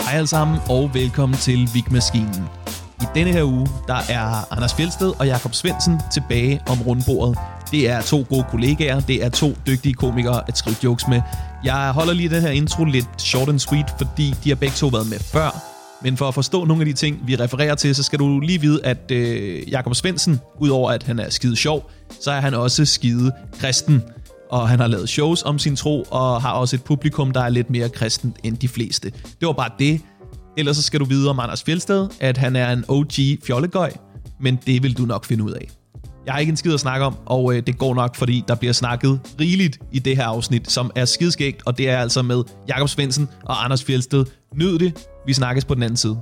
Hej alle sammen, og velkommen til Vigmaskinen. I denne her uge, der er Anders Fjeldsted og Jakob Svendsen tilbage om rundbordet. Det er to gode kollegaer, det er to dygtige komikere at skrive jokes med. Jeg holder lige den her intro lidt short and sweet, fordi de har begge to været med før. Men for at forstå nogle af de ting, vi refererer til, så skal du lige vide, at Jakob Svendsen, udover at han er skide sjov, så er han også skide kristen. Og han har lavet shows om sin tro, og har også et publikum, der er lidt mere kristent end de fleste. Det var bare det. Ellers så skal du vide om Anders Fjeldsted, at han er en OG fjollegøj, men det vil du nok finde ud af. Jeg har ikke en skid at snakke om, og det går nok, fordi der bliver snakket rigeligt i det her afsnit, som er skidskægt, og det er altså med Jakob Svendsen og Anders Fjeldsted. Nyd det, vi snakkes på den anden side.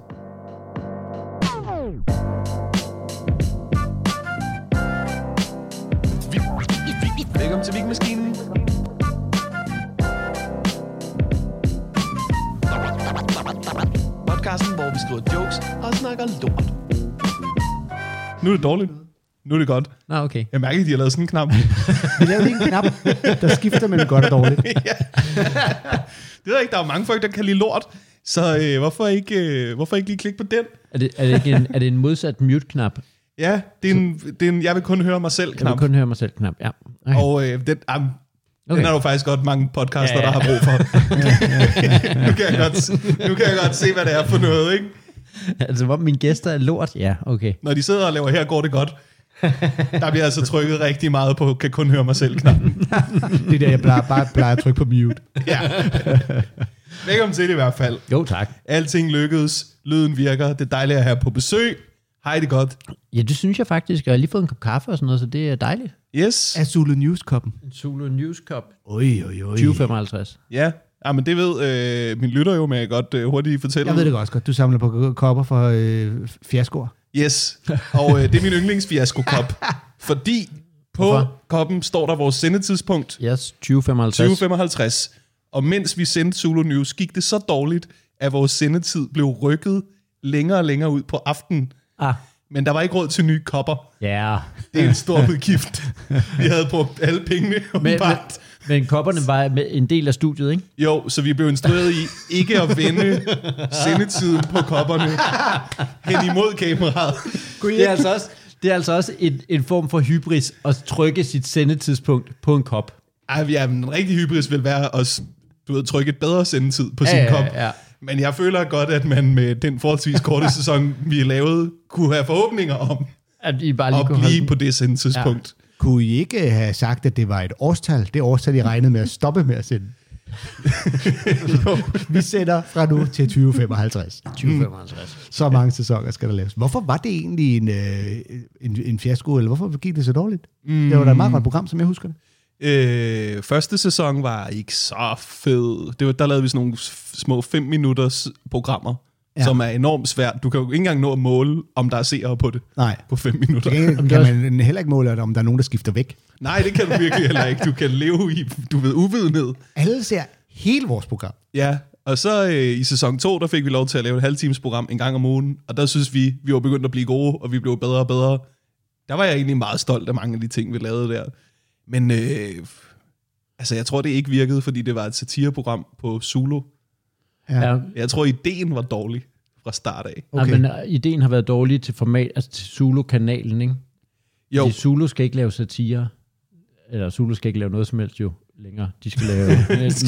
Velkommen til Vigmaskinen. Podcasten, hvor vi skriver jokes og snakker lort. Nu er det dårligt. Nu er det godt. Nå, okay. Jeg mærker, at de har lavet sådan en knap. Vi lavede lige en knap, der skifter mellem godt og dårligt. Ja. Det ved jeg ikke, der er mange folk, der kan lide lort. Så hvorfor ikke lige klikke på den? Er det en modsat mute-knap? Ja, det er en jeg vil kun høre mig selv-knap. Jeg vil kun høre mig selv-knap, ja. Okay. Og den er der faktisk godt mange podcaster, der har brug for. Nu kan jeg godt se, hvad det er for noget, ikke? Altså, hvor mine gæster er lort? Ja, okay. Når de sidder og laver her, går det godt. Der bliver altså trykket rigtig meget på, kan kun høre mig selv-knappen. Det er der, jeg plejer at trykke på mute. Ja. Velkommen til det i hvert fald. Jo, tak. Alting lykkedes, lyden virker, det er dejligt at have på besøg. Hej, det er godt. Ja, det synes jeg faktisk. Jeg har lige fået en kop kaffe og sådan noget, så det er dejligt. Yes. Af Zulu News-koppen. En Zulu News Cup. Oj. 2055. Ja, men det ved min lytter jo, men jeg godt hurtigt fortælle. Jeg ved det godt. Du samler på kopper for fiaskoer. Yes, og det er min yndlingsfiasko-kop. Fordi på koppen står der vores sendetidspunkt. Yes, 2055. 2055. Og mens vi sendte Zulu News, gik det så dårligt, at vores sendetid blev rykket længere og længere ud på aftenen. Men der var ikke råd til nye kopper. Ja. Yeah. Det er en stor udgift. Vi havde brugt alle pengene. Men kopperne var en del af studiet, ikke? Jo, så vi blev instrueret i ikke at vende sendetiden på kopperne hen imod kameraet. Det er altså også en form for hybris at trykke sit sendetidspunkt på en kop. En rigtig hybris vil være at trykke et bedre sendetid på sin kop. Ja. Men jeg føler godt, at man med den forholdsvis korte sæson, vi lavede, kunne have forhåbninger om at I bare lige at blive på det sendetidspunkt. Ja. Kunne I ikke have sagt, at det var et årstal? Det årstal, I regnede med at stoppe med at sende? Vi sender fra nu til 2055. 2055. Så mange sæsoner skal der laves. Hvorfor var det egentlig en fiasko, eller hvorfor gik det så dårligt? Det var da et meget godt program, som jeg husker det. Første sæson var ikke så fed. Der lavede vi sådan nogle små 5-minutters programmer, som er enormt svært. Du kan jo ikke engang nå at måle, om der er seere på det. Nej. På 5 minutter. Kan man heller ikke måle, om der er nogen, der skifter væk? Nej, det kan du virkelig heller ikke. Du kan leve i, uvidenhed. Alle ser hele vores program. Ja, og så i sæson 2, der fik vi lov til at lave et halvtimes program en gang om ugen, og der synes vi var begyndt at blive gode, og vi blev bedre og bedre. Der var jeg egentlig meget stolt af mange af de ting, vi lavede der. Men jeg tror, det ikke virkede, fordi det var et satireprogram på Zulu. Ja. Jeg tror, ideen var dårlig fra start af. Okay. Ja, men ideen har været dårlig til format, altså til Zulu-kanalen, ikke? Jo. Fordi Zulu skal ikke lave satire, eller Zulu skal ikke lave noget som helst jo længere. De skal lave...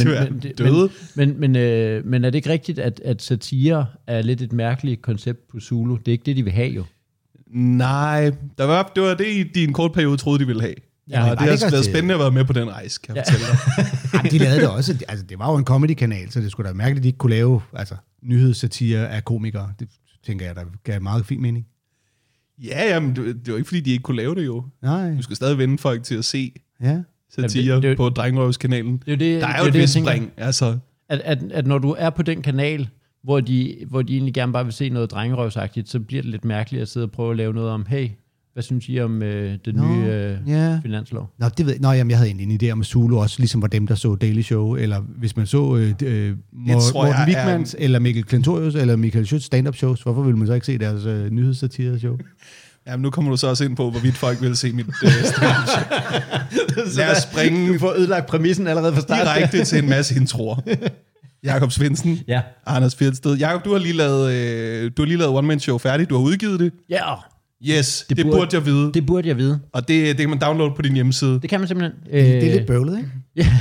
Men er det ikke rigtigt, at satire er lidt et mærkeligt koncept på Zulu? Det er ikke det, de vil have jo. Nej, det var det, de i en kort periode troede, de ville have. Ja, og det har været spændende at være med på den rejse, kan jeg fortælle dig. De lavede det også. Altså, det var jo en comedy-kanal, så det skulle da mærkeligt, at de ikke kunne lave nyhedssatire af komikere. Det tænker jeg, der gav meget fin mening. Ja, men det var ikke, fordi de ikke kunne lave det jo. Nej. Du skal stadig vende folk til at se satire på Drengerøvskanalen. Der er jo et vist spring. Altså. At når du er på den kanal, hvor de egentlig gerne bare vil se noget drengerøvsagtigt, så bliver det lidt mærkeligt at sidde og prøve at lave noget om, hey, hvad synes I om den nye finanslov? Det ved jeg. Jeg havde egentlig en idé om, at Zulu også ligesom var dem, der så Daily Show, eller hvis man så Morten Wigmans, eller Mikkel Klentorius, eller Michael Schøtz stand-up shows, hvorfor ville man så ikke se deres nyhedssatire-show? Jamen, nu kommer du så også ind på, hvorvidt folk vil se mit stand-up show. Lad os springe. Du får ødelagt præmissen allerede fra start. Direkte til en masse introer. Jakob Svendsen. Ja. Anders Fjeldsted. Jakob, du har lige lavet one-man-show færdigt. Du har udgivet det. Ja. Yes, det burde jeg vide. Det burde jeg vide. Og det kan man downloade på din hjemmeside. Det kan man simpelthen. Det er lidt bøvlet, ikke?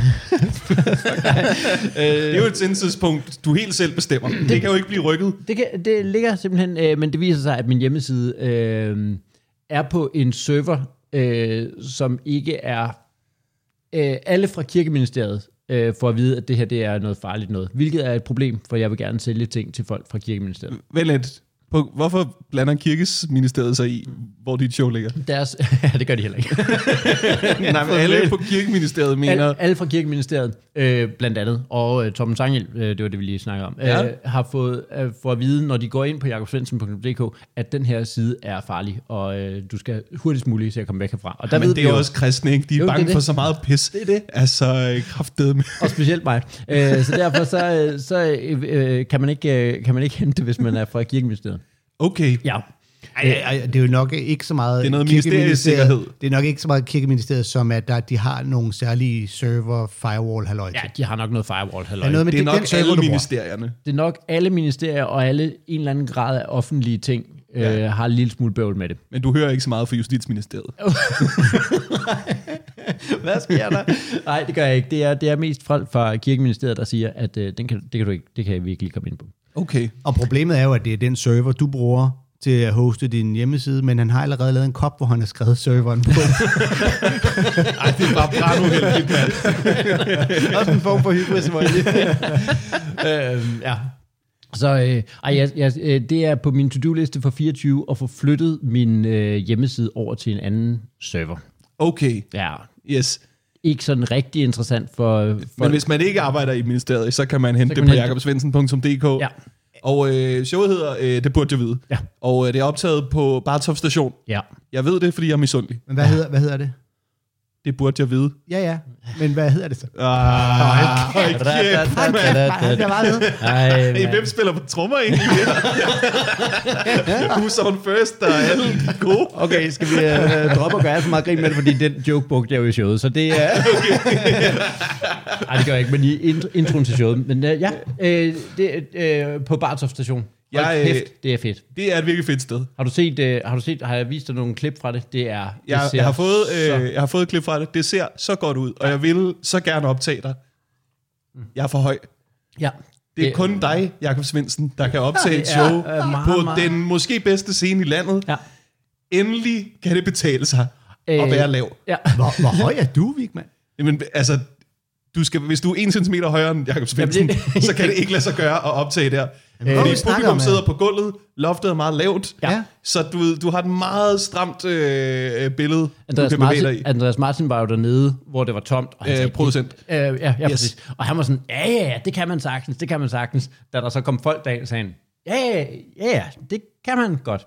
Det er jo et sendtidspunkt, du helt selv bestemmer. Det kan jo ikke blive rykket. Det ligger simpelthen, men det viser sig, at min hjemmeside er på en server, som ikke er alle fra Kirkeministeriet for at vide, at det her det er noget farligt noget. Hvilket er et problem, for jeg vil gerne sælge ting til folk fra Kirkeministeriet. Vent lidt. Hvorfor blander Kirkeministeriet sig i, hvor dit show ligger? Ja, det gør de heller ikke. Nej, men alle på Kirkeministeriet mener... Alle fra Kirkeministeriet, blandt andet, og Torben Sangel, det var det, vi lige snakkede om, har fået for at vide, når de går ind på jakobsvendsen.dk, at den her side er farlig, og du skal hurtigst muligt se at komme væk herfra. Og der men det er jo også kristne, ikke? De er bange for så meget pis. Det er det. Altså, kraftedeme. Og specielt mig. Så derfor kan man ikke hente det, hvis man er fra Kirkeministeriet. Okay. Ja. Det er jo nok ikke så meget... Det er noget ministeriesikkerhed. Det er nok ikke så meget Kirkeministeriet, som at de har nogle særlige server firewall-halløj. Ja, de har nok noget firewall-halløj. Det er nok alle ministerierne. Det er nok alle ministerier og alle en eller anden grad af offentlige ting har en lille smule bøvl med det. Men du hører ikke så meget fra Justitsministeriet. Hvad sker der? Nej, det gør jeg ikke. Det er mest folk fra Kirkeministeriet, der siger, at det kan jeg virkelig komme ind på. Okay. Og problemet er jo, at det er den server, du bruger til at hoste din hjemmeside, men han har allerede lavet en kop, hvor han har skrevet serveren på. Ej, det er bare brandhuheldigt, mand. Også en form for hybris, ja. Så det er på min to-do-liste for 24 at få flyttet min hjemmeside over til en anden server. Okay. Ja. Yes. Ikke sådan rigtig interessant for men hvis man ikke arbejder i ministeriet, så kan man hente det på jakobsvendsen.dk. Ja. Og showet hedder Det burde jeg vide. Ja. Og det er optaget på Bartov Station. Ja. Jeg ved det, fordi jeg er misundelig. Men hvad hedder det? Det burde jeg vide. Ja. Men hvad hedder det så? Hvem spiller på trommer egentlig? Who's on first, der er alle gode. Okay, skal vi droppe og gøre alt for meget grin med det, fordi den joke brugte jeg jo i showet, så det er... Nej, det gør jeg ikke, men i introen til showet. Men det på Bartov Station. Det er fedt. Det er et virkelig fedt sted. Har jeg vist dig nogle klip fra det? Jeg har fået et klip fra det. Det ser så godt ud, og jeg vil så gerne optage dig. Jeg er for høj. Ja. Det er kun dig, Jakob Svendsen, der kan optage et show på den måske bedste scene i landet. Ja. Endelig kan det betale sig at være lav. Ja. Hvor høj er du, Vigman? Jamen, altså, hvis du er 1 centimeter højere end Jakob Svendsen, så kan det ikke lade sig gøre at optage der. Fordi publikum sidder på gulvet, loftet er meget lavt, så du har et meget stramt billede, du kan bevæge dig i. Andreas Martin var jo dernede, hvor det var tomt. Og sagde, producent. Ja, præcis. Og han var sådan, ja, det kan man sagtens. Da der så kom folk derind, sagde han, ja, det kan man godt.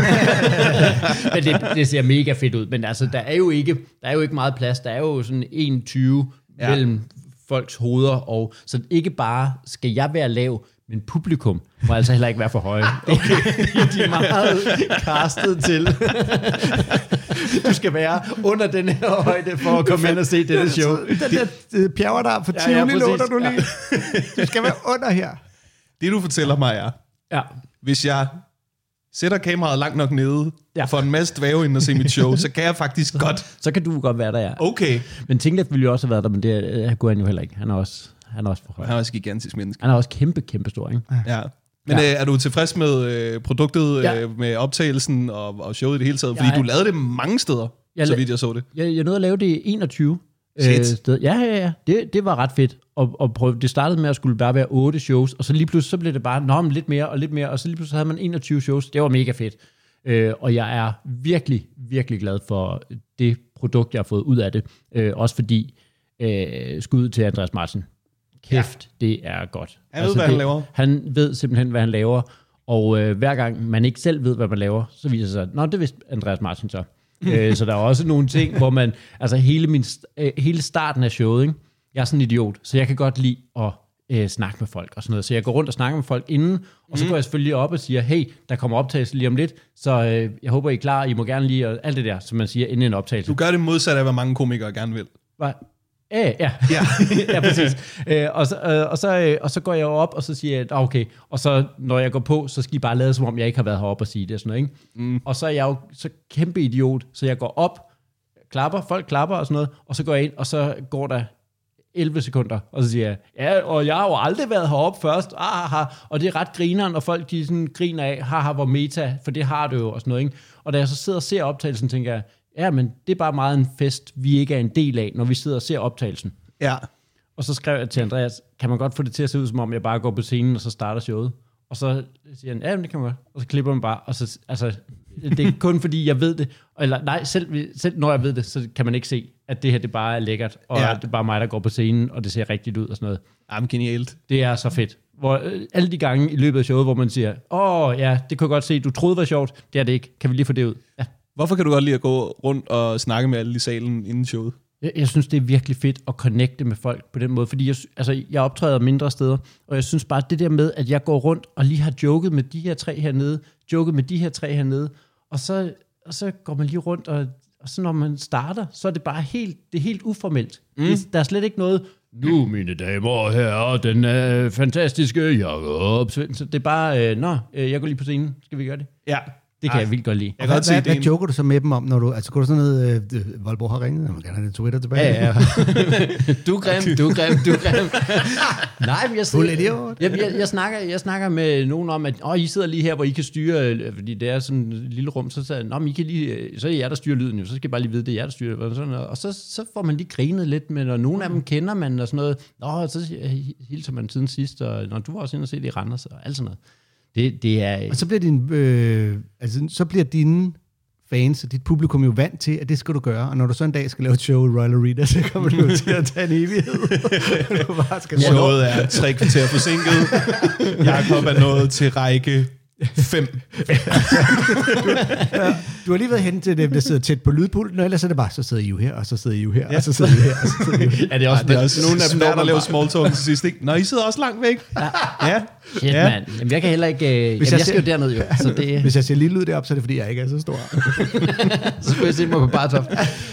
Men det ser mega fedt ud. Men altså, der er jo ikke meget plads. Der er jo sådan 21 mellem folks hoveder, og så ikke bare skal jeg være lav, men publikum må altså heller ikke være for høje. Okay. De er meget castet til. Du skal være under den her højde for at komme ind og se dette show. Den der pjerver der for Tivoli låter du lige. Du skal være under her. Det du fortæller mig er, hvis jeg sætter kameraet langt nok nede, og får en masse dvæve ind og se mit show, så kan jeg faktisk godt. Så kan du godt være der, ja. Okay. Men Tinglet ville jo også have været der, men det kunne han jo heller ikke. Han er også for høj. Han er også gigantisk menneske. Han er også kæmpe stor, ikke? Ja. Men er du tilfreds med produktet, med optagelsen og showet i det hele taget? Fordi du lavede det mange steder, så vidt jeg så det. Jeg nåede at lave det i 21 steder. Ja. Det var ret fedt. Og prøve. Det startede med at skulle bare være 8 shows, og så lige pludselig så blev det bare lidt mere, og så lige pludselig havde man 21 shows. Det var mega fedt. Og jeg er virkelig, virkelig glad for det produkt, jeg har fået ud af det. Også fordi skud til Andreas Martin. Kæft, det er godt. Han ved, hvad han laver. Han ved simpelthen, hvad han laver, og hver gang man ikke selv ved, hvad man laver, så viser det sig, det vidste Andreas Martin så. Så der er også nogle ting, hvor man, altså hele starten af showet, ikke? Jeg er sådan en idiot, så jeg kan godt lide at snakke med folk og sådan noget. Så jeg går rundt og snakker med folk inden, og så går jeg selvfølgelig op og siger, hey, der kommer optagelse lige om lidt, så jeg håber, I er klar, I må gerne lige, og alt det der, som man siger inden en optagelse. Du gør det modsat af, hvad mange komikere gerne vil. Hvad? Ja, præcis. Og så går jeg op, og så siger jeg, okay, og så når jeg går på, så skal I bare lade som om, jeg ikke har været heroppe og sige det, og sådan noget, ikke? Mm. Og så er jeg jo så kæmpe idiot, så jeg går op, folk klapper og sådan noget, og så går jeg ind, og så går der 11 sekunder, og så siger jeg, ja, og jeg har jo aldrig været heroppe først, og det er ret grineren, og folk de sådan griner af, hvor meta, for det har du jo, og sådan noget, ikke? Og da jeg så sidder og ser optagelsen, tænker jeg, ja, men det er bare meget en fest, vi ikke er en del af, når vi sidder og ser optagelsen. Ja. Og så skrev jeg til Andreas, kan man godt få det til at se ud, som om jeg bare går på scenen, og så starter showet? Og så siger han, ja, det kan man godt. Og så klipper man bare, og så, altså, det er kun fordi, jeg ved det, eller nej, selv når jeg ved det, så kan man ikke se, at det her, det bare er lækkert, og det er bare mig, der går på scenen, og det ser rigtigt ud og sådan noget. Jamen, genialt. Det er så fedt. Hvor alle de gange i løbet af showet, hvor man siger, ja, det kunne jeg godt se, du troede var sjovt, det er det ikke. Kan vi lige få det ud? Ja. Hvorfor kan du godt lide at gå rundt og snakke med alle i salen inden showet? Jeg synes, det er virkelig fedt at connecte med folk på den måde, fordi jeg optræder mindre steder, og jeg synes bare, det der med, at jeg går rundt og lige har joket med de her tre hernede, og så går man lige rundt, og så når man starter, så er det bare helt uformelt. Der er slet ikke noget, nu mine damer og herrer, den fantastiske Jakob Svendsen. Det er bare, jeg går lige på scenen, skal vi gøre det? Ja. Det kan jeg vildt godt lide. Hvad joker du så med dem om, når du... Altså, går du sådan noget... Voldborg har ringet, jeg må gerne have det Twitter tilbage. Ja. Du er grim. Nej, men jeg snakker med nogen om, at I sidder lige her, hvor I kan styre... Fordi det er sådan et lille rum, så sagde jeg, I kan lige... Så er I jer, der styrer lyden jo. Så skal jeg bare lige vide, det er jer, der styrer. Og, sådan, og så får man lige grinet lidt med, når nogen af dem kender man og sådan noget. Så hilser man siden sidst, og når du var også inde og se det i Randers og alt sådan noget. Det er... Og så bliver dine fans og dit publikum jo vant til, at det skal du gøre. Og når du så en dag skal lave et show i Royal Arena, så kommer du jo til at tage en evighed. Showet er 3 kvarter forsinket. Jakob er nået til række 5. Du har lige været hen til dem, der sidder tæt på lydpulten, og ellers er det bare, så sidder I jo her, og så sidder I jo her, og så sidder I her, og så sidder I jo her. Er det også, det er også nogle af dem, der laver small talk til sidst, ikke? Nå, I sidder også langt væk. Ja. Shit, mand. Jamen, jeg kan heller ikke... jeg skal jo derned, jo. Så det... Hvis jeg ser lille ud deroppe, så er det, fordi jeg ikke er så stor. Så skulle jeg se mig på Bartoft.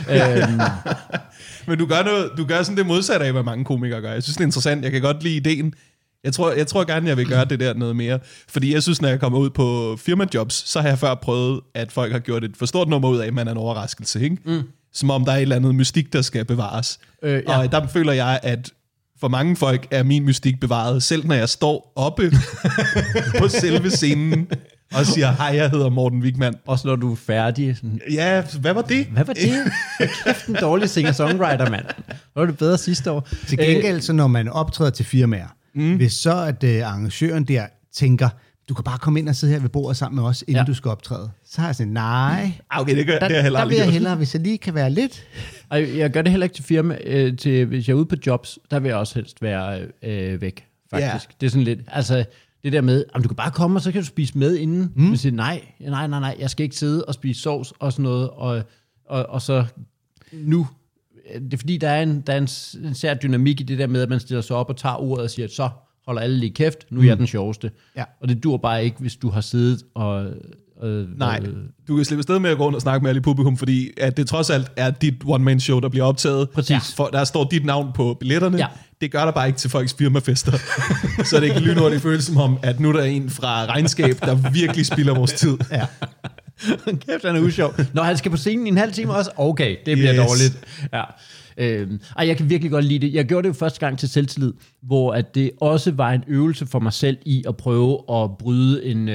Men du gør sådan det modsatte af, hvad mange komikere gør. Jeg synes, det er interessant. Jeg kan godt lide ideen. Jeg tror gerne, jeg vil gøre det der noget mere. Fordi jeg synes, når jeg kommer ud på firmajobs, så har jeg før prøvet, at folk har gjort et for stort nummer ud af, at man er en overraskelse. Ikke? Som om der er et eller andet mystik, der skal bevares. Og der føler jeg, at for mange folk er min mystik bevaret, selv når jeg står oppe på selve scenen og siger, hej, jeg hedder Morten Wigman. Også når du er færdig. Sådan, ja, hvad var det? Kæft en dårlig singer-songwriter, mand. Var det bedre sidste år? Til gengæld, så når man optræder til firmaer, hvis så at arrangøren der tænker, du kan bare komme ind og sidde her ved bordet sammen med os, inden du skal optræde. Så har jeg sådan, nej. Okay, det gør jeg heller aldrig. Der vil jeg hellere, hvis jeg lige kan være lidt. Jeg gør det heller ikke til firma. Hvis jeg er ude på jobs, der vil jeg også helst være væk, faktisk. Yeah. Det er sådan lidt, altså det der med, du kan bare komme, og så kan du spise med inden. Men siger, nej, jeg skal ikke sidde og spise sovs og sådan noget, og så nu. Det er fordi, der er en sær dynamik i det der med, at man stiller sig op og tager ordet og siger, at så holder alle lige kæft, nu er jeg den sjoveste. Ja. Og det dur bare ikke, hvis du har siddet og... Nej, du kan slippe afsted med at gå rundt og snakke med alle i publikum, fordi at det trods alt er dit one-man-show, der bliver optaget. Præcis. For der står dit navn på billetterne. Ja. Det gør der bare ikke til folks firmafester. Så det ikke lynhurtigt føles som om, at nu der er en fra regnskab, der virkelig spilder vores tid. Ja. Kæft, han er usjov. Når han skal på scenen i en halv time også, okay, det bliver dårligt. Ja. Jeg kan virkelig godt lide det. Jeg gjorde det jo første gang til selvtillid, hvor at det også var en øvelse for mig selv i at prøve at bryde en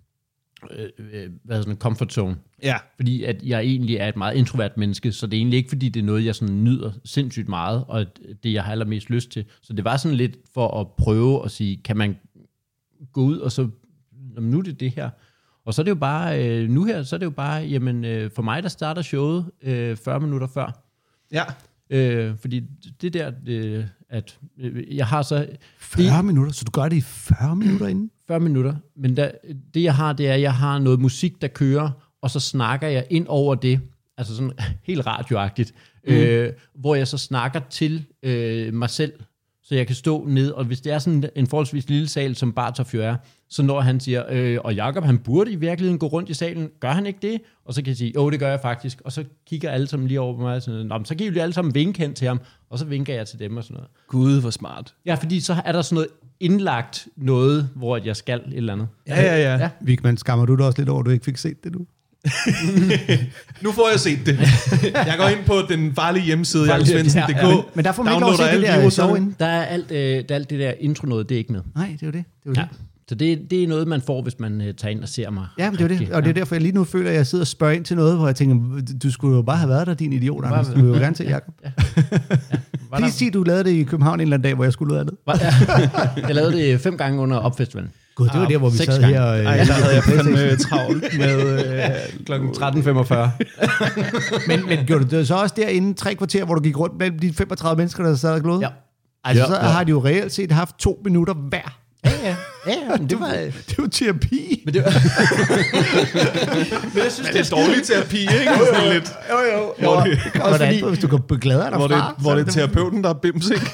comfort zone. Ja. Fordi at jeg egentlig er et meget introvert menneske, så det er egentlig ikke, fordi det er noget, jeg sådan nyder sindssygt meget, og det, jeg har allermest lyst til. Så det var sådan lidt for at prøve at sige, kan man gå ud, og så, nu er det her. Og så er det jo bare, nu her, så er det jo bare, jamen, for mig, der starter showet 40 minutter før. Ja. Fordi det der, at jeg har så... 40 minutter? Så du gør det i 40 minutter inden? 40 minutter. Men det jeg har, det er, at jeg har noget musik, der kører, og så snakker jeg ind over det, altså sådan helt radioagtigt, hvor jeg så snakker til mig selv, så jeg kan stå ned, og hvis det er sådan en forholdsvis lille sal, som Bartof er, så når han siger, og Jakob, han burde i virkeligheden gå rundt i salen, gør han ikke det? Og så kan jeg sige, det gør jeg faktisk, og så kigger alle sammen lige over på mig, og sådan, så giver vi alle sammen vinke hen til ham, og så vinker jeg til dem og sådan noget. Gud, hvor smart. Ja, fordi så er der sådan noget indlagt noget, hvor jeg skal et eller andet. Ja. Vigman, skammer du dig også lidt over, at du ikke fik set det nu? Nu får jeg set det. Jeg går ind på den farlige hjemmeside, jakobsvendsen.dk. Men der får man ikke lov at se det der show ind. Der er alt det der intro noget, det er ikke med. Nej, det er jo det. Det. Så det er noget, man får, hvis man tager ind og ser mig. Ja, men det er det. Og det er derfor, jeg lige nu føler, at jeg sidder og spørger ind til noget, hvor jeg tænker, du skulle jo bare have været der, din idiot, Anders. Du vil jo gerne se Jakob. Please sig, du lavede det i København en eller anden dag, hvor jeg skulle ud af det. Jeg lavede det 5 gange under opfestivalen. Gud, det var der, hvor vi sad her. Der havde jeg fandme travlt med klokken 13.45. Men gjorde du det så også derinde 3 kvarter, hvor du gik rundt blandt de 35 mennesker, der sad og glod? Ja. Altså, så har de jo reelt set haft 2 minutter hver. Ja, det var terapi. Men det var... men jeg synes, det er dårlig terapi, ikke? Lidt. Jo. Også fordi, hvis du kan beglæde dig derfra. Hvor det er terapeuten, der er bims, ikke?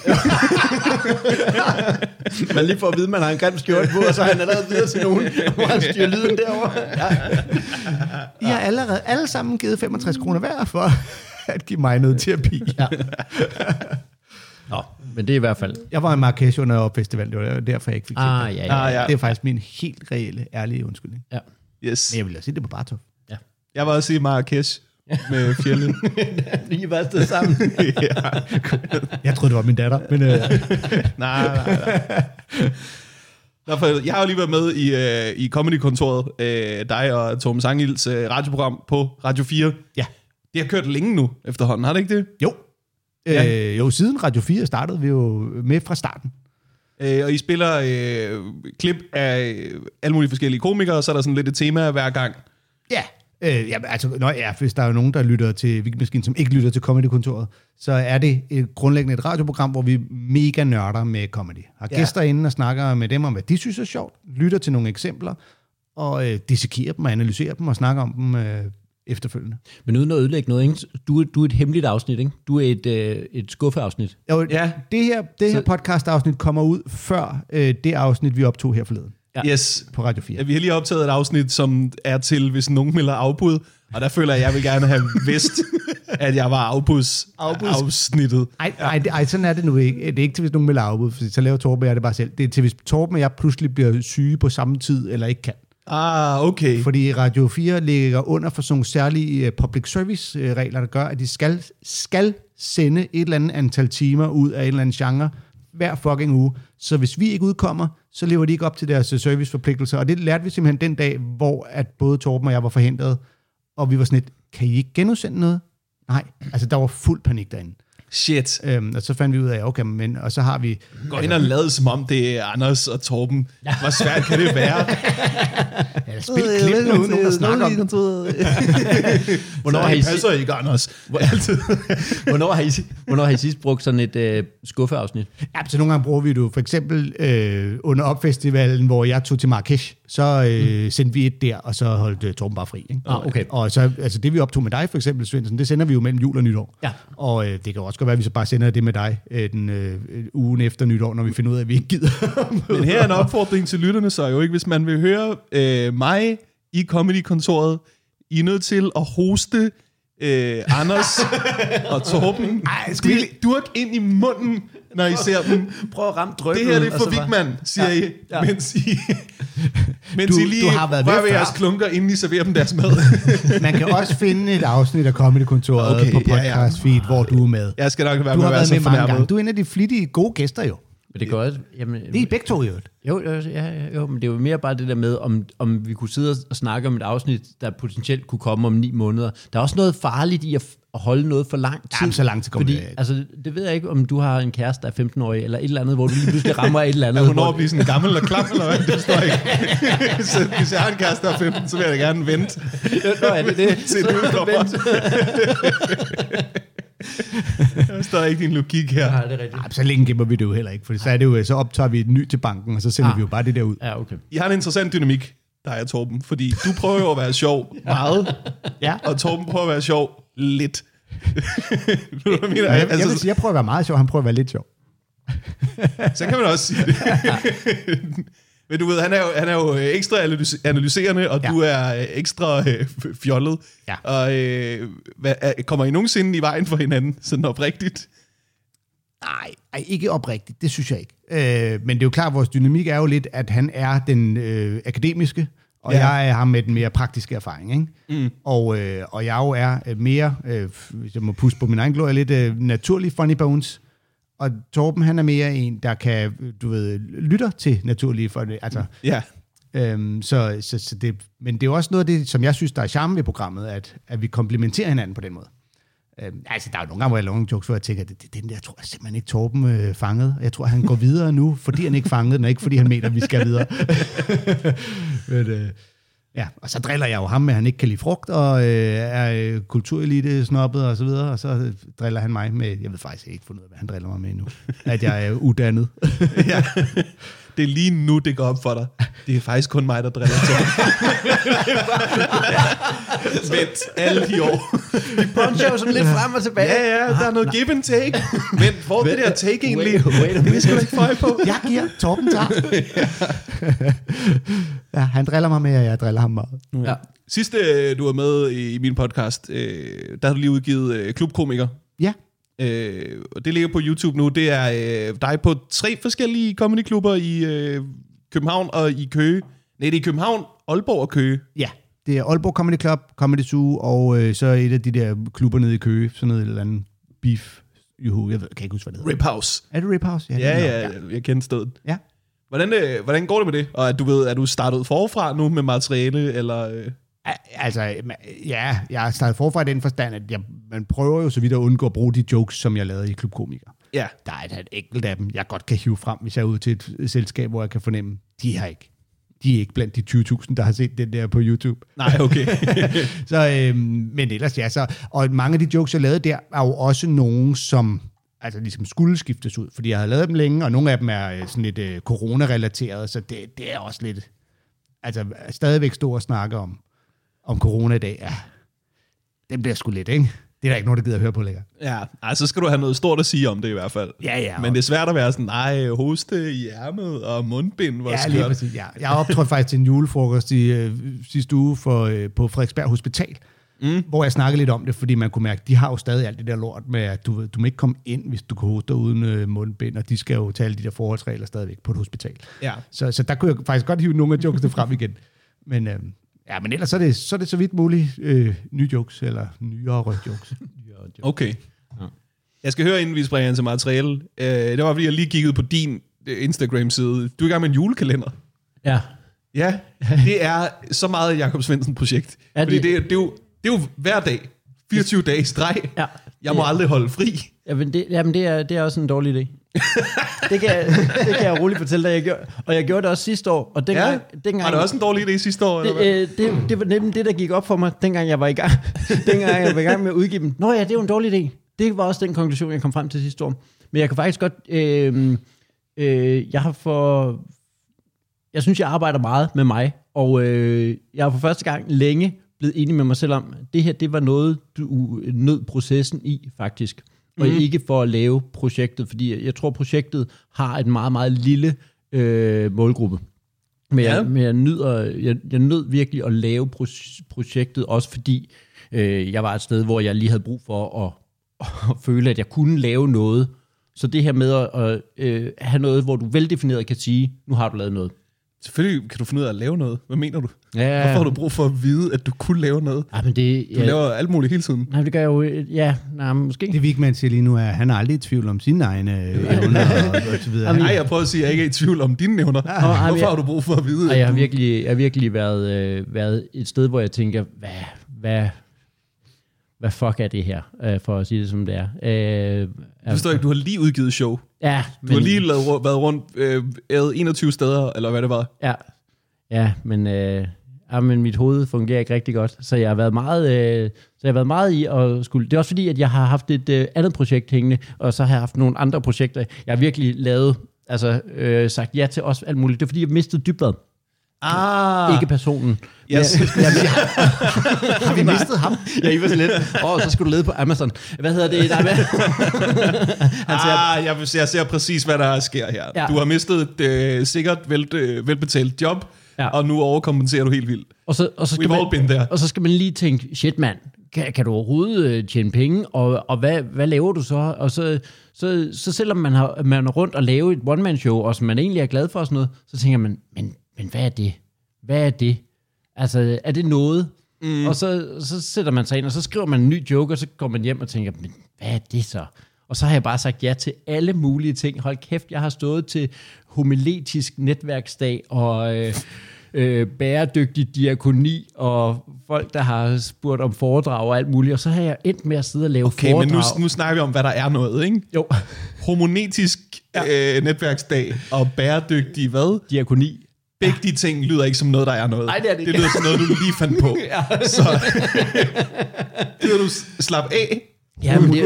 Man lige får at vide, at man har en grim skjort på, og så er han allerede videre til nogen, hvor han styrer lyden derovre. I har allerede alle sammen givet 65 kroner hver for at give mig noget terapi. Ja. Nå, men det er i hvert fald... Jeg var i Marrakesh under opfestival, det var derfor, jeg ikke fik set det. Ja. Det er faktisk min helt reelle, ærlige undskyldning. Ja. Yes. Men jeg ville have set det på Bartof. Ja. Jeg var også i Marrakesh med Fjelle. Vi har været sted sammen. Jeg troede, det var min datter, men... Nej. Jeg har jo lige været med i Comedy-kontoret, dig og Torben Sangils radioprogram på Radio 4. Ja. Det har kørt længe nu efterhånden, har det ikke det? Jo. Jo, siden Radio 4 startede vi jo med fra starten. Og I spiller klip af alle mulige forskellige komikere, og så er der sådan lidt et tema hver gang. Ja. Hvis der er nogen, der lytter til Vigmaskinen, som ikke lytter til Comedy-kontoret, så er det grundlæggende et radioprogram, hvor vi mega nørder med comedy. Har gæster inde og snakker med dem om, hvad de synes er sjovt, lytter til nogle eksempler, og dissekerer dem og analyserer dem og snakker om dem efterfølgende. Men uden at ødelægge noget, ikke? Du er et hemmeligt afsnit, ikke? Du er et skuffeafsnit. Jo, ja. Det her podcast-afsnit kommer ud før det afsnit, vi optog her forleden. Ja. Yes. På Radio 4. Ja, vi har lige optaget et afsnit, som er til, hvis nogen melder afbud, og der føler jeg vil gerne have vidst, at jeg var afsnittet. Nej, sådan er det nu ikke. Det er ikke til, hvis nogen melder afbud, for så laver Torben og jeg det bare selv. Det er til, hvis Torben og jeg pludselig bliver syge på samme tid, eller ikke kan. Okay. Fordi Radio 4 ligger under for sådan nogle særlige public service regler, der gør, at de skal sende et eller andet antal timer ud af en eller anden genre hver fucking uge. Så hvis vi ikke udkommer, så lever de ikke op til deres serviceforpligtelser. Og det lærte vi simpelthen den dag, hvor at både Torben og jeg var forhindret, og vi var sådan lidt, kan I ikke genudsende noget? Nej, altså der var fuld panik derinde. Shit. Og så fandt vi ud af, okay, men og så har vi... Gå ind og lade som om det er Anders og Torben. Hvor svært kan det være? Ja, spil klip nu, nogen der snakker om det. Hvornår har I passer ikke, Anders? Hvornår har I sidst brugt sådan et skuffeafsnit? Ja, så nogle gange bruger vi det jo. For eksempel under opfestivalen, hvor jeg tog til Marrakesh, så sendte vi et der, og så holdt Torben bare fri. Ikke? Okay. Og så, altså det vi optog med dig, for eksempel, Svendsen, det sender vi jo mellem jul og nytår. Ja. Og det kan jo også godt være, at vi så bare sender det med dig den ugen efter nytår, når vi finder ud af, at vi ikke gider. Men her er en opfordring til lytterne, så jo ikke, hvis man vil høre mig i Comedy-kontoret, I er nødt til at hoste Anders og Torben. Durk ind i munden, når I ser dem. Prøv at ramme drøbben. Det her det er for Vigman, siger I, mens I lige rører ved jeres klunker, inden I serverer dem deres mad. Man kan også finde et afsnit af Comedy-kontoret på podcast feed, hvor du er med. Jeg skal nok være med at være så fornærmet. Du er en af de flittige gode gæster jo. Men det går også... Jamen, det er begge to jo. Jo, men det er jo mere bare det der med, om vi kunne sidde og snakke om et afsnit, der potentielt kunne komme om 9 måneder. Der er også noget farligt i at holde noget for lang tid. Jamen, så lang tid kommer det. Altså, det ved jeg ikke, om du har en kæreste, der er 15-årig, eller et eller andet, hvor du lige pludselig rammer et eller andet. Er hun over at blive sådan gammel og klam, eller hvad? Det forstår jeg ikke. Så hvis jeg har en kæreste, der er 15, så vil jeg da gerne vente. Nå, er det det? Se, du jeg forstår ikke din logik her. Ja, det er rigtigt. Ej, så længe gemmer vi det jo heller ikke, for så er det jo, så optager vi et nyt til banken, og så sender vi jo bare det der ud. Ja, okay. I har en interessant dynamik, der er Torben, fordi du prøver jo at være sjov meget, og Torben prøver at være sjov lidt. Jeg vil sige, jeg prøver at være meget sjov, han prøver at være lidt sjov. Så kan man også sige det. Men du ved, han er jo ekstra analyserende, og du er ekstra fjollet. Ja. Og kommer I nogensinde i vejen for hinanden, sådan oprigtigt? Nej, ikke oprigtigt. Det synes jeg ikke. Men det er jo klart, at vores dynamik er jo lidt, at han er den akademiske, og jeg er ham med den mere praktiske erfaring. Ikke? Og jeg jo er mere, hvis jeg må puste på min egen glorie, lidt naturlig funny bones. Og Torben, han er mere en, der kan, lytter til naturlige funny. Altså, så det, men det er jo også noget af det, som jeg synes, der er charme ved programmet, at vi komplementerer hinanden på den måde. Altså, der er jo nogle gange, hvor jeg laver nogle jokes, hvor jeg tænker, den der tror jeg simpelthen ikke Torben fanget. Jeg tror, han går videre nu, fordi han ikke fangede den, og ikke fordi han mener, at vi skal videre. Men, og så driller jeg jo ham med, at han ikke kan lide frugt, og er kulturelite snobbet og så videre, og så driller han mig med, jeg ved faktisk ikke fundet ud af, hvad han driller mig med endnu, at jeg er uddannet. Ja. Det er lige nu, det går op for dig. Det er faktisk kun mig, der driller til. Vent, alle de år. Vi puncher jo sådan lidt frem og tilbage. Ja, der er noget give and take. Vent, hvor det der take egentlig? Det skal du ikke føje på. Jeg giver Torben tager. Ja, han driller mig med, og jeg driller ham meget. Ja. Sidste, du var med i min podcast, der har du lige udgivet Klubkomiker. Ja. Og det ligger på YouTube nu. Det er dig på 3 forskellige comedyklubber i København og i Køge. Nej, det er København, Aalborg og Køge. Ja, det er Aalborg Comedy Club, Comedy Zoo, og så et af de der klubber nede i Køge, sådan noget eller andet beef. Jeg kan ikke huske, hvad det hedder. Rip House. Er det Rip House? Ja, jeg kender stedet. Ja. Hvordan går det med det? Og er du startet forfra nu med materiale, eller... Altså, ja, jeg har startet forfra i den forstand, at man prøver jo så vidt at undgå at bruge de jokes, som jeg lavede i Klubkomiker. Ja. Der er et enkelt af dem, jeg godt kan hive frem, hvis jeg er ude til et selskab, hvor jeg kan fornemme, de er ikke blandt de 20.000, der har set den der på YouTube. Nej, okay. Så, men ellers ja, så, og mange af de jokes, jeg lavede der, er jo også nogen, som altså ligesom skulle skiftes ud, fordi jeg havde lavet dem længe, og nogle af dem er sådan lidt corona-relateret, så det er også lidt, altså stadigvæk stå og snakke om corona i dag, ja, den bliver sgu lidt, ikke? Det er der ikke nogen, der gider at høre på længere. Ja, så skal du have noget stort at sige om det i hvert fald. Ja. Men det er svært at være sådan, hoste i ærmet og mundbind. Ja, lige præcis, ja. Jeg optrådte faktisk til en julefrokost i sidste uge på Frederiksberg Hospital, hvor jeg snakkede lidt om det, fordi man kunne mærke, de har jo stadig alt det der lort med, at du må ikke komme ind, hvis du kan hoste uden mundbind, og de skal jo tage alle de der forholdsregler stadigvæk på et hospital. Ja. Så der kunne jeg faktisk godt hive nogle af jokesene frem igen. Men ellers så er det så vidt muligt nye jokes, eller nyere jokes. Okay. Ja. Jeg skal høre, inden vi springer ind til materiale. Det var, fordi jeg lige kiggede på din Instagram-side. Du er i gang med en julekalender. Ja. Ja, det er så meget Jakob Svendsen-projekt. Ja, fordi det er jo hver dag, 24 dage i streg. Ja, jeg må aldrig holde fri. Jamen det er også en dårlig idé. det kan jeg roligt fortælle dig. Jeg gjorde det også sidste år. Og dengang, var det også en dårlig idé sidste år? Det var nemlig det, der gik op for mig, dengang jeg var i gang. Dengang jeg var i gang med at udgive dem. Nå ja, det er jo en dårlig idé. Det var også den konklusion, jeg kom frem til sidste år. Men jeg kan faktisk godt... Jeg synes, jeg arbejder meget med mig. Og jeg har for første gang længe blevet enig med mig selv om, det her, det var noget, du nød processen i, faktisk. Og ikke for at lave projektet, fordi jeg tror, projektet har et meget, meget lille målgruppe. Men jeg nød virkelig at lave projektet, også fordi jeg var et sted, hvor jeg lige havde brug for at føle, at jeg kunne lave noget. Så det her med at have noget, hvor du veldefineret kan sige, nu har du lavet noget. Selvfølgelig kan du finde ud af at lave noget. Hvad mener du? Ja. Hvorfor har du brug for at vide, at du kunne lave noget? Ja, men du laver alt muligt hele tiden. Nej, det gør jeg jo... Ja, måske. Det Vigman siger lige nu, er, at han er aldrig i tvivl om sine egne evner og så videre. Nej, jeg prøver at sige, at jeg ikke er i tvivl om dine evner. Hvorfor har du brug for at vide? Jeg har virkelig været et sted, hvor jeg tænker, hvad fuck er det her, for at sige det som det er. Du forstår ikke, du har lige udgivet show. Ja. Du har lige været rundt 21 steder, eller hvad det var. Ja, men mit hoved fungerer ikke rigtig godt, så jeg har været meget, i at skulle... Det er også fordi, at jeg har haft et andet projekt hængende, og så har jeg haft nogle andre projekter. Jeg har virkelig lavet, sagt ja til også alt muligt. Det er fordi, jeg mistede Dybvad. Ikke personen. Yes. Har vi mistet ham? Ja, I var sådan lidt, så skal du lede på Amazon. Hvad hedder det? Der med? Jeg ser præcis, hvad der sker her. Ja. Du har mistet et sikkert velbetalt job, og nu overkompenserer du helt vildt. Og så skal We've all been there. og så skal man lige tænke, shit mand, kan du overhovedet tjene penge? Og hvad laver du så? Og så selvom man er rundt og laver et one-man-show, og som man egentlig er glad for og sådan noget, så tænker man, men hvad er det? Hvad er det? Altså, er det noget? Og så sætter man sig ind, og så skriver man en ny joke, og så går man hjem og tænker, men hvad er det så? Og så har jeg bare sagt ja til alle mulige ting. Hold kæft, jeg har stået til homiletisk netværksdag, og bæredygtig diakoni, og folk, der har spurgt om foredrag og alt muligt, og så har jeg endt med at sidde og lave foredrag. Okay, men nu snakker vi om, hvad der er noget, ikke? Jo. Homonetisk netværksdag og bæredygtig hvad? Diakoni. Begge de ting lyder ikke som noget, der er noget. Nej, det er det ikke. Det lyder som noget, du lige fandt på. Så gider du slappe af? Ja, men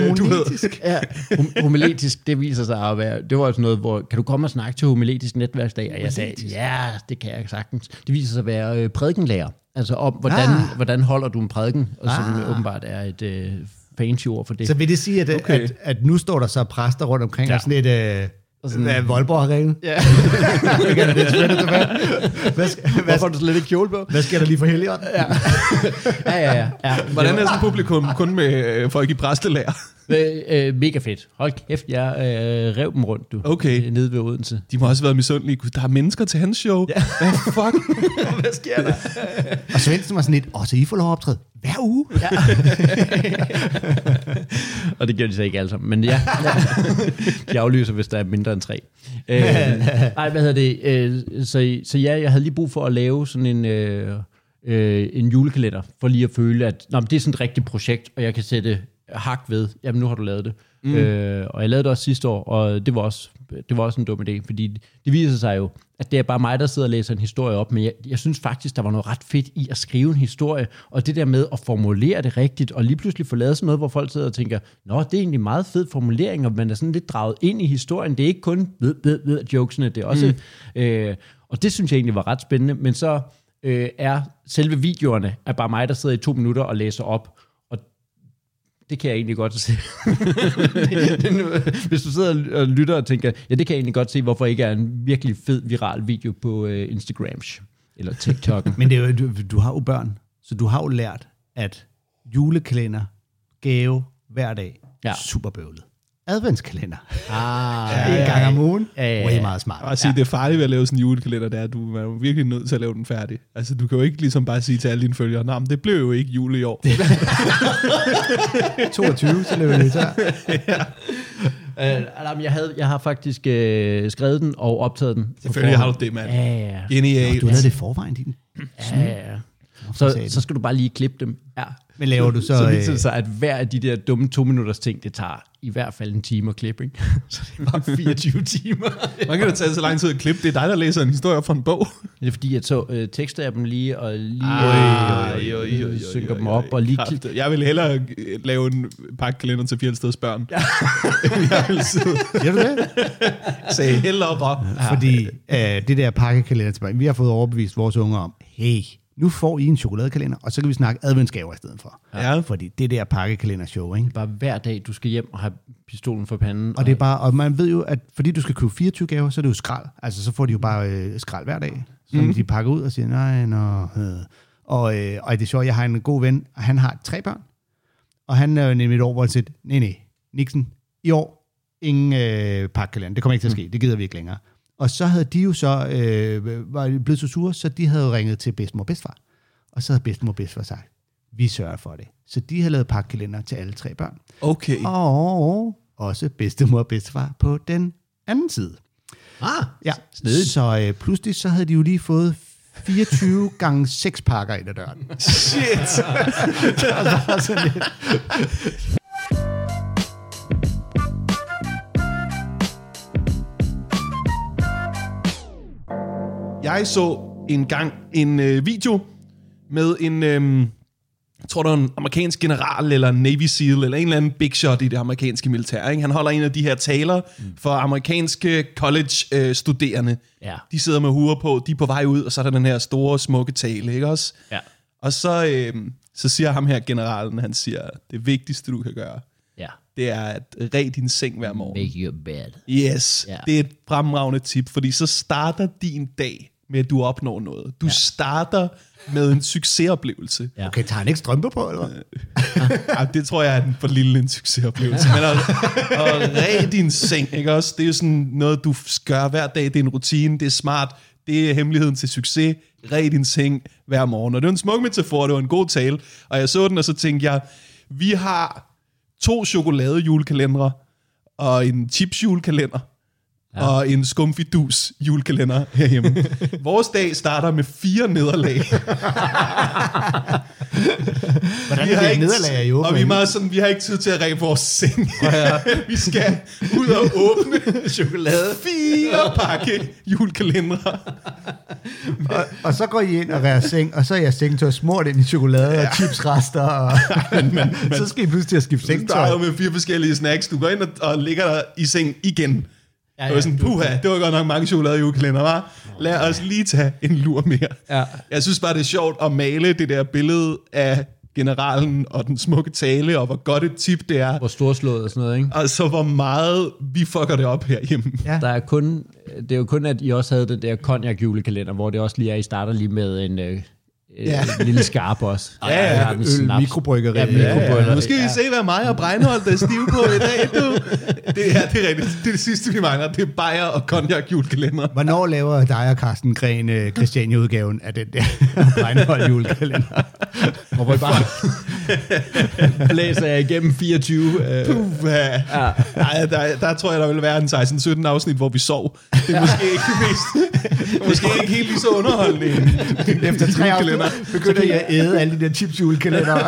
homiletisk, det viser sig at være, det var sådan noget, hvor, kan du komme og snakke til homiletisk netværksdag? Og jeg sagde, ja, det kan jeg sagtens. Det viser sig at være prædikenlærer, altså om, hvordan holder du en prædiken, og som åbenbart er et fancy ord for det. Så vil det sige, at nu står der så præster rundt omkring, og sådan et... Voldborg-arene. Ja. Hvorfor har du slet ikke kjole på? Hvad sker der lige for Helligånden? Ja. Hvordan er sådan publikum kun med folk i præstelærer? Mega fedt. Hold kæft, jeg rev dem rundt, du. Okay. Nede ved Odense. De må også have været misundelige. Der er mennesker til hans show. Ja. Hvad fuck? Hvad sker der? Og Svendsen var sådan lidt, så I får lov at optræde hver uge. Ja. Og det gjorde de så ikke alle sammen. Men ja, de aflyser, hvis der er mindre end 3. Nej, hvad hedder det? Så ja, jeg havde lige brug for at lave sådan en julekalender, for lige at føle, at det er sådan et rigtigt projekt, og jeg kan sætte hak ved, jamen nu har du lavet det. Og jeg lavede det også sidste år, og det var også en dum idé, fordi det viser sig jo, at det er bare mig, der sidder og læser en historie op, men jeg synes faktisk, der var noget ret fedt i at skrive en historie, og det der med at formulere det rigtigt, og lige pludselig få lavet sådan noget, hvor folk sidder og tænker, nå, det er egentlig meget fed formulering, og man er sådan lidt draget ind i historien, det er ikke kun jokesene, det er også, og det synes jeg egentlig var ret spændende, men så er selve videoerne er bare mig, der sidder i 2 minutter og læser op, og det kan jeg egentlig godt se. Hvis du sidder og lytter og tænker, ja, det kan jeg egentlig godt se, hvorfor ikke er en virkelig fed viral video på Instagram eller TikTok. Men det er jo, du har jo børn, så du har jo lært, at julekalender, gave hver dag, super bøvlet. Adventskalender. En gang om ugen. Way meget smart. Og at sige, det er farligt ved at lave sådan en julekalender, der du er virkelig nødt til at lave den færdig. Altså, du kan jo ikke ligesom bare sige til alle dine følgere, nej, men det blev jo ikke jule i år. 22, så løber det der. Jeg har faktisk skrevet den og optaget den. Selvfølgelig har du det, mand. Genialt. Du havde det i forvejen, din. Ja. Så skal du bare lige klippe dem. Ja. Men laver du så... Så viser det sig, at hver af de der dumme 2-minutters ting, det tager i hvert fald en time at klippe, ikke? Så det er bare 24 timer. Man kan da tage så lang tid at klippe. Det er dig, der læser en historie op fra en bog. Det er fordi, jeg så tekster af dem lige, og synker dem op, og lige... Jeg vil hellere lave en pakkekalender til Fjeldsteds børn. Jeg vil sidde... Siger du det? Sagde hellere. Fordi det der pakkekalender til børn, vi har fået overbevist vores unger om, hey, nu får I en chokoladekalender, og så kan vi snakke adventsgaver i stedet for. Ja. Fordi det der pakkekalender-show, ikke? Bare hver dag, du skal hjem og have pistolen for panden. Og det er bare, og man ved jo, at fordi du skal købe 24 gaver, så er det jo skrald. Altså, så får de jo bare skrald hver dag, som de pakker ud og siger, nej, nå. Og det er sjovt, jeg har en god ven, og han har 3 børn. Og han er nemlig et år, hvor han siger, nej, Nixon, i år, ingen pakkekalender. Det kommer ikke til at ske, det gider vi ikke længere. Og så havde de jo så, var blevet så sure, så de havde ringet til bedstemor og bedstefar. Og så havde bedstemor og bedstefar sagt, vi sørger for det. Så de havde lavet pakkekalender til alle 3 børn. Okay. Og også bedstemor og bedstefar på den anden side. Ja, snedigt. Så pludselig så havde de jo lige fået 24 gange 6 pakker ind ad døren. Shit! Jeg så engang en video med jeg tror, der er en amerikansk general, eller en Navy SEAL, eller en eller anden big shot i det amerikanske militær. Ikke? Han holder en af de her taler for amerikanske college-studerende. Ja. De sidder med huer på, de er på vej ud, og så er der den her store, smukke tale, ikke også? Ja. Og så siger ham her generalen, han siger, det vigtigste, du kan gøre, Ja. det er at ræd din seng hver morgen. Make your bed. Yes, Ja. det er et fremragende tip, fordi så starter din dag med, at du opnår noget. Du starter med en succesoplevelse. Ja. Okay, tager han ikke strømper på, eller hvad? Ja, det tror jeg er en for lille en succesoplevelse. Men at ræd din seng, ikke også? Det er jo sådan noget, du gør hver dag. Det er en rutine, det er smart. Det er hemmeligheden til succes. Ræd din seng hver morgen. Og det er en smuk metafor, det var en god tale. Og jeg så den, og så tænkte jeg, vi har 2 chokoladejulekalendere og en chips julekalender. Ja. Og en skumfidus julekalender herhjemme. Vores dag starter med 4 nederlag. Hvordan er det nederlag jo? Og vi er meget sådan, vi har ikke tid til at ræbe vores seng. Vi skal ud og åbne chokolade. 4 pakke julekalendere. Og så går I ind og rærer seng, og så er jeg sengetøj smurt ind i chokolade og chipsrester, og så skal I pludselig til at skifte Du sengetøj. starter med 4 forskellige snacks. Du går ind og ligger der i seng igen. Ja, Det var sådan, puha, det var godt nok mange chokolade-julekalender, var. Lad os lige tage en lur mere. Ja. Jeg synes bare, det er sjovt at male det der billede af generalen og den smukke tale, og hvor godt et tip det er. Hvor storslået og sådan noget, ikke? Og så hvor meget vi fucker det op herhjemme. Ja. Der er det er jo kun, at I også havde den der cognac julekalender, hvor det også lige er, I starter lige med en lille skarp også. Ja, mikrobryggeri. Ja, mikrobryggeri. Nu skal vi se, hvad mig og Breinholt er stiv på i dag, du. Det er rigtigt. Det er det sidste, vi mangler. Det er bajer og cognac julekalender. Hvornår laver dig og Carsten Gren Christiania-udgaven af den der Breinholt julekalender? Hvor vi bare blæser jeg igennem 24. Nej, der tror jeg, der vil være en 16-17 afsnit, hvor vi sov. Det er måske ikke det mest. Måske ikke helt lige så underholdende. Efter 3 afsnit begynder jeg at æde alle de der chips julekalender.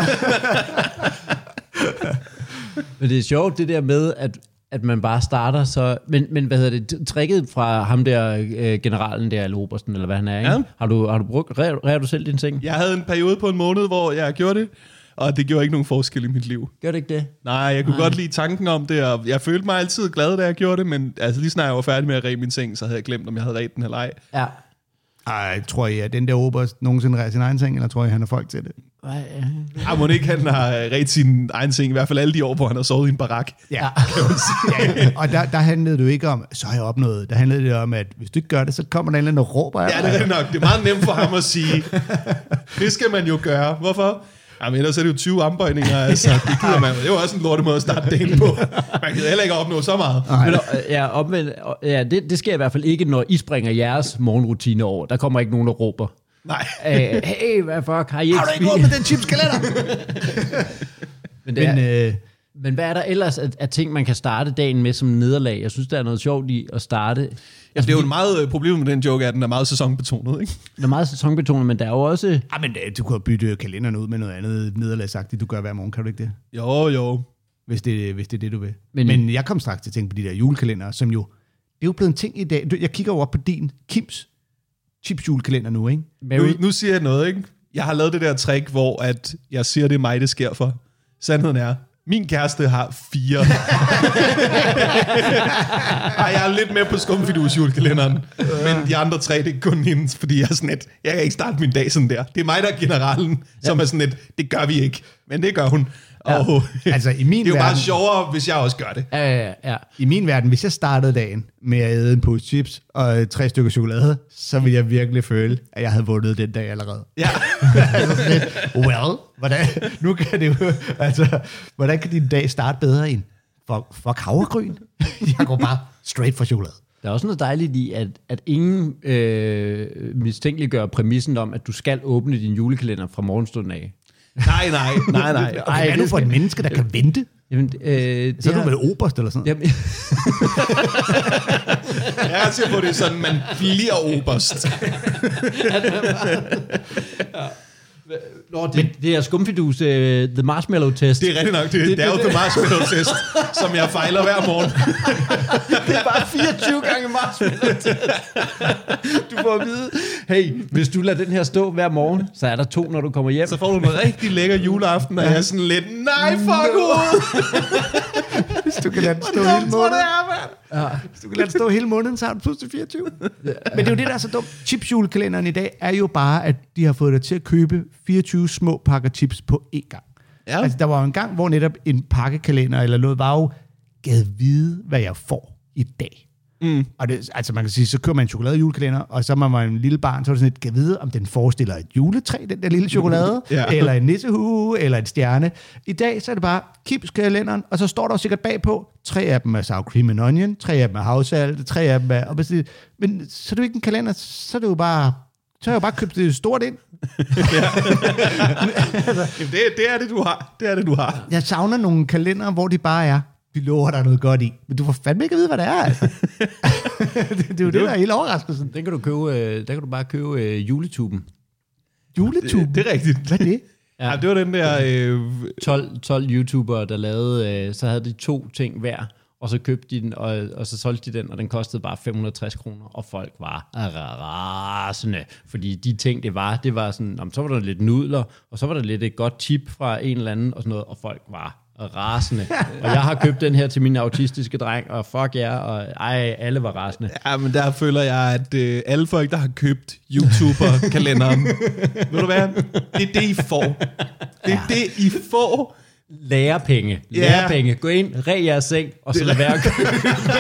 Men det er sjovt, det der med, at man bare starter så... Men hvad hedder det? Tricket fra ham der, generalen der, eller obersten, eller hvad han er, ikke? Ja. Har du brugt... Rærer du selv din seng? Jeg havde en periode på en måned, hvor jeg gjorde det, og det gjorde ikke nogen forskel i mit liv. Gør det ikke det? Nej, jeg kunne godt lide tanken om det, og jeg følte mig altid glad, da jeg gjorde det, men altså, lige snart jeg var færdig med at ræde min seng, så havde jeg glemt, om jeg havde rædt den eller ej. Ja. Ej, tror I, at den der oberst nogensinde rærer sin egen seng, eller tror I, han har folk til det? Jeg må ikke, han har rædt sin egen seng, i hvert fald alle de år, hvor han har sovet i en barak. Ja. Ja. Og der handlede det jo ikke om, så har jeg opnået. Der handlede det om, at hvis du ikke gør det, så kommer der en eller anden og råber af Ja, det er det nok. Det er meget nemt for ham at sige, det skal man jo gøre. Hvorfor? Jamen ellers er det jo 20 armbøjninger, altså. Det gider man. Det er jo også en lortemåde at starte dagen på. Man kan heller ikke opnå så meget. Men, det sker i hvert fald ikke, når I springer jeres morgenrutine over. Der kommer ikke nogen, der råber. Nej. Hey, hvad fuck, har I ikke Har du ikke åbnet den chipskalender? Men hvad er der ellers af ting, man kan starte dagen med som nederlag? Jeg synes, der er noget sjovt i at starte. Ja, det er jo en meget problem med den joke, at den er meget sæsonbetonet, ikke? Det er meget sæsonbetonet, men der er jo også... Ja, men du kan bytte kalenderen ud med noget andet nederlagsagtigt, du gør hver morgen, kan du ikke det? Jo. Hvis det er det, du vil. Men jeg kom straks til at tænke på de der julekalender, som jo... Det er jo blevet en ting i dag. Jeg kigger over på din Kims chips julekalender nu, ikke? Nu siger jeg noget, ikke? Jeg har lavet det der trick, hvor at jeg siger, det er mig, det sker for. Sandheden er, min kæreste har 4. Ej, jeg er lidt med på skumfidus julekalenderen. Men de andre 3, det er kun hendes, fordi jeg er sådan et, jeg kan ikke starte min dag sådan der. Det er mig, der er generalen, som er sådan et, det gør vi ikke. Men det gør hun. Og Altså, i min det er jo verden, bare sjovere, hvis jeg også gør det. Ja. I min verden, hvis jeg startede dagen med at æde en pose chips og 3 stykker chokolade, så ville jeg virkelig føle, at jeg havde vundet den dag allerede. Ja. Altså sådan lidt, hvordan, nu kan det jo, altså, hvordan kan din dag starte bedre end fuck havregryn? Jeg går bare straight for chokolade. Der er også noget dejligt i, at ingen mistænkeliggør præmissen om, at du skal åbne din julekalender fra morgenstunden af. Nej. Ej, hvad er du for et menneske, der kan vente? Jamen, Så er du vel oberst eller sådan noget? Jamen, Jeg er sikker på, det er sådan, man bliver oberst. Det er skumfidus, The Marshmallow Test. Det er rigtig nok. Det er jo The Marshmallow Test, som jeg fejler hver morgen. Det er bare 24 gange marshmallow test. Du får at vide, hey, hvis du lader den her stå hver morgen, så er der 2, når du kommer hjem. Så får du noget rigtig lækker juleaften, og jeg er sådan lidt, nej, fuck ud! Hvis du kan lade den stå hele måneden. Hvis du kan lade den stå hele måneden, så har du pludselig 24. Men det er jo det, der er så dumt. Chips-julekalenderen i dag er jo bare, at de har fået dig til at købe 24 små pakker chips på én gang. Ja. Altså, der var jo en gang, hvor netop en pakkekalender eller noget var jo, gad vide, hvad jeg får i dag. Og det, altså man kan sige, så køber man en chokoladejulekalender, og så er man en lille barn, så er det sådan lidt, kan vide, om den forestiller et juletræ, den der lille chokolade, eller en nissehue, eller en stjerne. I dag, så er det bare Kips-kalenderen, og så står der sikkert bagpå, 3 af dem er sour cream and onion, 3 af dem er havsalt, 3 af dem er... Men så er det jo ikke en kalender, så er det jo bare... Så har jeg jo bare købt det stort ind. Jamen, det er det, du har. Det er det, du har. Jeg savner nogle kalendere, hvor de bare er, vi lover dig noget godt i. Men du får fandme ikke at vide, hvad det er. Altså. det er jo det, der er hele overraskelsen. Den kan du købe, der kan du bare købe juletuben. Juletuben? Det er rigtigt. Hvad er det? Ja, det var den der... 12 YouTubere, der lavede, så havde de 2 ting hver, og så købte de den, og så solgte de den, og den kostede bare 560 kroner, og folk var rasende, fordi de ting, det var sådan, så var der lidt nudler, og så var der lidt et godt tip fra en eller anden, og sådan noget, og folk var rasende. Og jeg har købt den her til min autistiske dreng, og fuck jer, og alle var rasende. Ja, men der føler jeg, at alle folk, der har købt YouTuber-kalenderen, ved du hvad, det er det, I får. Det er det, I får. Lærepenge. Gå ind, ræg jeres seng, og så lad være at købe.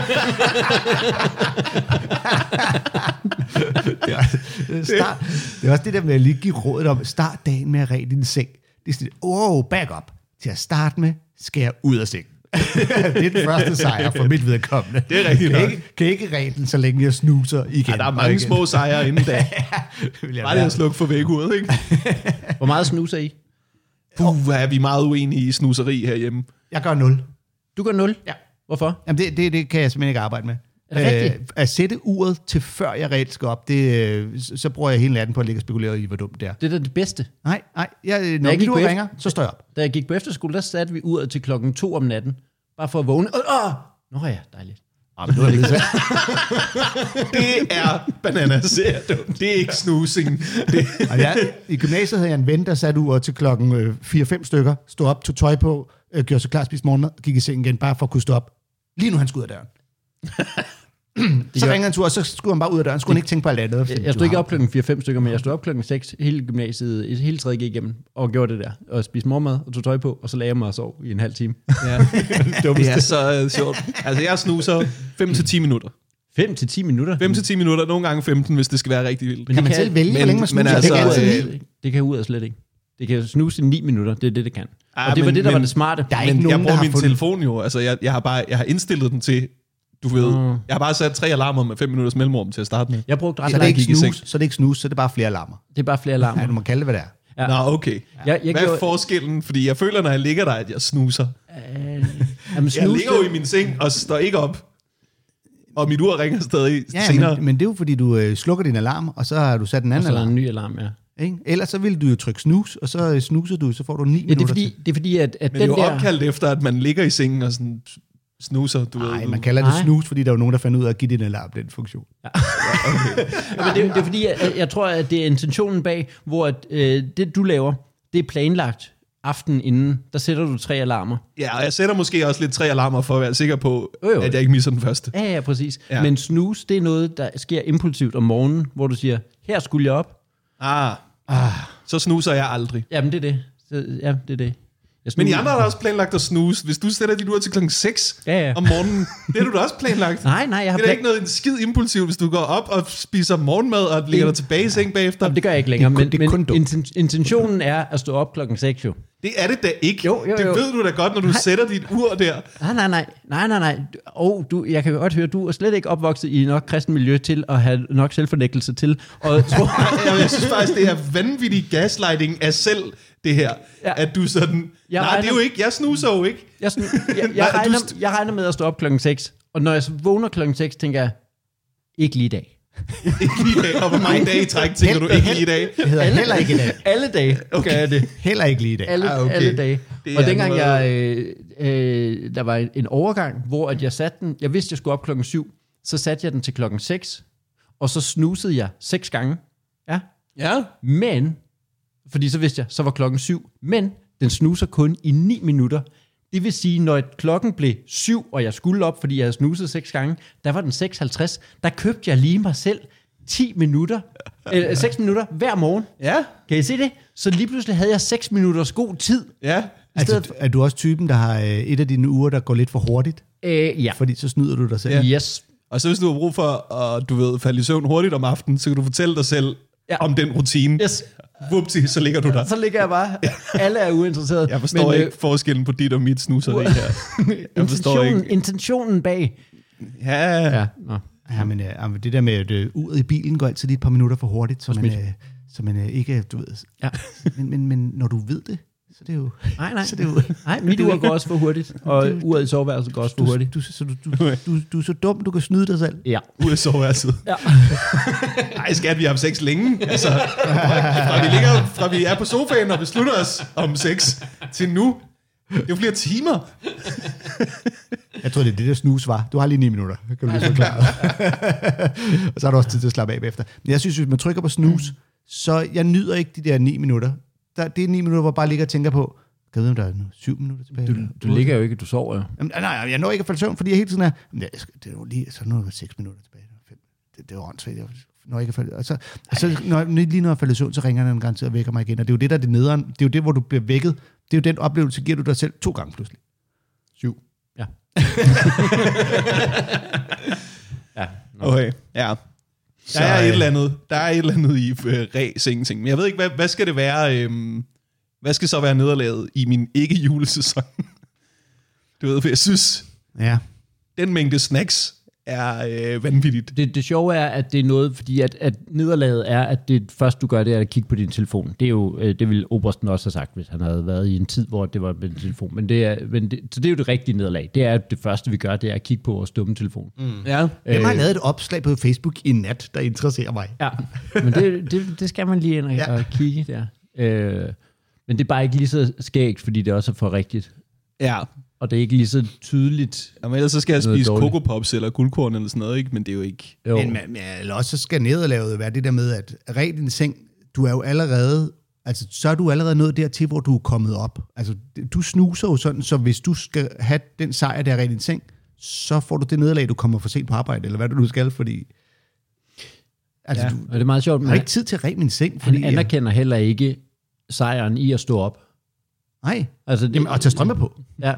Det er også det der med at lige give rådet om, start dagen med at ræge din seng. Det er sådan, back up. Til at starte med, skal jeg ud af sengen. Det er den første sejr for mit vedkommende. Det er rigtigt nok. Kan ikke ræge den, så længe jeg snuser igen. Ja, der er mange små sejre inden da. Bare det at slukke for vækkeuret, ikke? Hvor meget snuser I? Er vi meget uenige i snuseri herhjemme. Jeg gør 0. Du gør 0? Ja. Hvorfor? Jamen det kan jeg simpelthen ikke arbejde med. Er det rigtigt? At sætte uret til før jeg reelt skal op, så bruger jeg hele natten på at ligge og spekulere i, hvor dumt det er. Det er da det bedste. Nej. Når mit ur ringer, så står jeg op. Da jeg gik på efterskole, der satte vi uret til 2:00 om natten. Bare for at vågne. Nå ja, dejligt. Men nu er det Det er bananas. Det er ikke snusing. I gymnasiet havde jeg en ven, der satte uret til 4-5 stykker, stod op, tog tøj på, gjorde sig klar, spiste morgenmad, gik i seng igen, bare for at kunne stå op. Lige nu han skulle ud af døren. Så ringede han tur, og så skulle han bare ud af døren. Skulle han ikke tænke på alt andet. Jeg stod ikke op 4-5 stykker, men jeg stod op 6, hele gymnasiet, hele 3. gik igennem, og gjorde det der. Og spiste morgenmad, og tog tøj på, og så lagde jeg mig og sov i en halv time. Ja. Det er så sjovt. Altså, jeg snuser 5-10 minutter. 5-10 minutter? 5-10 minutter, nogle gange 15, hvis det skal være rigtig vildt. Men kan man selv vælge, hvor længe man snuser? Det kan uret slet ikke. Det kan snuse 9 minutter, det er det kan. Og det var det, der var det smarte. Der er ikke nogen, jeg bruger min telefon jo, altså jeg har indstillet den til, du ved, jeg har bare sat 3 alarmer med 5 minutters mellemrum til at starte med. Jeg brugte ret så det er ikke snus, så det er ikke snus, så det er bare flere alarmer. Det er bare flere alarmer. Ja, du må kalde det, hvad det er. Ja. Nå, okay. Hvad er forskellen? Fordi jeg føler, når jeg ligger der, at jeg snuser. Jeg ligger jo i min seng og står ikke op. Og mit ur ringer stadig senere. Men det er jo, fordi du slukker din alarm, og så har du sat en anden alarm. Og så er en ny alarm, ja. Ikke? Ellers så vil du jo trykke snus, og så snuser du, så får du 9 minutter. Det er fordi, at men det er jo opkaldt efter, at man ligger i sengen og sådan snuser. Nej, man kalder det snus, fordi der er jo nogen, der fandt ud af at give din alarm den funktion. Ja. Okay. Men det er fordi, jeg tror, at det er intentionen bag, hvor det du laver, det er planlagt aftenen inden. Der sætter du 3 alarmer. Ja, og jeg sætter måske også lidt 3 alarmer for at være sikker på, at jeg ikke misser den første. Ja, præcis. Ja. Men snus, det er noget, der sker impulsivt om morgenen, hvor du siger, her skulle jeg op. Så snuser jeg aldrig. Jamen, det er det. Ja, det er det. Men I andre har også planlagt at snuse. Hvis du sætter dit ur til 6 om morgenen, det har du da også planlagt. Nej, jeg har det er ikke noget skid impulsivt, hvis du går op og spiser morgenmad og ligger dig tilbage i seng bagefter. Jamen, det gør jeg ikke længere, men intentionen er at stå op 6. jo. Det er det da ikke. Jo. Det ved du da godt, når du sætter dit ur der. Nej. Jeg kan godt høre, du er slet ikke opvokset i nok kristen miljø til at have nok selvfornægtelse til. Og jeg synes faktisk, det er vanvittig gaslighting af selv det her. Ja. At du sådan, det er jo ikke, jeg snuser jo ikke. Jeg regner med at stå op 6, og når jeg så vågner 6, tænker jeg, ikke lige i dag. Ikke lige i dag. Og hvor mange dage i træk tænker du ikke lige i dag? Det hedder heller ikke i dag. Alle dage gør jeg det. Heller ikke lige i dag. Alle dage. Det Og er dengang noget- der var en overgang, hvor at jeg satte den, jeg vidste, jeg skulle op 7:00, så satte jeg den til 6:00, og så snusede jeg 6 gange. Ja. Ja. Men, fordi så vidste jeg, så var 7:00, men den snuser kun i 9 minutter. Det vil sige, når klokken blev 7, og jeg skulle op, fordi jeg havde snuset 6 gange, der var den 6:50. Der købte jeg lige mig selv 6 minutter hver morgen. Ja. Kan I se det? Så lige pludselig havde jeg 6 minutters god tid. Ja. Altså, er du også typen, der har et af dine uger, der går lidt for hurtigt? Ja. Fordi så snyder du dig selv. Ja. Yes. Og så hvis du har brug for at, du ved, falde i søvn hurtigt om aftenen, så kan du fortælle dig selv om den rutine. Yes. Vupti, så ligger du der. Så ligger jeg bare. Alle er uinteresserede. Jeg forstår ikke forskellen på dit og mit snuseri her. Jeg forstår ikke. Intentionen bag. Ja. Nå. Ja, men det der med, at uret i bilen går altid lige et par minutter for hurtigt, så man ikke, du ved... Ja. Men når du ved det, så det er jo... Nej. Så det er jo Nej, mit ur går også for hurtigt. Og uret i soveværelset går også for hurtigt. du er så dum, du kan snyde dig selv. Ja. Ude af soveværelset. Ja. Ej, skat, vi har haft sex længe. Altså, fra vi er på sofaen og beslutter os om sex, til nu. Det er jo flere timer. Jeg tror, det er det, der snus var. Du har lige 9 minutter. Kan du lige forklare. Og så har du også tid til at slappe af bagefter. Men jeg synes, hvis man trykker på snus, så jeg nyder ikke de der 9 minutter. Det er 9 minutter, hvor jeg bare ligger og tænker på, kan jeg vide, om der er 7 minutter tilbage? Du ligger jo ikke, du sover jo. Jamen, nej, jeg når ikke at falde i søvn, fordi jeg hele tiden er, det er jo lige, så nu er der 6 minutter tilbage. Det er jo åndssvagt. Når ikke falde, og så lige når jeg falder i søvn, så ringer den garanteret og vækker mig igen. Og det er jo det, der er det nederen. Det er jo det, hvor du bliver vækket. Det er jo den oplevelse, giver du dig selv 2 gange pludselig. 7. Ja. Ja. Okay, ja. Der er et eller andet i re-seng-ting. Men jeg ved ikke, hvad skal det være? Hvad skal så være nederlaget i min ikke-julesæson? Du ved, for jeg synes, den mængde snacks er vanvittigt. Det sjove er, at det er noget, fordi at nederlaget er, at det første du gør, det er at kigge på din telefon. Det er jo, det ville obersten også have sagt, hvis han havde været i en tid, hvor det var med telefon. Så det er jo det rigtige nederlag. Det er det første, vi gør, det er at kigge på vores dumme telefon. Ja. Jeg har lavet et opslag på Facebook i nat, der interesserer mig. Ja, men det skal man lige ind og kigge der. Men det er bare ikke lige så skægt, fordi det også er for rigtigt. Ja. Og det er ikke lige så tydeligt. Jamen, ellers så skal jeg spise dårligt. Coco Pops eller guldkorn eller sådan noget, ikke? Men det er jo ikke... Jo. Men eller også så skal nederlaget være det der med, at ren din seng, du er jo allerede, altså så er du allerede nået dertil, hvor du er kommet op. Altså du snuser jo sådan, så hvis du skal have den sejr, der er ren din seng, så får du det nederlag, du kommer for sent på arbejde, eller hvad du skal, fordi... Altså, Ja, du og det er meget sjovt. har ikke tid til at ren min seng, fordi... Han anerkender heller ikke sejren i at stå op. Nej, Altså, det, jamen, og tage strømpe på. Ja.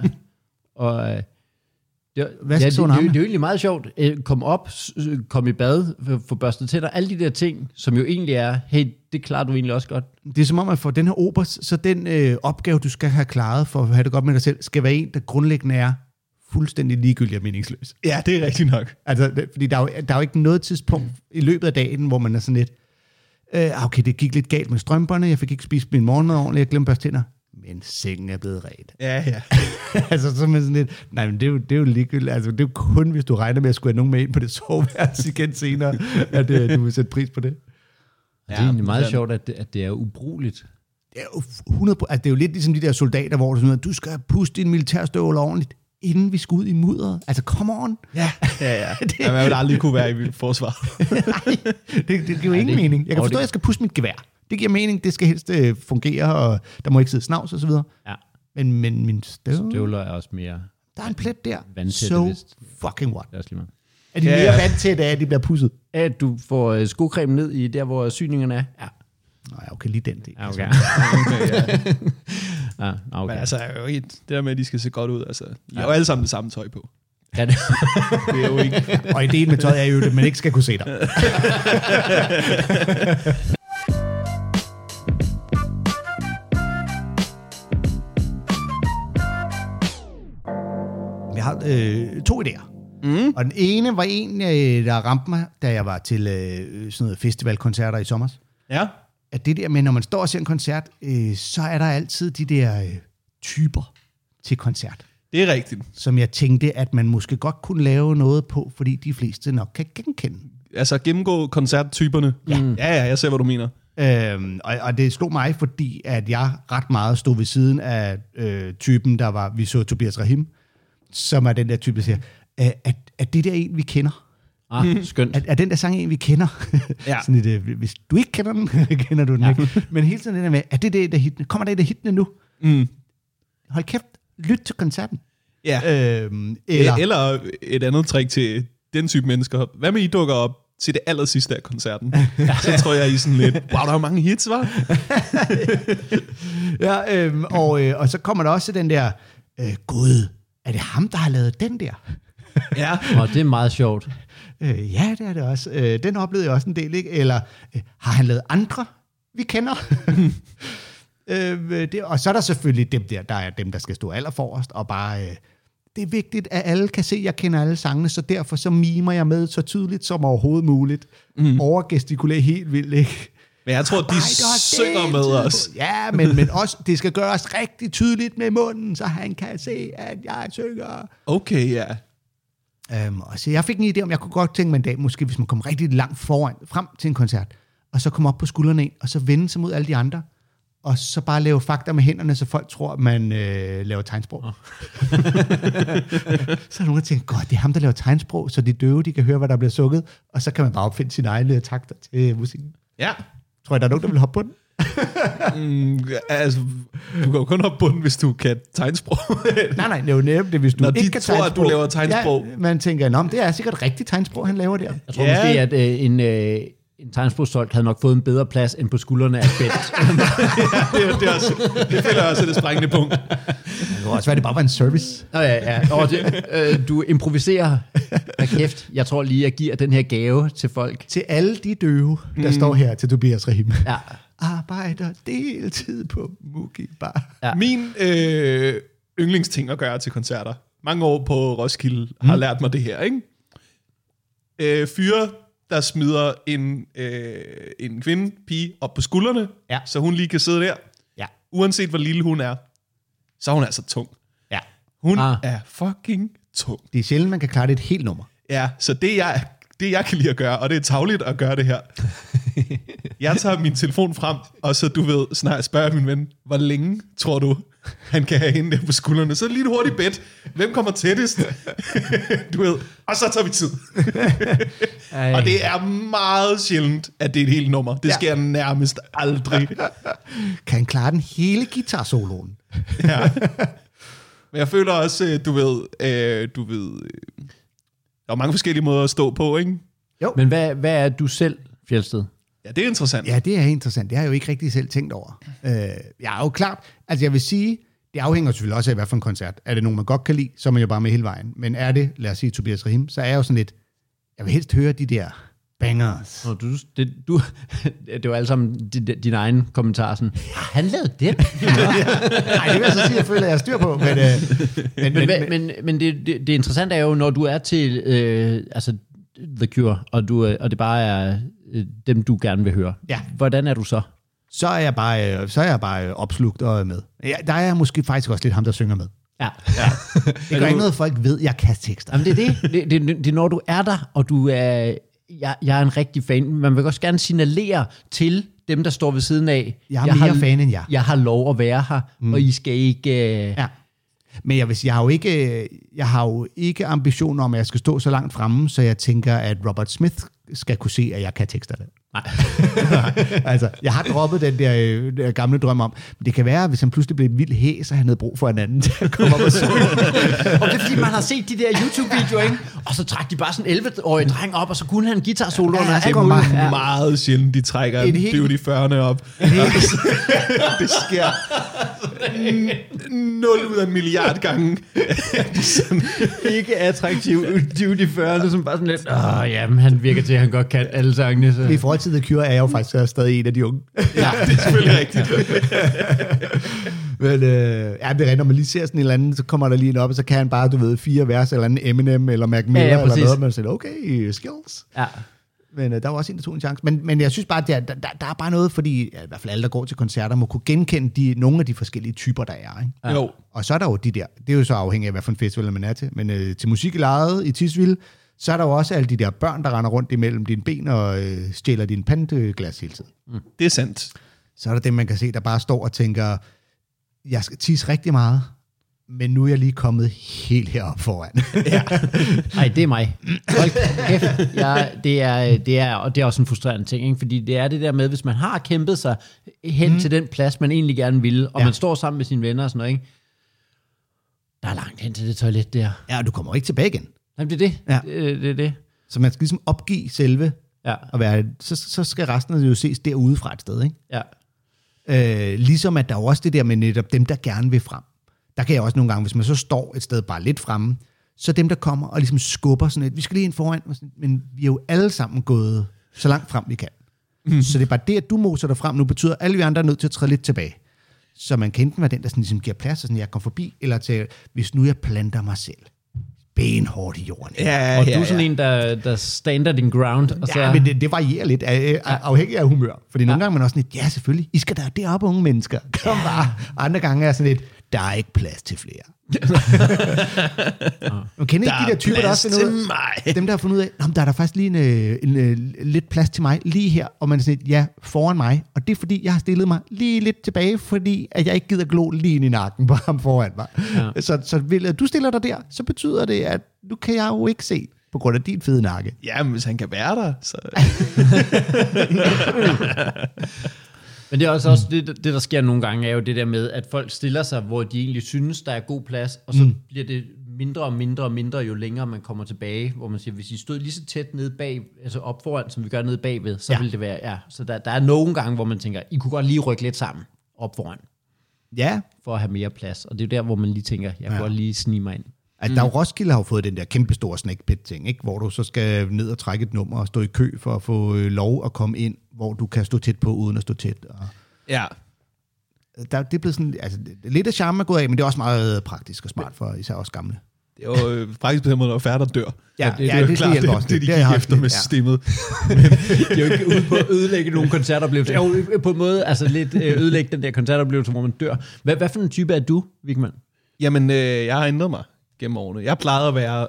Og det er jo egentlig meget sjovt. Kom op, kom i bad, få børstet tænder, alle de der ting, som jo egentlig er, hey, det klarer du egentlig også godt. Det er som om, at for den her oberst, så den opgave, du skal have klaret for at have det godt med dig selv, skal være en, der grundlæggende er fuldstændig ligegyldig og meningsløs. Ja, det er rigtigt nok. Altså, fordi der er jo ikke noget tidspunkt i løbet af dagen, hvor man er sådan lidt, okay, det gik lidt galt med strømperne, jeg fik ikke spist min morgenmad ordentligt, jeg glemte børste tænder. Men sengen er blevet ret. Ja. Altså, så er man sådan lidt, nej, men det er jo ligegyldigt. Altså, det er jo kun, hvis du regner med at skulle have nogen med ind på det soveværelse igen senere, at du vil sætte pris på det. Ja, det er egentlig meget sjovt, at det er ubrugeligt. Det er jo 100%, altså, det er jo lidt ligesom de der soldater, hvor du sådan noget, du skal puste dine militærstøvler ordentligt, inden vi skal ud i mudderet. Altså, come on. Ja. Jamen, man vil aldrig kunne være i forsvar. Nej, det giver jo ingen mening. Jeg kan forstå, at jeg skal puste mit gevær. Det giver mening, det skal helst fungere, og der må ikke sidde snavs og så videre. Ja. Men min Støvler er også mere... Der er en plet der. Vandtætte, So vist. fucking what? Det er også lige meget. Er de mere vandtætte af, at de bliver pudset? At du får skocreme ned i der, hvor syningerne er. Ja. Nej, okay, lige den del. Ja, okay. Ja, okay. Men altså, det der med, at de skal se godt ud, altså, de har jo alle sammen det samme tøj på. Ja, det. Det er jo ikke... Og ideen med tøj er jo, at man ikke skal kunne se dig. Jeg har 2 idéer. Og den ene var en, der ramte mig, da jeg var til sådan noget festivalkoncerter i sommer. Ja. At det der med, når man står og ser en koncert, så er der altid de der typer til koncert, Det er rigtigt. som jeg tænkte, at man måske godt kunne lave noget på, fordi de fleste nok kan genkende. altså gennemgå koncerttyperne. Ja, jeg ser, hvad du mener. Og det slog mig, fordi at jeg ret meget stod ved siden af typen, vi så Tobias Rahim, som er den der type, der siger, at det der en, vi kender. Skønt. Er den der sang en, vi kender? Ja. Sådan lidt, hvis du ikke kender den, kender du den ikke. Men hele tiden det der med, er det der hitne? Kommer der et af hitne nu? Hold kæft, lyt til koncerten. Ja. Eller et andet trick til den type mennesker. Hvad med I dukker op til det aller sidste af koncerten? Så tror jeg, I sådan lidt, wow, der er mange hits, hva'? Ja, og så kommer der også den der, Gud, er det ham, der har lavet den der? Ja. Og det er meget sjovt. Ja, det er det også. Den oplevede jeg også en del, ikke? Eller har han lavet andre, vi kender? Og så er der selvfølgelig dem der er dem, der skal stå allerforrest, og bare, det er vigtigt, at alle kan se, at jeg kender alle sangene, så derfor så mimer jeg med så tydeligt som overhovedet muligt. Overgestikulerer helt vildt, ikke? Men jeg tror, de synger med os. Ja, men også, det skal gøres rigtig tydeligt med munden, så han kan se, at jeg synger. Okay, ja. Så jeg fik en idé om, jeg kunne godt tænke mig en dag, måske hvis man kom rigtig langt frem til en koncert, og så komme op på skuldrene ind, og så vende sig mod alle de andre, og så bare lave fakter med hænderne, så folk tror, at man laver tegnsprog. Så er nogen, der tænker, godt, det er ham, der laver tegnsprog, så de døve, de kan høre, hvad der bliver sukket, og så kan man bare opfinde sine egne takter til musikken. Ja. Tror jeg, der er nogen, der vil hoppe på den? Altså, du kan jo kun hoppe på den, hvis du kan tegnsprog. nej, det er jo nemt det, hvis du ikke kan tror, tegnsprog. At du laver tegnsprog. Ja, man tænker, det er sikkert rigtigt tegnsprog, han laver der. Jeg tror måske, at en tegnsprogstolk havde nok fået en bedre plads end på skuldrene af Bent. det føler jeg også det sprængende punkt. Det kunne også være, det bare var en service. Ja. Du improviserer. Kæft, jeg tror lige, jeg giver den her gave til folk. Til alle de døve, der står her til Tobias Rahim. Ja. Arbejder deltid på Mugi Bar. Ja. Min yndlingsting at gøre til koncerter, mange år på Roskilde, har lært mig det her, ikke? Fyre, der smider en kvinde, pige, op på skuldrene, så hun lige kan sidde der. Ja. Uanset hvor lille hun er, så er hun altså tung. Ja. Hun er fucking tung. Det er sjældent, man kan klare det et helt nummer. Ja, så det jeg kan lide at gøre, og det er tarveligt at gøre det her. Jeg tager min telefon frem, og så snart spørger min ven, hvor længe tror du, han kan have hende der på skuldrene? Så lige et hurtigt bet. Hvem kommer tættest? Og så tager vi tid. Og det er meget sjældent, at det er et helt nummer. Det sker nærmest aldrig. Kan han klare den hele guitar-soloen? Ja. Men jeg føler også, der er mange forskellige måder at stå på, ikke? Jo. Men hvad er du selv, Fjeldsted? Ja, det er interessant. Ja, det er interessant. Det har jeg jo ikke rigtig selv tænkt over. Jeg er jo klart, altså jeg vil sige, det afhænger selvfølgelig også af, hvad for en koncert. Er det nogen, man godt kan lide, så er man jo bare med hele vejen. Men er det, lad os sige Tobias Rahim, så er jeg jo sådan lidt, jeg vil helst høre de der bangers. Det var alle sammen din egen kommentar, sådan, han lavede den? Nej, det vil jeg så sige, jeg føler, at jeg har styr på. Men det interessante er jo, når du er til The Cure, og det bare er dem, du gerne vil høre. Ja. Hvordan er du så? Så er jeg bare opslugt og med. Ja, der er jeg måske faktisk også lidt ham, der synger med. Ja. Det gør ikke noget, folk ved, jeg kan tekster. Jamen, det er når du er der, og du er... Jeg er en rigtig fan. Man vil også gerne signalere til dem, der står ved siden af. Jeg er mere fan end jer. Jeg har lov at være her, og I skal ikke... Ja. Men jeg vil sige, jeg har jo ikke ambitioner om, at jeg skal stå så langt fremme, så jeg tænker, at Robert Smith skal kunne se, at jeg kan teksterne. Nej. Altså, jeg har droppet den der gamle drøm om, men det kan være, hvis han pludselig bliver vild hæs, så han havde brug for en anden til at komme op og synge. Og det er fordi, man har set de der YouTube-videoer, ikke? Og så trækker de bare sådan en 11-årig dreng op, og så kunne han guitar-soloerne. Ja, det er meget sjældent, de trækker en dude i 40'erne op. Det sker 0 ud af en milliard gange. Ikke attraktiv dude i 40'erne, som bare sådan lidt, jamen, han virker til, at han godt kan alle sangene. Så. I forhold til The Cure er jeg jo faktisk stadig en af de unge. Ja, det er selvfølgelig rigtigt. Men det er rent, når man lige ser sådan en eller anden, så kommer der lige en op, og så kan han bare, 4 vers, eller en Eminem, eller Mac Miller, eller noget, man siger, okay, skills. Ja. Men der var også en, der tog en chance. Men jeg synes bare, at der er bare noget, fordi i hvert fald alle, der går til koncerter, må kunne genkende nogle af de forskellige typer, der er. Ikke? Ja. Jo. Og så er der jo de der, det er jo så afhængigt af, hvad for en festival man er til, men til Musik i Lejet i Tisvilde, så er der jo også alle de der børn, der render rundt imellem dine ben og stjæler din panteglas hele tiden. Det er sandt. Så er der dem, man kan se, der bare står og tænker, jeg skal tisse rigtig meget, men nu er jeg lige kommet helt heroppe foran. Nej, det er mig. Hold kæft. Og det er også en frustrerende ting, ikke? Fordi det er det der med, hvis man har kæmpet sig hen til den plads, man egentlig gerne vil, og man står sammen med sine venner og sådan noget, ikke? Der er langt hen til det toilet der. Ja, og du kommer ikke tilbage igen. Jamen, det er det. Ja. Det er det. Så man skal ligesom opgive selve, og være, så skal resten af det jo ses derude fra et sted, ikke? Ja. Ligesom at der er også det der med netop dem, der gerne vil frem. Der kan jeg også nogle gange, hvis man så står et sted bare lidt fremme, så dem, der kommer og ligesom skubber sådan et, vi skal lige ind foran, men vi er jo alle sammen gået så langt frem, vi kan. Så det er bare det, at du moser dig frem nu, betyder, at alle vi andre er nødt til at træde lidt tilbage. Så man kan enten være den, der sådan ligesom giver plads, og sådan, jeg kommer forbi, eller til, hvis nu jeg planter mig selv benhårdt i jorden. Og du er sådan en, der stander din ground. Og så... Ja, men det varierer lidt, afhængig af humør. Fordi nogle gange er man også sådan lidt, ja selvfølgelig, I skal da deroppe, unge mennesker. Kom bare. Andre gange er sådan lidt, der er ikke plads til flere. Man kender ikke de der typer, der også finder ud af, dem der har fundet ud af, der er der faktisk lige en lidt plads til mig lige her, og man er sådan lidt, ja, foran mig. Og det er fordi, jeg har stillet mig lige lidt tilbage, fordi at jeg ikke gider glo lige ind i nakken på ham foran mig. Ja. Så vil du stiller dig der, så betyder det, at nu kan jeg jo ikke se, på grund af din fede nakke. Ja, men hvis han kan være der, så... Men det er også det, der sker nogle gange, er jo det der med, at folk stiller sig, hvor de egentlig synes, der er god plads, og så bliver det mindre og mindre og mindre, jo længere man kommer tilbage, hvor man siger, hvis I stod lige så tæt nede bag, altså op foran, som vi gør nede bagved, så vil det være, så der er nogle gange, hvor man tænker, I kunne godt lige rykke lidt sammen op foran. Ja. For at have mere plads, og det er jo der, hvor man lige tænker, jeg kan godt lige snige mig ind. Altså, der er jo Roskilde har jo fået den der kæmpe store snake pit ting, ikke? Hvor du så skal ned og trække et nummer og stå i kø for at få lov at komme ind, hvor du kan stå tæt på uden at stå tæt. Og ja. Det er blevet sådan, altså lidt af charme er gået af, men det er også meget praktisk og smart for især os gamle. Det er jo faktisk på den måde, når færre der dør. Ja, det er klart, det er det, de gik efter med systemet. Men det er jo ikke ude på at ødelægge nogle koncertoplevelser. Jo, på en måde, altså lidt ødelægge den der koncertoplevelse, hvor man dør. Hvad for en type er du, Vigman? Jamen, jeg har ændret mig gennem årene. Jeg plejede at være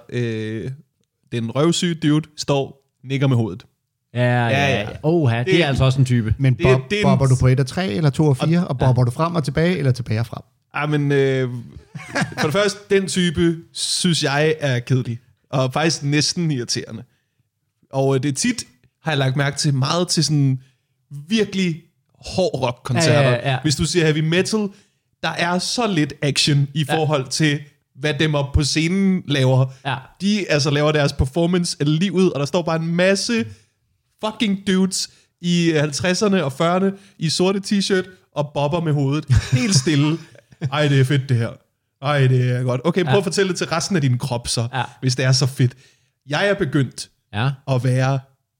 den røvsyge dude, står, nikker med hovedet. Ja. Det er altså også en type. Men bobber du på 1 og 3 eller 2 og 4, og bobber du frem og tilbage, eller tilbage og frem? Ja, men for det første, den type, synes jeg er kedelig. Og faktisk næsten irriterende. Og det er tit, har jeg lagt mærke til, meget til sådan virkelig hård rock-koncerter. Ja. Hvis du siger heavy metal, der er så lidt action i forhold til, hvad dem op på scenen laver. Ja. De altså laver deres performance af livet, og der står bare en masse fucking dudes i 50'erne og 40'erne i sorte t-shirt og bobber med hovedet. Helt stille. Ej, det er fedt det her. Ej, det er godt. Okay, prøv at fortælle det til resten af din krop så, hvis det er så fedt. Jeg er begyndt at være,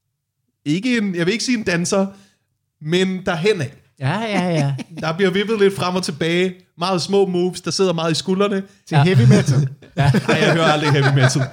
jeg vil ikke sige en danser, men derhenad. Ja. Der bliver vippet lidt frem og tilbage. Meget små moves, der sidder meget i skuldrene. Til heavy metal. Nej, jeg hører aldrig heavy metal.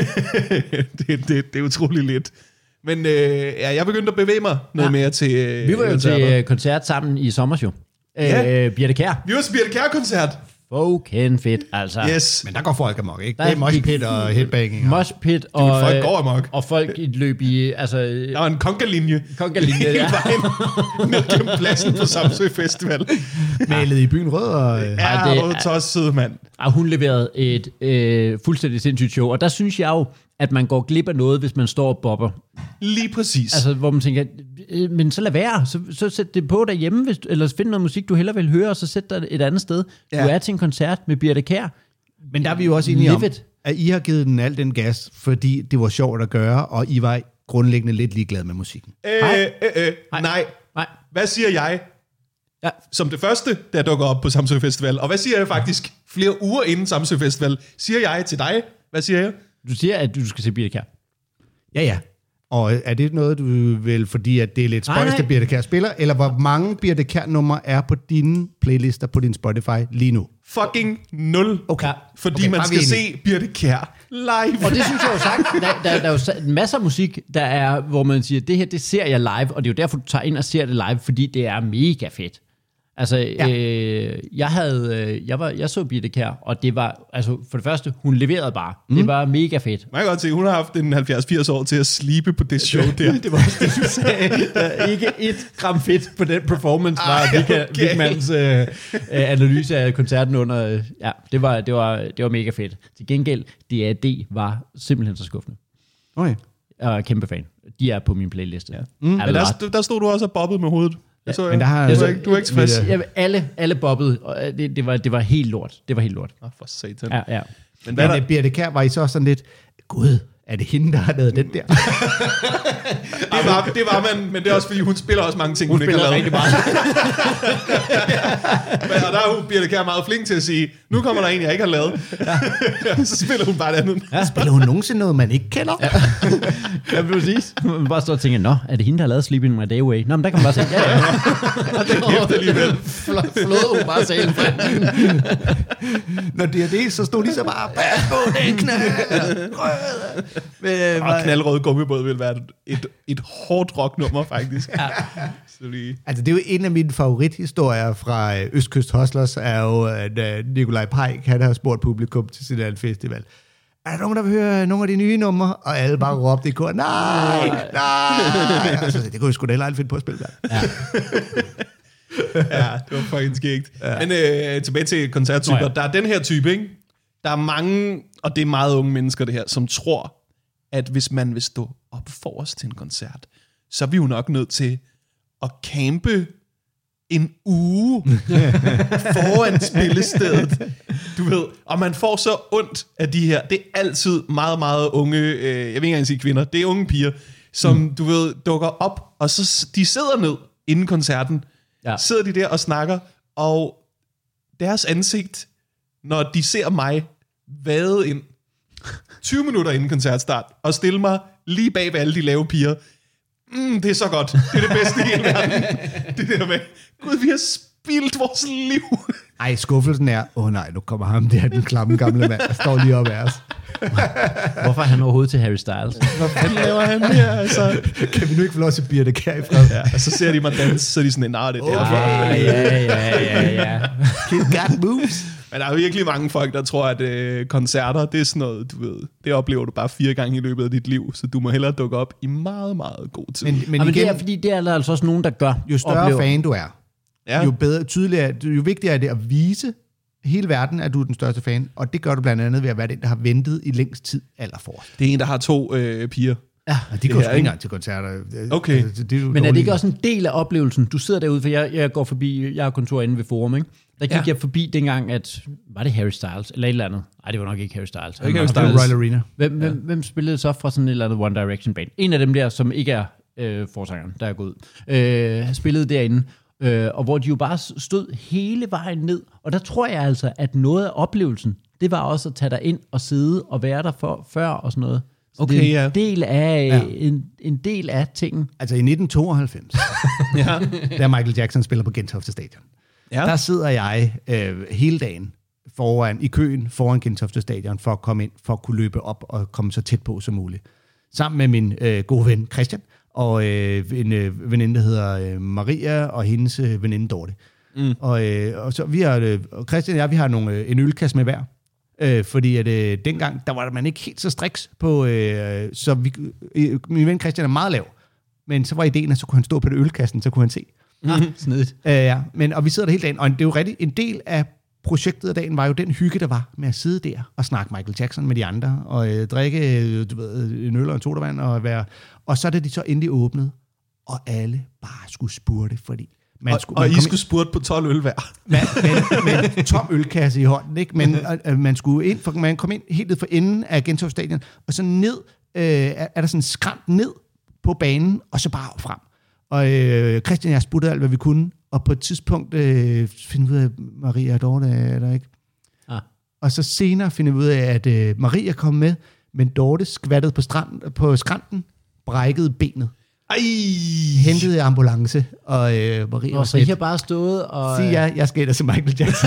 Det er utroligt lidt. Men jeg begyndte at bevæge mig noget mere til... Vi var jo til koncert sammen i sommer, jo. Birthe Kjær. Vi var til Birthe Kjær-koncert. Fucking fedt, altså. Yes. Men der går folk amok, ikke? Det er moshpit og headbanging. Moshpit og... folk går amok. Og folk løb i... Altså, der var en konkalinje. Konkalinje, ja. Ned gennem pladsen på Samsø Festival. Malet i byen rød og... rød tosset, mand. Hun leverede et fuldstændig sindssygt show, og der synes jeg jo, at man går glip af noget, hvis man står og bobber. Lige præcis. Altså, hvor man tænker, men så lad være. Så sæt det på derhjemme, eller find noget musik, du hellere vil høre, og så sæt dig et andet sted. Ja. Du er til en koncert med Birthe Kjær. Men der er vi jo også enige om, at I har givet den al den gas, fordi det var sjovt at gøre, og I var grundlæggende lidt ligeglade med musikken. Nej. Hvad siger jeg? Ja. Som det første, der dukker op på Samsø Festival. Og hvad siger jeg faktisk flere uger inden Samsø Festival? Siger jeg til dig? Hvad siger jeg? Du siger, at du skal se Birthe Kjær. Ja. Og er det noget, du vil, fordi at det er lidt spøjst, at Birthe Kjær spiller? Eller hvor mange Birthe Kjær-numre er på dine playlister på din Spotify lige nu? Fucking 0. Okay. Fordi man skal se Birthe Kjær live. Og det synes jeg jo sagt. Der er jo masser af musik, der er, hvor man siger, det her, det ser jeg live. Og det er jo derfor, du tager ind og ser det live, fordi det er mega fedt. Altså, jeg så Birthe Kjær, og det var, altså for det første, hun leverede bare. Det var mega fedt. Man kan godt se, hun har haft en 70-80 år til at slibe på det show der. Det var også det, du sagde. Der er ikke et gram fedt på den performance, var Vigmans analyse af koncerten under. Ja, det var mega fedt. Til gengæld, D.A.D. var simpelthen så skuffende. Okay. Jeg er kæmpe fan. De er på min playliste. Ja. Men der stod du også og bobbede med hovedet. Ja, så, men der har, du er ikke tilfreds. Alle bobbede, og det var helt lort. Det var helt lort. For satan. Ja. Men hvad Men Birthe Kjær var I så også sådan lidt, gud, er det hende, der har lavet den der? det var man, men det er også fordi, hun spiller også mange ting, hun ikke har lavet. Rigtig meget. Og der er hun, Birthe Kjær, meget flink til at sige, nu kommer der en, jeg ikke har lavet. Så spiller hun bare det andet. Ja. Spiller hun nogensinde noget, man ikke kender? Ja, præcis. Man bare står og tænker, nå, er det hende, der har lavet Sleeping My Day Away? Nå, men der kan man bare sige, ja. Det er kæft alligevel. Flåede hun bare salen frem. Når det er det, så stod de så bare, pas på den knald. Og knaldrød gummibåd vil være et hårdt rocknummer, faktisk. Ja. Altså, det er jo en af mine favorithistorier fra Østkyst Hustlers, er jo, at Nikolaj Pajk, han har spurgt publikum til sin anden festival. Er der nogen, der vil høre nogle af de nye numre? Og alle bare råbte i kor, nej. Altså, det kunne jeg sgu da heller aldrig finde på at spille der. Ja. Ja, det var fucking skægt. Ja. Men tilbage til koncerttyper. Ja. Der er den her type, ikke? Der er mange, og det er meget unge mennesker det her, som tror, at hvis man vil stå op forrest til en koncert, så er vi jo nok nødt til at campe en uge foran spillestedet. Du ved, og man får så ondt af de her. Det er altid meget, meget unge, jeg vil ikke engang sige kvinder, det er unge piger, som du ved, dukker op, og så de sidder ned inden koncerten, sidder de der og snakker, og deres ansigt, når de ser mig vade ind 20 minutter inden koncertstart, og stille mig lige bag ved alle de lave piger. Det er så godt. Det er det bedste i hele verden. Det der med, gud, vi har spildt vores liv. Ej, skuffelsen er, nej, nu kommer ham der, den klamme gamle mand, der står lige op af os. Hvorfor er han overhovedet til Harry Styles? Hvad fanden laver han her? Altså? Kan vi nu ikke få lov til Birthe Kjær i fred? Ja, og så ser de mig danse, så er de sådan, nej, det er Ja. He's got moves. Men der er virkelig mange folk, der tror, at koncerter, det er sådan noget, du ved, det oplever du bare 4 gange i løbet af dit liv, så du må hellere dukke op i meget, meget god tid. Men igen, det er, fordi det er der altså også nogen, der gør. Jo større fan du er, jo bedre, tydeligere, jo vigtigere er det at vise hele verden, at du er den største fan, og det gør du blandt andet ved at være den, der har ventet i længst tid allerforrest. Det er en, der har 2 piger. Ja, de går sgu ikke engang til koncerter. Okay. Altså, det er men er det ikke også en del af oplevelsen? Du sidder derude, for jeg går forbi, jeg har kontor inde ved Forum, ikke? Der gik jeg forbi dengang, at var det Harry Styles eller et eller andet? Nej, det var nok ikke Harry Styles. Det var Royal Arena. Hvem spillede så fra sådan et eller andet One Direction band? En af dem der, som ikke er forsangeren, der er gået ud, spillede derinde, og hvor de jo bare stod hele vejen ned. Og der tror jeg altså, at noget af oplevelsen, det var også at tage dig ind og sidde og være der før og sådan noget. Så okay, det er en del af tingen. Altså i 1992, da Michael Jackson spiller på Gentofte Stadion, der sidder jeg hele dagen i køen foran Gentofte Stadion for at komme ind, for at kunne løbe op og komme så tæt på som muligt. Sammen med min gode ven Christian, og en veninde, der hedder Maria, og hendes veninde Dorte. Og så vi har, Christian og jeg, vi har en ølkasse med hver. Fordi at dengang, der var man ikke helt så striks på, så min ven Christian er meget lav, men så var ideen, at så kunne han stå på det ølkassen, så kunne han se. Snedigt. Og vi sidder der hele dagen, og det er jo rigtigt, en del af projektet af dagen var jo den hygge, der var med at sidde der og snakke Michael Jackson med de andre, og drikke en øl og en sodavand, og så er det de så endelig åbnede, og alle bare skulle spurte, fordi I skulle spurte på 12 øl hver. Men tom ølkasse i hånden, ikke? Men man skulle ind, for man kom ind helt ned for enden af Gentofte Stadion, og så ned, er der sådan en skrant ned på banen, og så bare frem. Og Christian og jeg sputtede alt, hvad vi kunne, og på et tidspunkt finder vi ud af, Maria og Dorte er der ikke. Og så senere finder vi ud af, at Maria kom med, men Dorte skvattede på skrænten, brækkede benet. Hentede ambulance, og Maria og så I har bare stået og... Sig jeg skal ind til Michael Jackson.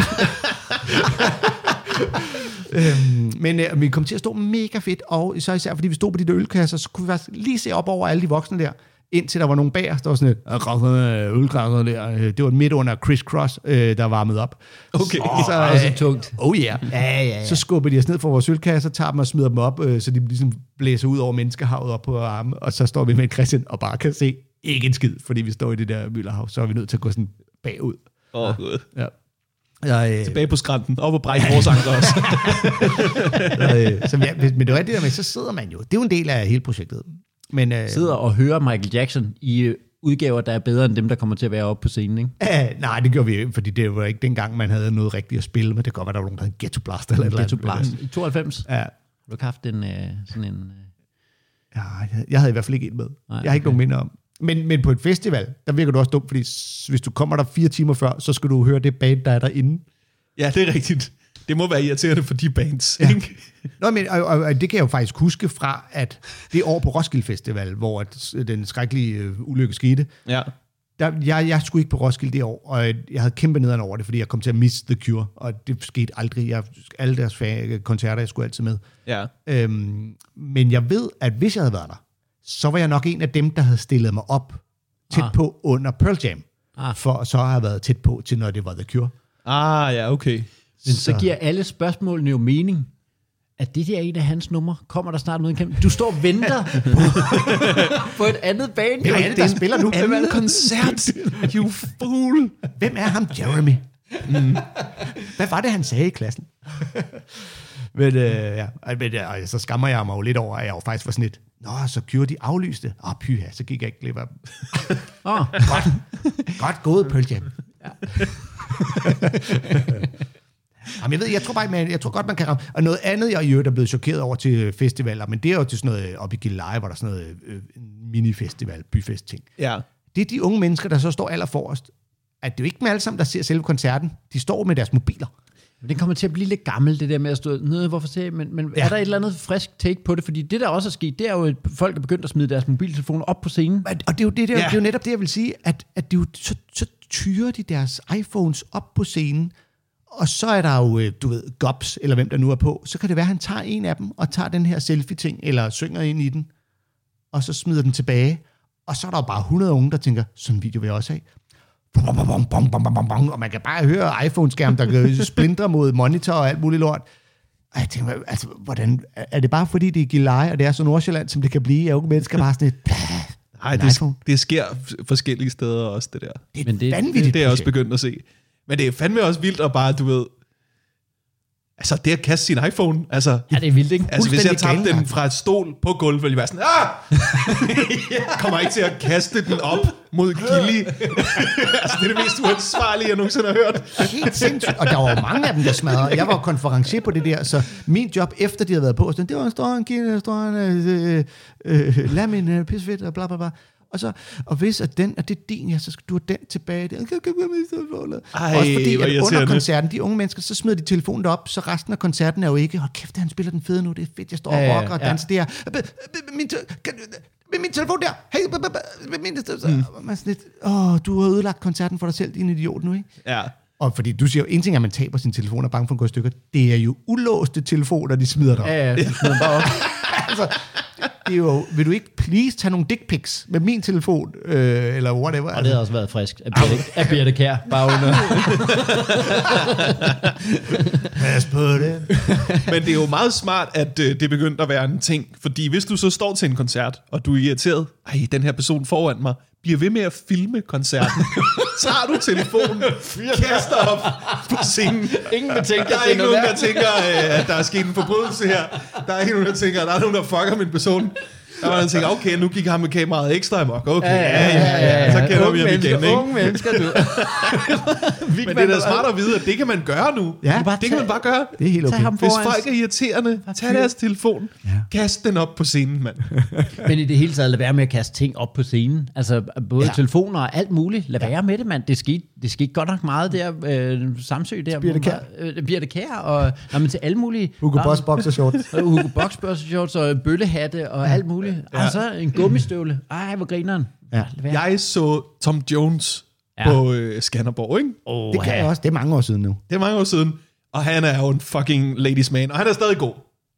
Men vi kom til at stå mega fedt, og så især fordi vi stod på de der ølkasser, så kunne vi faktisk lige se op over alle de voksne der. indtil der var nogen bag os, der var sådan et ølglasser der. Det var midt under Chris Cross, der varmede op. Okay. Så tungt. Oh yeah. Ja. Så skubber de os ned fra vores ølkasser, tager dem og smider dem op, så de ligesom blæser ud over menneskehavet op på armen, og så står vi med Christian og bare kan se ikke en skid, fordi vi står i det der mylderhav. Så er vi nødt til at gå sådan bagud. Gud. Ja. Tilbage på skrænten, op og brække vores anker også. Men det er det der med, så sidder man jo. Det er jo en del af hele projektet. Men, Sidder og hører Michael Jackson i udgaver, der er bedre end dem, der kommer til at være oppe på scenen, ikke? Nej, det gjorde vi ikke, fordi det var ikke dengang, man havde noget rigtigt at spille med. Det kan godt være, der var nogen, der havde Ghetto Blaster eller et eller Ghetto andet. Blast i 92. Ja. Har du ikke haft sådan en... Ja, jeg havde i hvert fald ikke en med. Nej, jeg har ikke nogen minder om. Men på et festival, der virker du også dumt, fordi hvis du kommer der 4 timer før, så skal du høre det band, der er derinde. Ja, det er rigtigt. Det må være irriterende for de bands. Ja. Ikke? Nå, men og det kan jeg jo faktisk huske fra, at det år på Roskilde Festival, hvor den skrækkelige ulykke skete, Ja. Jeg skulle ikke på Roskilde det år, og jeg havde kæmpe nederen over det, fordi jeg kom til at misse The Cure, og det skete aldrig. Alle deres koncerter, jeg skulle altid med. Ja. Men jeg ved, at hvis jeg havde været der, så var jeg nok en af dem, der havde stillet mig op tæt på under Pearl Jam, for så har jeg været tæt på til, når det var The Cure. Ja, okay. Men så giver alle spørgsmålene jo mening. At det der er en af hans numre? Kommer der snart noget kæmpe? Du står og venter på et andet band. Hvem er det, der spiller nu? Anden koncert. You fool. Hvem er ham, Jeremy? Hvad var det, han sagde i klassen? Men så skammer jeg mig jo lidt over, at jeg jo faktisk var sådan lidt, så Cure de aflyste. Pyha, så gik jeg ikke glip af dem. Godt gået, Pearl Jam. Ja. Jamen, jeg tror godt, man kan ramme. Og noget andet, jeg i øvrigt er blevet chokeret over til festivaler, men det er jo til sådan noget, oppe i Gilleleje, hvor der er sådan noget minifestival, byfest-ting. Ja. Det er de unge mennesker, der så står allerforrest. At det er jo ikke dem alle sammen, der ser selve koncerten. De står med deres mobiler. Det kommer til at blive lidt gammelt, det der med at stå nede, hvorfor se, men er der et eller andet frisk take på det? Fordi det, der også er sket, det er jo, at folk er begyndt at smide deres mobiltelefoner op på scenen. Og det er jo, det er jo netop det, jeg vil sige, at det er jo, så tyrer de deres iPhones op på scenen, og så er der jo, du ved, Gobs, eller hvem der nu er på, så kan det være, at han tager en af dem, og tager den her selfie-ting, eller synger ind i den, og så smider den tilbage. Og så er der jo bare 100 unge, der tænker, sådan en video vil jeg også have. Og man kan bare høre iPhone-skærm, der splintrer mod monitor og alt muligt lort. Og jeg tænker, altså, hvordan, er det bare fordi, det er Gilleleje, og det er så Nordsjælland, som det kan blive? Jeg unge mennesker bare sådan et... Nej, det sker forskellige steder også, det der. Det er vanvittigt. Det er jeg også begyndt at se. Men det er fandme også vildt at bare, du ved... Altså, det at kaste sin iPhone, altså... Ja, det er vildt, ikke? Altså, hvis jeg tabte den fra et stol på gulvet, ville jeg være sådan, jeg kommer ikke til at kaste den op mod Gilly. Altså, det er det mest uansvarlige, jeg nogensinde har hørt. Helt sindssygt. Og der var jo mange af dem, der smadrede. Jeg var konferencier på det der, så min job, efter de havde været på, så det var en stor lamin, pisfedt og bla bla bla. Og hvis at det er din, så skal du have den tilbage. Også fordi, at under koncerten, de unge mennesker, så smider de telefonen op, så resten af koncerten er jo ikke, hold kæft, han spiller den fede nu, det er fedt, jeg står og rocker og danser det her. Min telefon der, hey, man sådan lidt, du har ødelagt koncerten for dig selv, din idiot nu, ikke? Ja. Og fordi du siger jo, en ting er, at man taber sin telefon og er bange for at gå i stykker, det er jo ulåste telefoner, de smider dig. Ja, de smider bare op. Altså, det er jo, vil du ikke please tage nogle dick pics med min telefon, eller whatever? Og det har også været frisk. Af Birte Kjær, bare under. Pas på det. Men det er jo meget smart, at det er begyndt at være en ting, fordi hvis du så står til en koncert, og du er irriteret, den her person foran mig, bliver ved med at filme koncerten. Tager du telefonen, kaster op på scenen. Ingen vil tænke, der er ikke nogen, der tænker, at der er sket en forbrydelse her. Der er ikke nogen, der tænker, at der er nogen, der fucker min person. Der var nogen, der tænker, okay, nu gik ham med kameraet ekstra amok. Okay, ja. Så kender vi ham igen, ikke? Unge mennesker, du. Men det er da smart at vide, at det kan man gøre nu. Ja. Det kan man bare gøre. Det er helt okay. Hvis folk er irriterende, tag deres telefon, kast den op på scenen, mand. Men i det hele taget, lad være med at kaste ting op på scenen. Altså både telefoner og alt muligt. Lad være med det, mand. Det skete godt nok meget der, Samsø der. Birte Kjær, og til alle mulige. Hugo Boss boxershorts. Hugo Boss boxershorts og bøllehatte og alt muligt. Altså en gummistøvle. Ej, hvor grineren. Ja. Jeg så Tom Jones på Skanderborg, ikke? Det kan jeg også. Det er mange år siden nu. Det er mange år siden. Og han er jo en fucking ladies man. Og han er stadig god.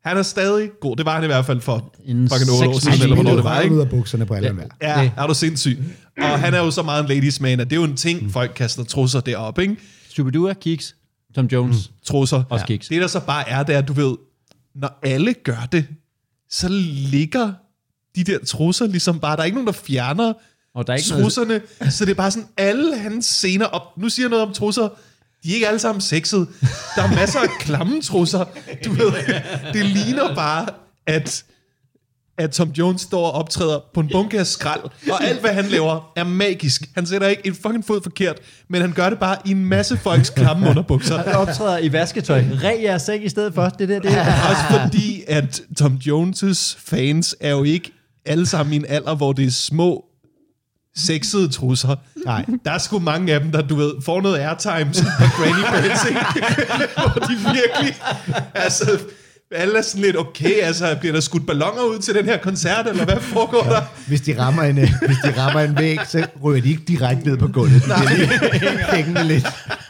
Han er stadig god. Det var han i hvert fald for En fucking 8 år 6 siden, eller hvornår det var, ikke? ud af bukserne på alle der. Ja, er du sindssyg. Og han er jo så meget en ladies man, at det er jo en ting, folk kaster trusser deroppe, ikke? Superdua, Kiks, Tom Jones. Trusser. Også kiks. Det der så bare er, det er, du ved, når alle gør det, så ligger de der trusser ligesom bare, der er ikke nogen, der fjerner Og der er ikke trusserne, så det er bare sådan, alle hans scener op. Nu siger jeg noget om trusser, de er ikke alle sammen sexede. Der er masser af klamme trusser. Du ved, det ligner bare, at Tom Jones står og optræder på en bunke af skrald, og alt, hvad han laver, er magisk. Han sætter ikke en fucking fod forkert, men han gør det bare i en masse folks klamme underbukser. Han optræder i vasketøj. Ræg jeres sæk i stedet for. Det er Også fordi, at Tom Jones' fans er jo ikke alle sammen i en alder, hvor det er små, sexede trusser. Nej. Der er sgu mange af dem, der, du ved, får noget airtime på Granny Bands, hvor de virkelig, altså, alle er sådan lidt, okay, altså, bliver der skudt balloner ud til den her koncert, eller hvad foregår der? Hvis de rammer en væg, så ryger de ikke direkte ned på gulvet. De bliver lige hængende lidt.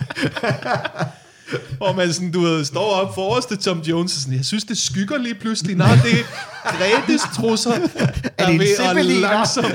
Hvor man sådan, du ved, står op forrest til Tom Jones, og sådan, jeg synes, det skygger lige pludselig. Nej, det er Gretes trusser, der er en ved at zeppeliner? langsomt.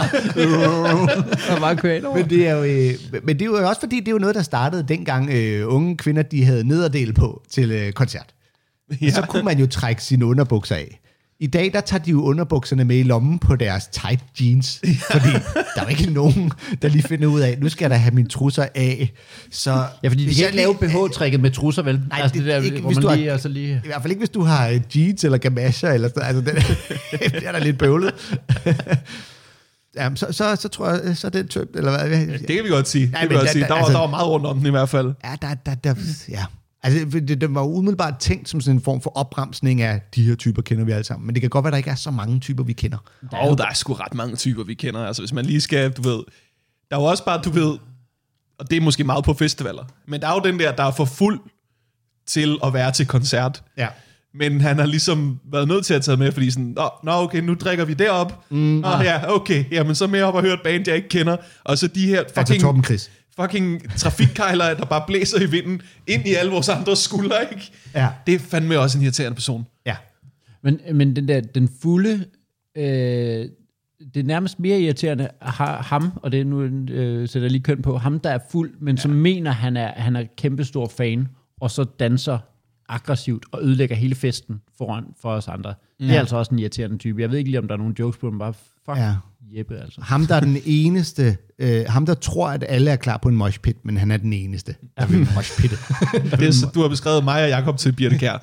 der bare kører Men det er jo også fordi, det er jo noget, der startede dengang unge kvinder, de havde nederdel på til koncert. Ja. Så kunne man jo trække sine underbukser af. I dag, der tager de jo underbukserne med i lommen på deres tight jeans, fordi der er jo ikke nogen, der lige finder ud af, nu skal jeg da have mine trusser af. Så Ja, fordi de kan ikke lave BH-trækket med trusser, vel? Nej, altså, det der, ikke, hvor hvis man du lige, har, altså lige... i hvert fald ikke, hvis du har jeans eller gamasher, eller sådan, altså det er da lidt bøvlet. Jamen, så tror jeg, så er det tømt, eller hvad? Det kan vi godt sige. Nej, Det kan vi men godt sige. Der var meget rundt om den i hvert fald. Ja. Altså, det var umiddelbart tænkt som sådan en form for opbremsning af, de her typer kender vi alle sammen. Men det kan godt være, der ikke er så mange typer, vi kender. Der er sgu ret mange typer, vi kender. Altså, hvis man lige skal, du ved... Der er jo også bare, du ved... Og det er måske meget på festivaler. Men der er jo den der er for fuld til at være til koncert. Ja. Men han har ligesom været nødt til at tage med, fordi sådan, nå okay, nu drikker vi derop. Ja, okay, jamen så med op og høre et band, jeg ikke kender. Og så de her fucking trafikkejler, der bare blæser i vinden ind i alle vores andre skuldre, ikke? Ja. Det er fandme også en irriterende person. Ja. Men den fulde... det er nærmest mere irriterende ham, og det er nu sætter jeg lige køn på, ham der er fuld, men som mener, han er kæmpestor fan, og så danser aggressivt og ødelægger hele festen for os andre. Det er altså også en irriterende type. Jeg ved ikke lige, om der er nogle jokes på, men bare Jeppe, altså. Ham, der er den eneste, ham, der tror, at alle er klar på en moshpit, men han er den eneste, der vil moshpitte. Det er, så, du har beskrevet mig og Jakob til Birte Kjær.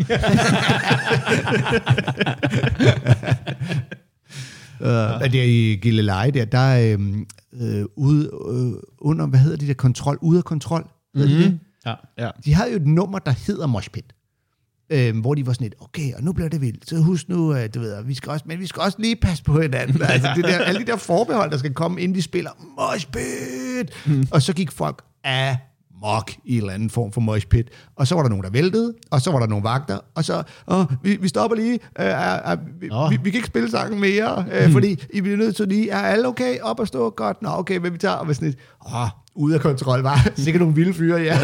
Det er i Gilleleje, der er ude under, hvad hedder de der kontrol? Ude af kontrol? Mm-hmm. Ja. De havde jo et nummer, der hedder Moshpit. Hvor de var sådan lidt, okay, og nu bliver det vildt. Så husk nu, du ved, vi skal også lige passe på hinanden. Altså, alle de der forbehold, der skal komme, inden de spiller Moshpit. Og så gik folk amok i en eller anden form for moshpit. Og så var der nogen, der væltede, og så var der nogle vagter, og så, vi stopper lige, vi kan ikke spille sangen mere, fordi I bliver nødt til lige, er alle okay, op og stå, godt, nå okay, men vi tager, og sådan lidt, ude af kontrol, var sikkert nogle vilde fyre, ja.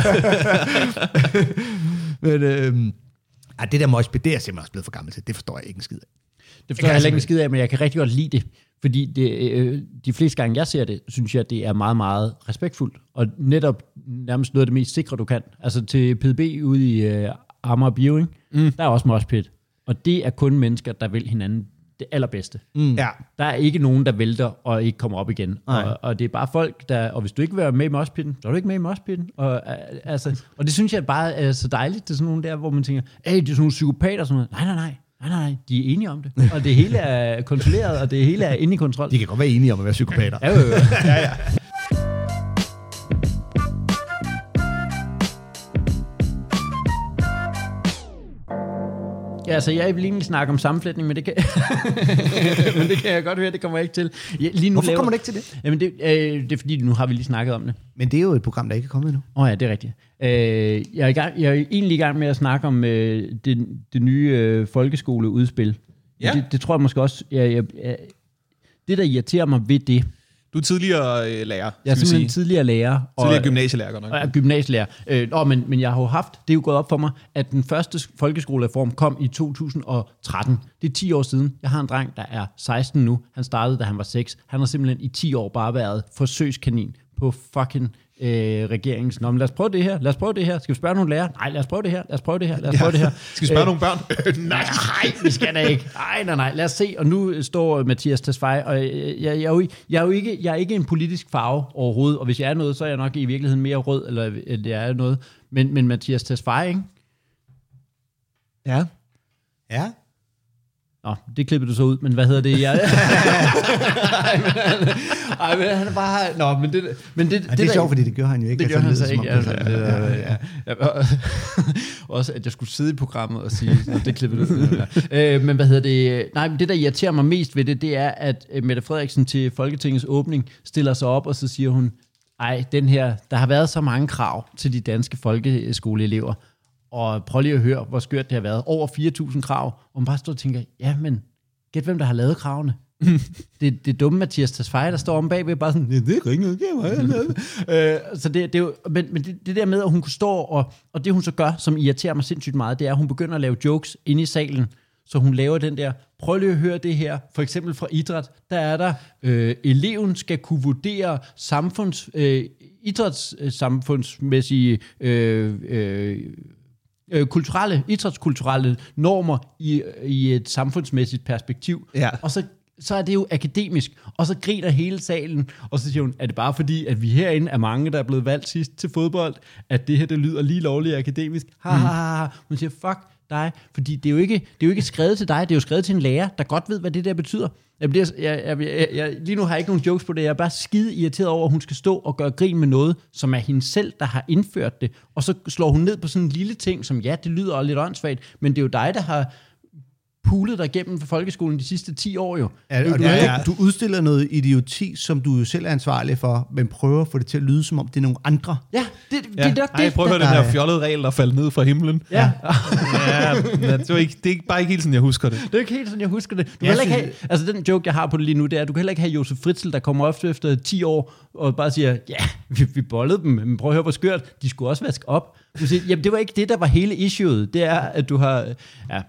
Men det der moshpit, det er simpelthen også blevet for gammelt til, det forstår jeg ikke en skid af. Det forstår jeg heller ikke en skid af, men jeg kan rigtig godt lide det. Fordi de fleste gange, jeg ser det, synes jeg, det er meget, meget respektfuldt. Og netop nærmest noget af det mest sikre, du kan. Altså til PDB ude i Amager Bio, der er også moshpit. Og det er kun mennesker, der vil hinanden det allerbedste. Ja. Der er ikke nogen, der vælter og ikke kommer op igen. Og det er bare folk, der... Og hvis du ikke vil være med i moshpitten, så er du ikke med i moshpitten. Og det synes jeg bare er så dejligt. Det er sådan nogle der, hvor man tænker, det er sådan nogle psykopater og sådan noget. Nej, de er enige om det. Og det hele er kontrolleret, og det hele er inde i kontrol. De kan godt være enige om at være psykopater. Ja. Ja, altså jeg vil egentlig snakke om sammenflætning, men det kan, men det kan jeg godt høre, det kommer jeg ikke til. Lige nu Hvorfor kommer du ikke til det? Jamen det er fordi, nu har vi lige snakket om det. Men det er jo et program, der ikke er kommet endnu. Ja, det er rigtigt. Jeg er egentlig i gang med at snakke om det nye folkeskoleudspil. Ja. Det tror jeg måske også... Det, der irriterer mig ved det... Du er tidligere lærer, Jeg er simpelthen tidligere lærer. Tidligere gymnasielærer, godt nok. Og er gymnasielærer. Men jeg har jo haft, det er jo gået op for mig, at den første folkeskolereform kom i 2013. Det er 10 år siden. Jeg har en dreng, der er 16 nu. Han startede, da han var 6. Han har simpelthen i 10 år bare været forsøgskanin på fucking regeringens. Nå, men lad os prøve det her. Skal vi spørge nogle lærere? Nej, lad os prøve det her. Skal vi spørge nogle børn? Nej, vi skal da ikke. Nej, lad os se. Og nu står Mattias Tesfaye, og jeg er ikke en politisk farve overhovedet, og hvis jeg er noget, så er jeg nok i virkeligheden mere rød, eller det er noget. Men Mattias Tesfaye, ikke? Ja. Nå, det klipper du så ud, men hvad hedder det? Men han er bare... Nå, men det er sjovt, fordi det gør han jo ikke. Det gør han så ikke. Også, at jeg skulle sidde i programmet og sige, det klipper du ud. Men hvad hedder det? Nej, men det, der irriterer mig mest ved det, det er, at Mette Frederiksen til Folketingets åbning stiller sig op, og så siger hun, der har været så mange krav til de danske folkeskoleelever, og prøv lige at høre, hvor skørt det har været. Over 4.000 krav. Og man bare står og tænker, ja, men gæt hvem, der har lavet kravene. det dumme Mattias Tesfaye, der står om bagved, bare sådan, det er ikke noget, så det er jo, men det der med, at hun kunne stå, og det hun så gør, som irriterer mig sindssygt meget, det er, at hun begynder at lave jokes inde i salen, så hun laver den der, prøv lige at høre det her, for eksempel fra idræt, der er der, eleven skal kunne vurdere idrætssamfundsmæssige idrætskulturelle normer i et samfundsmæssigt perspektiv. Ja. Og så er det jo akademisk, og så griner hele salen, og så siger hun, er det bare fordi, at vi herinde er mange, der er blevet valgt sidst til fodbold, at det her, det lyder lige lovligt akademisk? Hun siger, fuck dig, fordi det er jo ikke skrevet til dig, det er jo skrevet til en lærer, der godt ved, hvad det der betyder. Lige nu har jeg ikke nogen jokes på det, jeg er bare skide irriteret over, at hun skal stå og gøre grin med noget, som er hende selv, der har indført det, og så slår hun ned på sådan en lille ting, som ja, det lyder også lidt åndssvagt, men det er jo dig, der har pulet dig igennem for folkeskolen de sidste 10 år jo. Du udstiller noget idioti, som du jo selv er ansvarlig for, men prøver at få det til at lyde, som om det er nogle andre. Ja, det er nok det. Prøv at høre den her fjollede regel, der faldt ned fra himlen. Ja. Det er bare ikke helt sådan, jeg husker det. Det er ikke helt sådan, jeg husker det. Du kan heller ikke have, altså den joke, jeg har på det lige nu, det er, at du kan heller ikke have Josef Fritzl, der kommer op efter 10 år, og bare siger, ja, vi bollede dem, men prøv at høre, hvor skørt. De skulle også vaske op. Du siger, jamen, det var ikke det, der var hele issueet. Det er, at du har... Ja.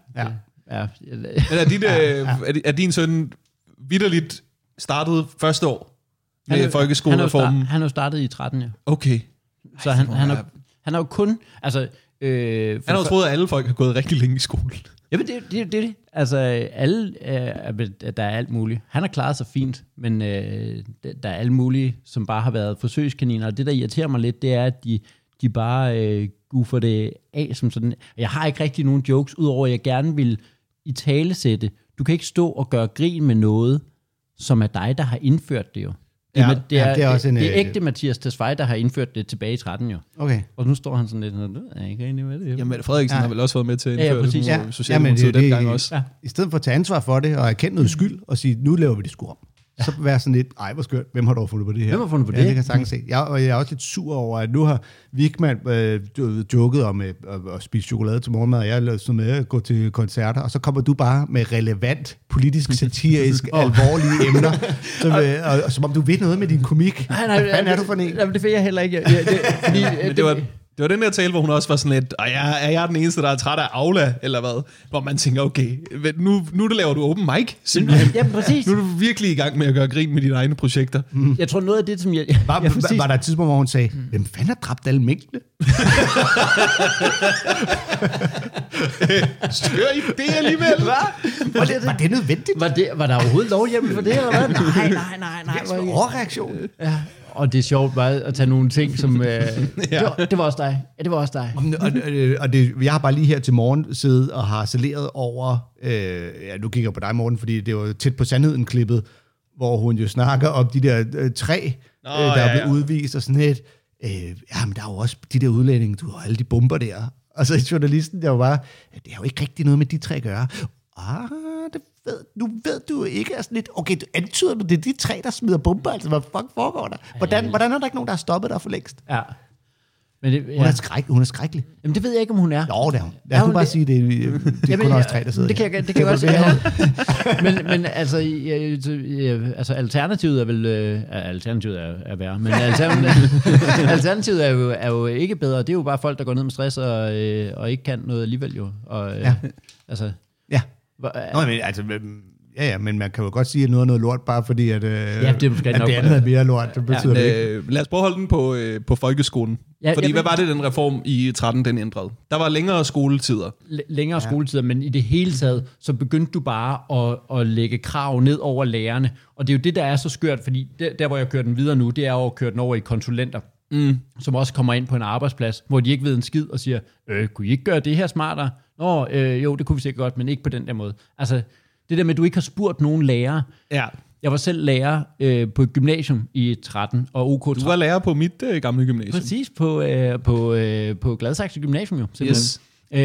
Men er din søn vitterligt startet første år med folkeskolereformen? Han er jo startet i 13, ja. Okay. Så han er jo kun... Altså, han har jo troet, at alle folk har gået rigtig længe i skole. Jamen, det. Altså, alle... der er alt muligt. Han har klaret sig fint, men der er alle mulige, som bare har været forsøgskaniner. Og det, der irriterer mig lidt, det er, at de bare goofer det af som sådan... Jeg har ikke rigtig nogen jokes, udover at jeg gerne vil i talesætte. Du kan ikke stå og gøre grin med noget, som er dig, der har indført det jo. Det er ægte Mattias Tesfaye, der har indført det tilbage i 13 jo. Okay. Og nu står han sådan lidt, jeg er ikke enig med det. Jamen, Mette Frederiksen har vel også været med til at indføre det, Socialdemokratiet dengang også. Ja. I stedet for at tage ansvar for det, og erkende noget skyld, og sige, nu laver vi det sgu om. Så være sådan lidt, hvor skørt, hvem har dog fundet på det her? Hvem har fundet på det? Det kan jeg sagtens se. Jeg er også lidt sur over, at nu har Wichmann joket om at spise chokolade til morgenmad, og jeg er sådan med at gå til koncerter, og så kommer du bare med relevant, politisk, satirisk, alvorlige emner, som om du ved noget med din komik. Nej, hvad er du for en? Jamen, det ved jeg heller ikke. Det var den der tale, hvor hun også var sådan lidt, er jeg den eneste, der er træt af Aula, eller hvad? Hvor man tænker, okay, nu laver du open mic, simpelthen. Ja, præcis. Nu er du virkelig i gang med at gøre grin med dine egne projekter. Jeg tror noget af det, som jeg... Var der et tidspunkt, hvor hun sagde, hvem fanden har dræbt alle minkene? Skør I det alligevel, hva'? Var det nødvendigt? Var der overhovedet lovhjemmel for det, eller hvad? Nej. Det var en overreaktion. Ja. Og det er sjovt bare at tage nogle ting, som... det var også dig. Ja, det var også dig. Jeg har bare lige her til morgen siddet og har saleret over... nu kigger jeg på dig, Morten, fordi det var tæt på sandheden klippet, hvor hun jo snakker om de der 3, der er blevet udvist, og sådan et... men der er jo også de der udlændinge, du har alle de bomber der. Og så journalisten, der var bare... Det har jo ikke rigtig noget med de 3 at gøre. Nu ved du ikke, altså lidt, okay, du antyder du, det er de 3, der smider bomber, altså hvad fuck foregår der? Hvordan er der ikke nogen, der har stoppet dig for længst? Ja. Men det, Hun er skrækkelig. Jamen, det ved jeg ikke, om hun er. Jo, det er hun. Lad os bare sige, det er kun os tre, der sidder det kan jeg godt sige. Men altså, alternativet er vel... alternativet er værre, men alternativet er jo ikke bedre. Det er jo bare folk, der går ned med stress og ikke kan noget alligevel jo. Og, altså... Ja. Ja, men man kan jo godt sige, at noget er noget lort, bare fordi, at, det er måske at det andet er mere lort. Det betyder det ikke. Lad os prøve at holde den på folkeskolen. Ja, fordi hvad var det, den reform i 13, den ændrede? Der var længere skoletider. Længere skoletider, men i det hele taget, så begyndte du bare at lægge krav ned over lærerne. Og det er jo det, der er så skørt, fordi der hvor jeg kører den videre nu, det er jo at køre den over i konsulenter. Som også kommer ind på en arbejdsplads, hvor de ikke ved en skid og siger, kunne I ikke gøre det her smartere? Jo, det kunne vi sikkert godt, men ikke på den der måde. Altså, det der med, at du ikke har spurgt nogen lærer. Ja. Jeg var selv lærer på et gymnasium i 13 og OK 13. Du var lærer på mit gamle gymnasium. Præcis, på Gladsaxe Gymnasium jo. Yes.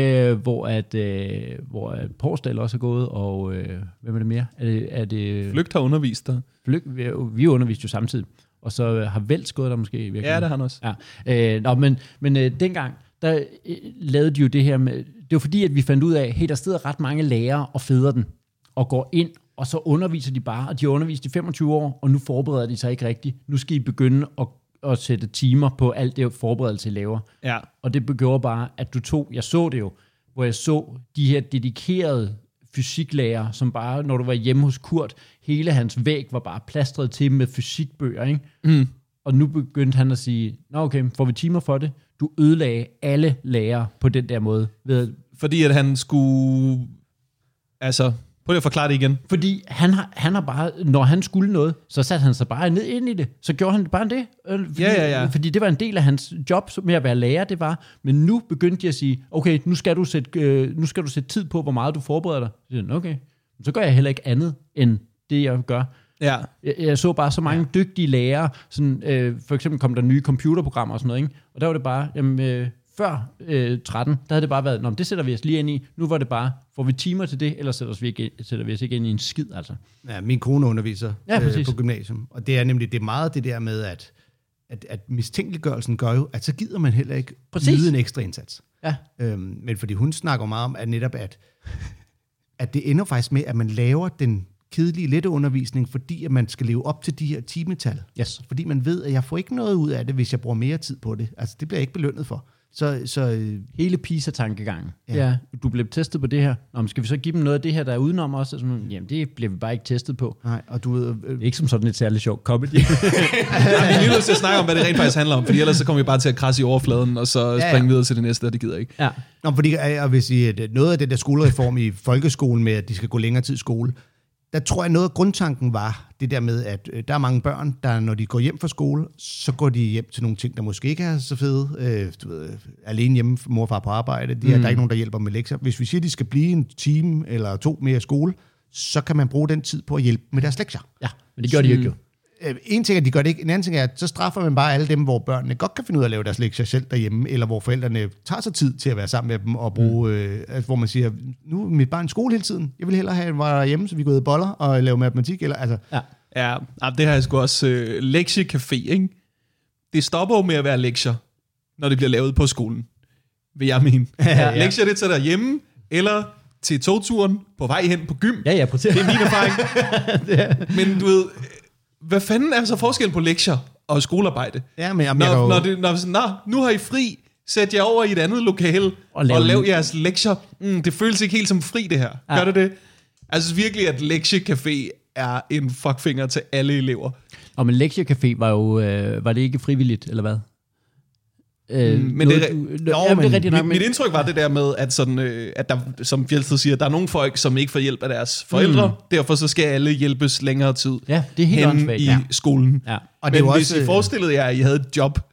Hvor Porsdal også er gået, og hvem er det mere? Er det Flygt har undervist der. Vi underviste jo samtidig. Og så har Vels gået der måske. Virkelig. Ja, det har han også. Ja. Men dengang, der lavede de jo det her med... Det var fordi, at vi fandt ud af, hey, der sidder ret mange lærere og føder den, og går ind, og så underviser de bare, og de har undervist i 25 år, og nu forbereder de sig ikke rigtigt. Nu skal I begynde at sætte timer på alt det forberedelse, I laver. Ja. Og det gjorde bare, at jeg så det jo, hvor jeg så de her dedikerede fysiklærer, som bare, når du var hjemme hos Kurt, hele hans væg var bare plastret til med fysikbøger, ikke? Mm. Og nu begyndte han at sige, okay, får vi timer for det? Du ødelagde alle lærere på den der måde. Fordi at han skulle... Altså... Prøv lige at forklare det igen. Fordi han har bare, når han skulle noget, så satte han sig bare ned ind i det. Så gjorde han bare det. Fordi det var en del af hans job med at være lærer, det var. Men nu begyndte de at sige, okay, nu skal du sætte tid på, hvor meget du forbereder dig. Okay, så gør jeg heller ikke andet, end det, jeg gør. Ja. Jeg så bare så mange dygtige lærere. Sådan, for eksempel kom der nye computerprogrammer og sådan noget, ikke? Og der var det bare, før 13, der havde det bare været, det sætter vi os lige ind i. Nu var det bare, får vi timer til det, eller sætter vi os ikke ind i en skid, altså. Ja, min kone underviser på gymnasium, og det er nemlig det meget det der med, at mistænkeliggørelsen gør jo, at så gider man heller ikke yde en ekstra indsats. Ja. Men fordi hun snakker meget om, at netop at det ender faktisk med, at man laver den kedelige, lette undervisning, fordi at man skal leve op til de her timetal. Yes. Fordi man ved, at jeg får ikke noget ud af det, hvis jeg bruger mere tid på det. Altså, det bliver jeg ikke belønnet for. Så hele PISA-tankegangen. Ja, du blev testet på det her. Men skal vi så give dem noget af det her, der er udenom os? Altså, jamen, det bliver vi bare ikke testet på. Nej, og du ved... Ikke som sådan et særligt sjovt comedy. Vi er lige nødt til at snakke om, hvad det rent faktisk handler om, fordi ellers så kommer vi bare til at krasse i overfladen, og så springe videre til det næste, og det gider ikke. Ja. Fordi jeg vil sige, at noget af det der skolereform i folkeskolen med, at de skal gå længere tid i skole, der tror jeg, noget af grundtanken var det der med, at der er mange børn, der når de går hjem fra skole, så går de hjem til nogle ting, der måske ikke er så fede. Alene hjemme, mor og far på arbejde. Der er ikke nogen, der hjælper med lektier. Hvis vi siger, at de skal blive en time eller 2 mere i skole, så kan man bruge den tid på at hjælpe med deres lektier. Ja, men det gør de ikke jo. En ting er, at de gør det ikke. En anden ting er, at så straffer man bare alle dem, hvor børnene godt kan finde ud af at lave deres lektier selv derhjemme, eller hvor forældrene tager sig tid til at være sammen med dem og bruge, hvor man siger, nu er mit barn i skole hele tiden. Jeg vil hellere have, at han var hjemme, så vi går ud i boller og lave matematik. Eller, altså. Ja, det har jeg sgu også. Lektiecafé, ikke? Det stopper jo med at være lektier, når det bliver lavet på skolen, vil jeg mene. Ja. Lektier, det tager derhjemme, eller til togturen på vej hen på gym. Ja, præcis. Det er min erfaring. Men du ved... Hvad fanden er så forskellen på lektier og skolearbejde? Ja, men nu har I fri, sæt jer over i et andet lokale og lav jeres lektier. Det føles ikke helt som fri, det her. Ja. Gør det det? Jeg synes virkelig, at lektiecafé er en fuckfinger til alle elever. Og men lektiecafé var det ikke frivilligt, eller hvad? Mit indtryk var det der med, at, sådan, at der, som Fjeldsted siger, der er nogle folk, som ikke får hjælp af deres forældre. Derfor så skal alle hjælpes længere tid det er helt hen i skolen. Ja. Og men hvis I forestillede jer, at I havde et job,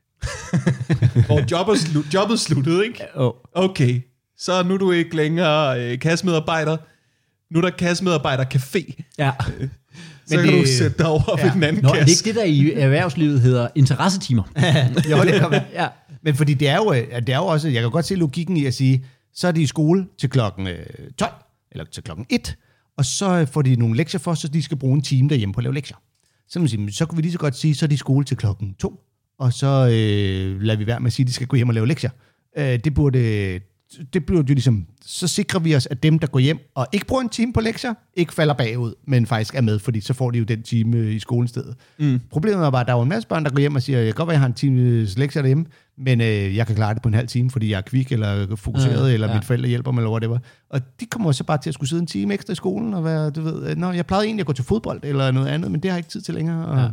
hvor jobbet sluttede, ikke? Okay, så nu er du ikke længere kassemedarbejder. Nu er der kassemedarbejder-café. Ja. Så kan du sætte dig over ved den anden kasse. Det er ikke det, der i erhvervslivet hedder interessetimer. Jo, det kan være. Ja. Men fordi det er jo også, jeg kan godt se logikken i at sige, så er de i skole til klokken 12, eller til klokken 1, og så får de nogle lektier for, så de skal bruge en time derhjemme på at lave lektier. Så kan vi lige så godt sige, så er de i skole til klokken 2, og så lader vi være med at sige, at de skal gå hjem og lave lektier. Det burde jo ligesom, så sikrer vi os, at dem, der går hjem og ikke bruger en time på lektier, ikke falder bagud, men faktisk er med, fordi så får de jo den time i skolen stedet. Problemet er bare, at der er jo en masse børn, der går hjem og siger, jeg kan godt være, jeg har en times lektier derhjemme, men jeg kan klare det på en halv time, fordi jeg er kvik, eller fokuseret, eller mine forældre hjælper mig, eller whatever. Og de kommer så bare til at skulle sidde en time ekstra i skolen, og være, du ved, jeg plejede egentlig at gå til fodbold, eller noget andet, men det har jeg ikke tid til længere. Og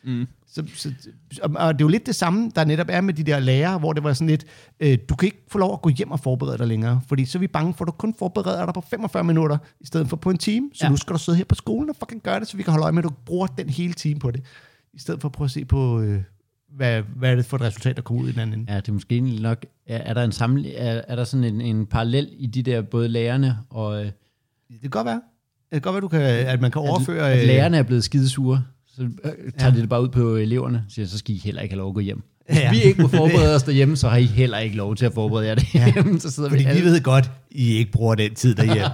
og det er jo lidt det samme, der netop er med de der lærere, hvor det var sådan lidt, du kan ikke få lov at gå hjem og forberede dig længere, fordi så er vi bange for, at du kun forbereder dig på 45 minutter, i stedet for på en time, så nu skal du sidde her på skolen og fucking gøre det, så vi kan holde øje med, at du bruger den hele time på det, i stedet for at prøve at se på, hvad er det for et resultat, der kommer ud i den anden. Ja, det er måske egentlig nok, er der sådan en parallel i de der, både lærerne og... Det kan godt være. Det kan godt være, at man kan overføre... At lærerne er blevet skidesure. Så tager de det bare ud på eleverne, så skal I heller ikke have lov at gå hjem. Hvis vi ikke må forberede os derhjemme, så har I heller ikke lov til at forberede jer derhjemme. Så sidder fordi vi ved godt, I ikke bruger den tid derhjemme.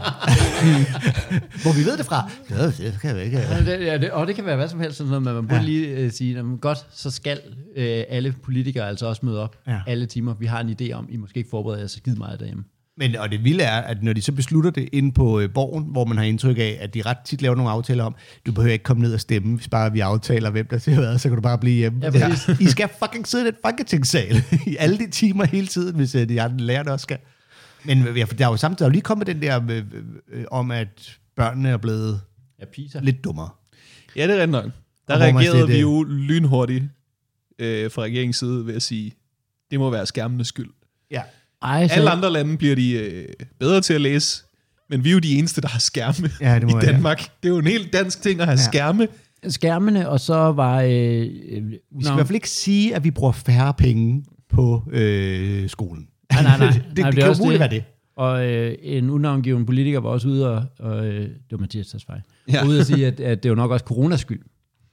Hvor vi ved det fra. Det kan vi ikke. Og det kan være hvad som helst, sådan noget, men man burde lige sige, godt, så skal alle politikere altså også møde op alle timer. Vi har en idé om, I måske ikke forbereder jer så skide meget derhjemme. Og det vilde er, at når de så beslutter det inde på borgen, hvor man har indtryk af, at de ret tit laver nogle aftaler om, du behøver ikke komme ned og stemme, hvis bare vi aftaler, hvem der siger hvad, så kan du bare blive hjemme. Ja, I skal fucking sidde i den folketingssal i alle de timer hele tiden, hvis de andre lærere også skal. Men for der er jo samtidig lige kommet den der om, at børnene er blevet lidt dummere. Ja, det er rent nok. Der reagerede vi jo lynhurtigt fra regeringens side ved at sige, det må være skærmenes skyld. Ja. Alle andre lande bliver de bedre til at læse, men vi er jo de eneste, der har skærme i Danmark. Det er jo en helt dansk ting at have skærme. Skærmene, og så var... vi skal i hvert fald ikke sige, at vi bruger færre penge på skolen. Nej. det kan jo muligt være det. Og en unavngiven politiker var også ude og det var Mathias Tasvej, ude at sige, at det er jo nok også coronas skyld,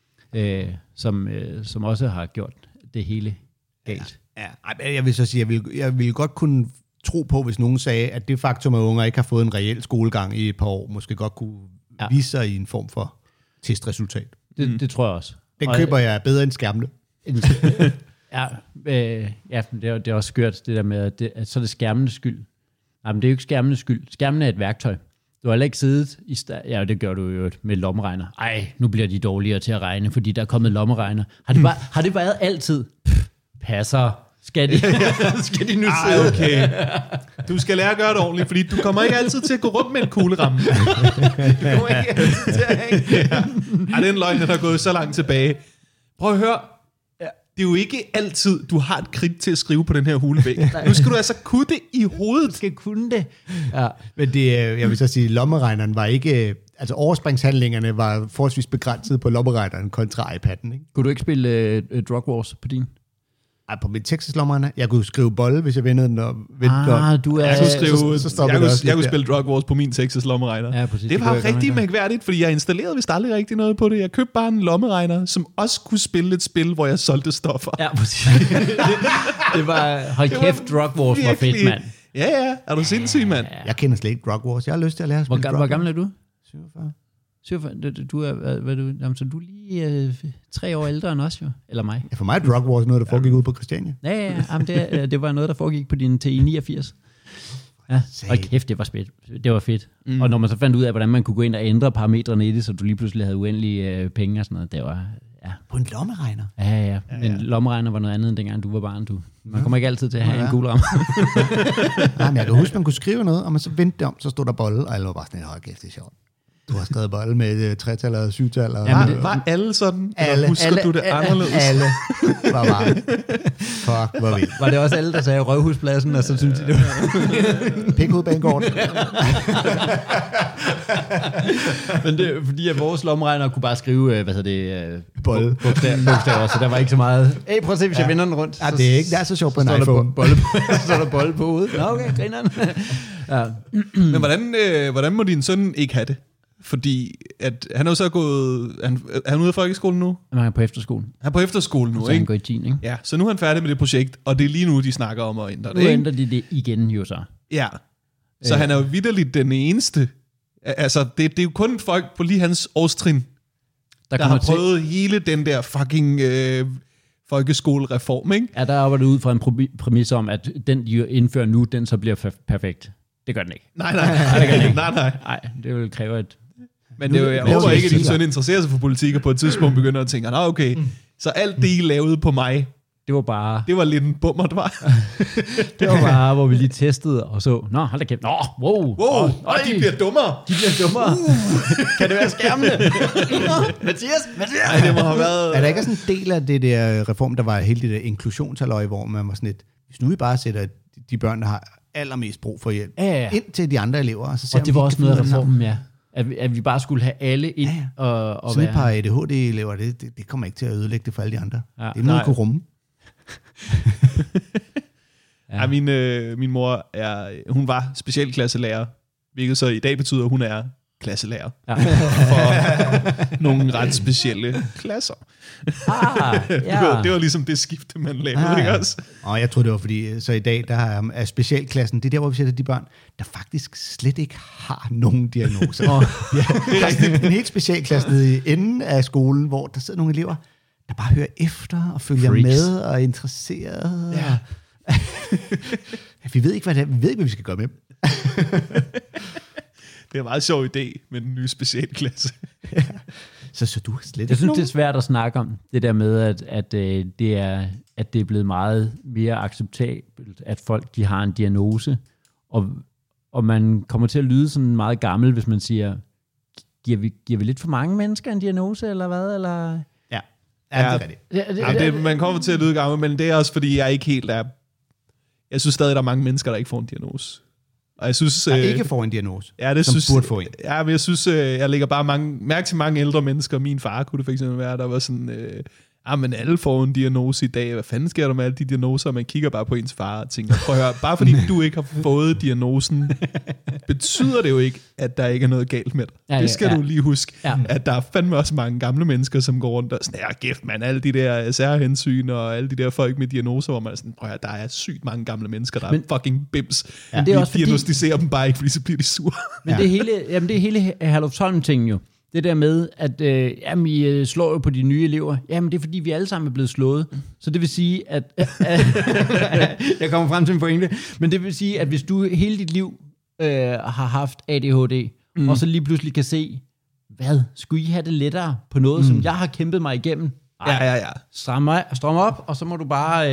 som også har gjort det hele galt. Ja, jeg vil så sige, jeg vil godt kunne tro på, hvis nogen sagde, at det faktum, at unger ikke har fået en reel skolegang i et par år, måske godt kunne vise sig i en form for testresultat. Det tror jeg også. Den køber jeg bedre end skærmene. Det er også skørt, det der med, at så er det skærmenes skyld. Nej, men det er jo ikke skærmenes skyld. Skærmen er et værktøj. Du har heller ikke siddet ja, det gør du jo med lommeregner. Ej, nu bliver de dårligere til at regne, fordi der er kommet lommeregner. Har det været altid? Passer. Skal de nu sidde? Okay. Du skal lære at gøre det ordentligt, fordi du kommer ikke altid til at gå rundt med en kugleramme. Du kommer ikke altid til at hænge. Det er en løgn, der er gået så langt tilbage. Prøv at høre. Det er jo ikke altid, du har et kridt til at skrive på den her hulevæg. Nu skal du altså kunne det i hovedet. Du skal kunne det. Ja. Men det, jeg vil så sige, lommeregneren var ikke... Altså overspringshandlingerne var forholdsvis begrænset på lommeregneren kontra iPad'en, ikke? Kunne du ikke spille Drug Wars på din? På min Texas-lommeregner. Jeg kunne skrive bolle, hvis jeg vendte den og du er... Jeg kunne spille Drug Wars på min Texas-lommeregner. Ja, det var rigtig mærkværdigt, fordi jeg installerede vist aldrig rigtig noget på det. Jeg købte bare en lommeregner, som også kunne spille et spil, hvor jeg solgte stoffer. Ja, præcis. det var... Hold kæft, Drug Wars var fedt, mand. Ja. Er du sindssyg, mand? Jeg kender slet ikke Drug Wars. Jeg har lyst til at lære at spille Drug Wars. Hvor gammel er du? 47. Du er, så du er lige 3 år ældre end os jo, eller mig. Ja, for mig er Drug Wars noget, der foregik ud på Christiania. Ja, det var noget, der foregik på din TI-89. Ja, og kæft, det var fedt. Og når man så fandt ud af, hvordan man kunne gå ind og ændre parametrene i det, så du lige pludselig havde uendelige penge og sådan noget, det var... Ja. På en lommeregner? Ja. Men lommeregner var noget andet, end dengang du var barn. Man kommer ikke altid til at have en kugleramme. Nej, men jeg kan huske, man kunne skrive noget, og man så vendte det om, så stod der bolle, og alle var bare sådan, hold kæft, det er sjovt. Du har skrevet bolle med 3-tal og 7-tal. Var alle sådan? Eller husker du det anderledes? Alle var bare. Fuck, hvor vildt. Var det også alle, der sagde Røvhuspladsen, og så synes de det var... Pikhovedbanegården. Men det er fordi, at vores lommeregner kunne bare skrive, bolle. Bogstaver, så der var ikke så meget. Hey, prøv at se, hvis jeg vender den rundt. Ja, det er så sjovt på en iPhone. Så er der bolle på hovedet. Nå, okay, grineren. Ja. Men hvordan må din søn ikke have det? Fordi at han er jo så gået... Er han ude af folkeskolen nu? Han er på efterskolen. Han er på efterskolen nu, så ikke? Han går i 10, ikke? Ja, så nu er han færdig med det projekt, og det er lige nu, de snakker om at ændre det, nu ændrer de det igen jo så. Ja, så han er jo vitterligt den eneste. Altså, det er jo kun folk på lige hans årstrin, der har prøvet hele den der fucking folkeskolereform, ikke? Ja, der arbejder ud fra en præmis om, at den, de indfører nu, den så bliver perfekt. Det gør den ikke. Nej, det gør den ikke. Nej. Det vil kræve et... Men det, jeg håber ikke, at din søn interesserer sig for politik, og på et tidspunkt begynder at tænke, okay, så alt det, I lavede på mig, det var lidt en bummert, var. Det var bare, hvor vi lige testede, og så, hold da kæft, wow. De bliver dummere. Kan det være skærmene? Mathias? Nej, det må have været... Er der ikke sådan en del af det der reform, der var hele det der inklusionshalløj, hvor man var sådan lidt, hvis nu vi bare sætter de børn, der har allermest brug for hjælp, ind til de andre elever, og så ser og det var også noget af reformen, ja. At vi bare skulle have alle ind og sådan et par ADHD-elever, det kommer ikke til at ødelægge det for alle de andre. Ja. Det er noget, kunne rumme. Ja. Min mor hun var specialklasselærer, hvilket så i dag betyder, at hun er klasselærer for nogle ret specielle klasser. Det var ligesom det skifte, man lavede, ikke også? Og jeg tror det var fordi, så i dag, der er specialklassen, det er der, hvor vi sætter de børn, der faktisk slet ikke har nogen diagnoser. Der er sådan en helt specialklasse nede i enden af skolen, hvor der sidder nogle elever, der bare hører efter og følger med og er interesseret. Ja. Vi ved ikke, hvad vi skal gøre med dem. Det er en meget sjov idé med den nye specialklasse. Ja. Så du har slet ikke. Jeg synes, det er svært at snakke om det der med, at det er blevet meget mere acceptabelt, at folk de har en diagnose, og man kommer til at lyde sådan meget gammel, hvis man siger, giver vi lidt for mange mennesker en diagnose, eller hvad? Eller... Ja, det er det. Man kommer til at lyde gammel, men det er også, fordi jeg ikke helt er... Jeg synes stadig, der er mange mennesker, der ikke får en diagnose. Og jeg synes... Der ikke får en diagnose, burde få en. Ja, men jeg synes, jeg lægger bare mærke til mange ældre mennesker. Min far kunne det for eksempel være, der var sådan... men alle får en diagnose i dag. Hvad fanden sker der med alle de diagnoser? Man kigger bare på ens far og tænker, prøv at høre, bare fordi du ikke har fået diagnosen, betyder det jo ikke, at der ikke er noget galt med dig. Det skal du lige huske, at der er fandme også mange gamle mennesker, som går rundt og sådan, gift man, alle de der særhensyn og alle de der folk med diagnoser, hvor man er sådan, prøv at høre, der er sygt mange gamle mennesker, der er fucking bims. Men det er også diagnostiserer dem bare ikke, fordi så bliver de sure. Men det er hele Herlufsholm-tingen jo. Det der med, at I slår jo på de nye elever. Jamen, det er fordi, vi alle sammen er blevet slået. Så det vil sige, at... jeg kommer frem til en pointe. Men det vil sige, at hvis du hele dit liv har haft ADHD, og så lige pludselig kan se, hvad? Skulle I have det lettere på noget, som jeg har kæmpet mig igennem? Ja. Stram op, og så må du bare...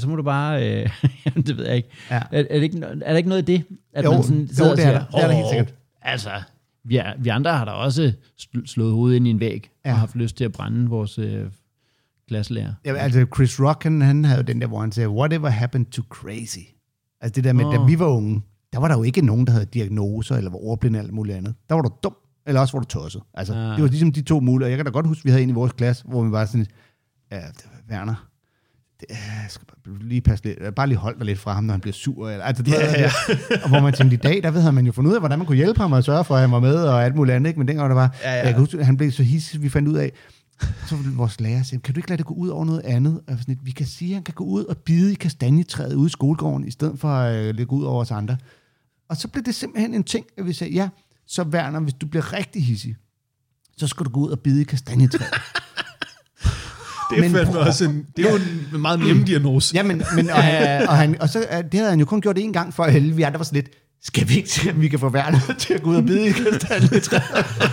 det ved jeg ikke. Ja. Er der ikke noget i det? At man sådan sidder og siger, det er der helt sikkert. Altså... Vi andre har da også slået hovedet ind i en væg og haft lyst til at brænde vores klasselærer. Ja, altså Chris Rock, han havde jo den der, hvor han sagde, whatever happened to crazy? Altså det der med, da vi var unge, der var der jo ikke nogen, der havde diagnoser, eller var ordblinde eller alt muligt andet. Der var du dum, eller også var du tosset. Altså, det var ligesom de to muligheder. Jeg kan da godt huske, vi havde en i vores klasse, hvor vi var sådan, Werner, skal lige passe lidt, bare lige holde dig lidt fra ham, når han bliver sur. Eller, altså, og hvor man tænkte, i dag, der havde man jo fundet ud af, hvordan man kunne hjælpe ham og sørge for, at han var med og alt muligt andet. Ikke? Men dengang der var, jeg kan huske, han blev så hissig, vi fandt ud af, så ville vores lærer sige, kan du ikke lade det gå ud over noget andet? Og sådan, vi kan sige, at han kan gå ud og bide i kastanjetræet ude i skolegården, i stedet for at lægge ud over os andre. Og så blev det simpelthen en ting, at vi sagde, så Werner, hvis du bliver rigtig hissig, så skal du gå ud og bide i kastanjetræet. Det er jo en meget nem diagnose. Ja, og så det havde han jo kun gjort én gang for alle vi andre var sådan lidt, skal vi ikke se, om vi kan få Werner til at gå ud og bide i kastanjetræet?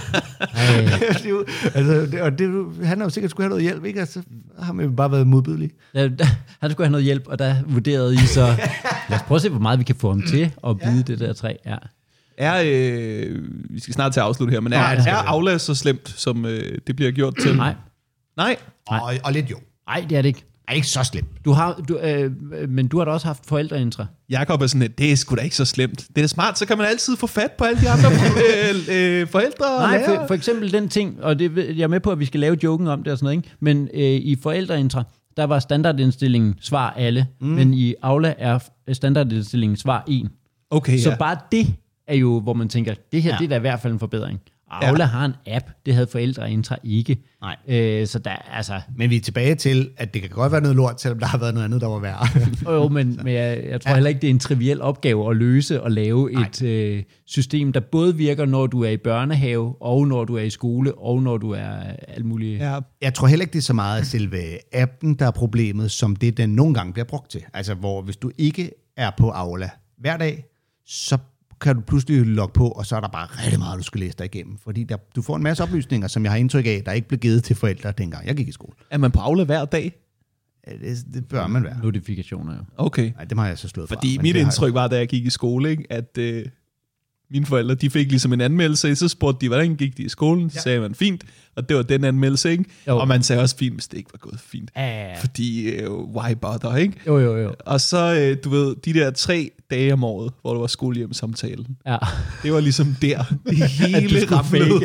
Han har jo sikkert skulle have noget hjælp, ikke? Og så har man jo bare været modbydelig. Ja, han skulle have noget hjælp, og der vurderede I så, lad os prøve at se, hvor meget vi kan få ham til at bide det der træ. Ja. Vi skal snart til at afslutte her, men er Aula så slemt, som det bliver gjort til? Nej. Og lidt jo. Nej, det er det ikke. Er ikke så slemt. Men du har da også haft forældreintra. Jakob er sådan, at det er sgu da ikke så slemt. Det er smart, så kan man altid få fat på alle de andre forældre. Nej, for eksempel den ting, og det, jeg er med på, at vi skal lave joken om det og sådan noget, ikke? Men i forældreintra, der var standardindstillingen svar alle, men i Aula er standardindstillingen svar 1. Okay, så bare det er jo, hvor man tænker, det her det er da i hvert fald en forbedring. Aula har en app, det havde forældre og Intra ikke. Nej. Så der altså... Men vi er tilbage til, at det kan godt være noget lort, selvom der har været noget andet, der var værre. Jo, men jeg tror heller ikke, det er en triviel opgave at løse og lave et system, der både virker, når du er i børnehave, og når du er i skole, og når du er alt muligt. Ja. Jeg tror heller ikke, det er så meget af selve appen, der er problemet, som det, den nogle gange bliver brugt til. Altså, hvor hvis du ikke er på Aula hver dag, så kan du pludselig logge på, og så er der bare rigtig meget, du skal læse dig igennem. Fordi du får en masse oplysninger, som jeg har indtryk af, der ikke blev givet til forældre, dengang jeg gik i skole. Er man på Aula hver dag? Ja, det bør man være. Notifikationer jo. Okay. Nej, det har jeg så slået Fordi fra. mit indtryk var, da jeg gik i skole, ikke, at mine forældre, de fik ligesom en anmeldelse, så spurgte de, hvordan gik de i skolen? Så sagde man, fint, og det var den anmeldelse, ikke? Og man sagde også fint, hvis det ikke var gået fint. Fordi, why bother, ikke? Jo. Og så, du ved, de der 3 dage om året, hvor det var skolehjemsamtalen. Ja. Det var ligesom der, det hele ramlede.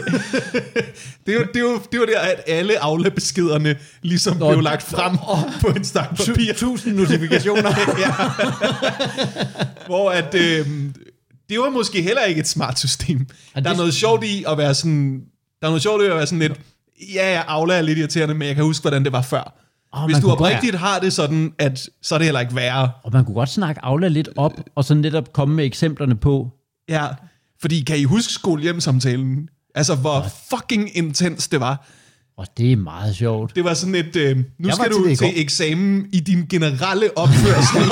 det var der, at alle Aula-beskederne ligesom blev lagt frem på en stak papir. 1000 notifikationer. Ja. Hvor at... det var måske heller ikke et smart system. Der er noget sjovt i at være sådan... Der er noget sjovt i at være sådan lidt... Ja, Aula er lidt irriterende, men jeg kan huske, hvordan det var før. Hvis du oprigtigt har det sådan, at så er det heller ikke værre. Og man kunne godt snakke Aula lidt op, og så netop komme med eksemplerne på. Ja, fordi kan I huske skolehjemsamtalen? Altså, hvor fucking intens det var. Og det er meget sjovt. Det var sådan et, nu skal du til eksamen i din generelle opførsel.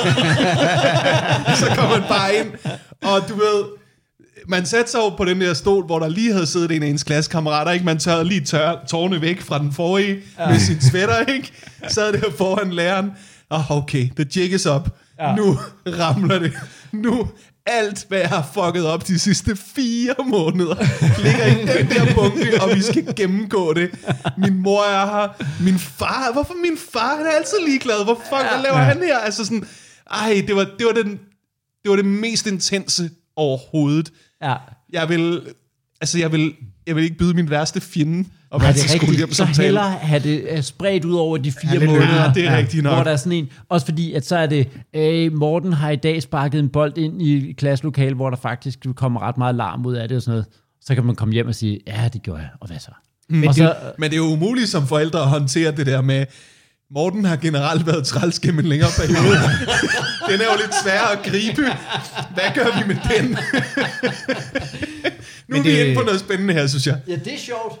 Så kom man bare ind, og du ved, man satte sig over på den der stol, hvor der lige havde siddet en af ens klassekammerater, ikke? Man tørrede lige tårne væk fra den forrige med sin sweater, ikke? Sad der foran læreren, og okay, the jig is up. Ja. Nu ramler det. Nu alt, hvad jeg har fucket op de sidste 4 måneder, ligger i den der bunke, og vi skal gennemgå det. Min mor er her. Min far, hvorfor min far? Han er altid ligeglad. Hvad fuck laver han her? Altså sådan, det var det mest intense overhovedet. Ja. Jeg vil ikke byde min værste fjende og være til skolehjemsamtale. Så hellere have det spredt ud over de 4 måneder, det er rigtigt nok. Hvor der er sådan en, også fordi, at så er det, Morten har i dag sparket en bold ind i klasselokalet, hvor der faktisk kommer ret meget larm ud af det og sådan noget. Så kan man komme hjem og sige, ja, det gjorde jeg, og hvad så? Men det er jo umuligt som forældre at håndtere det der med, Morten har generelt været træls gennem en længere periode. Den er jo lidt svær at gribe. Hvad gør vi med den? Nu er vi inde på noget spændende her, synes jeg. Ja, det er sjovt.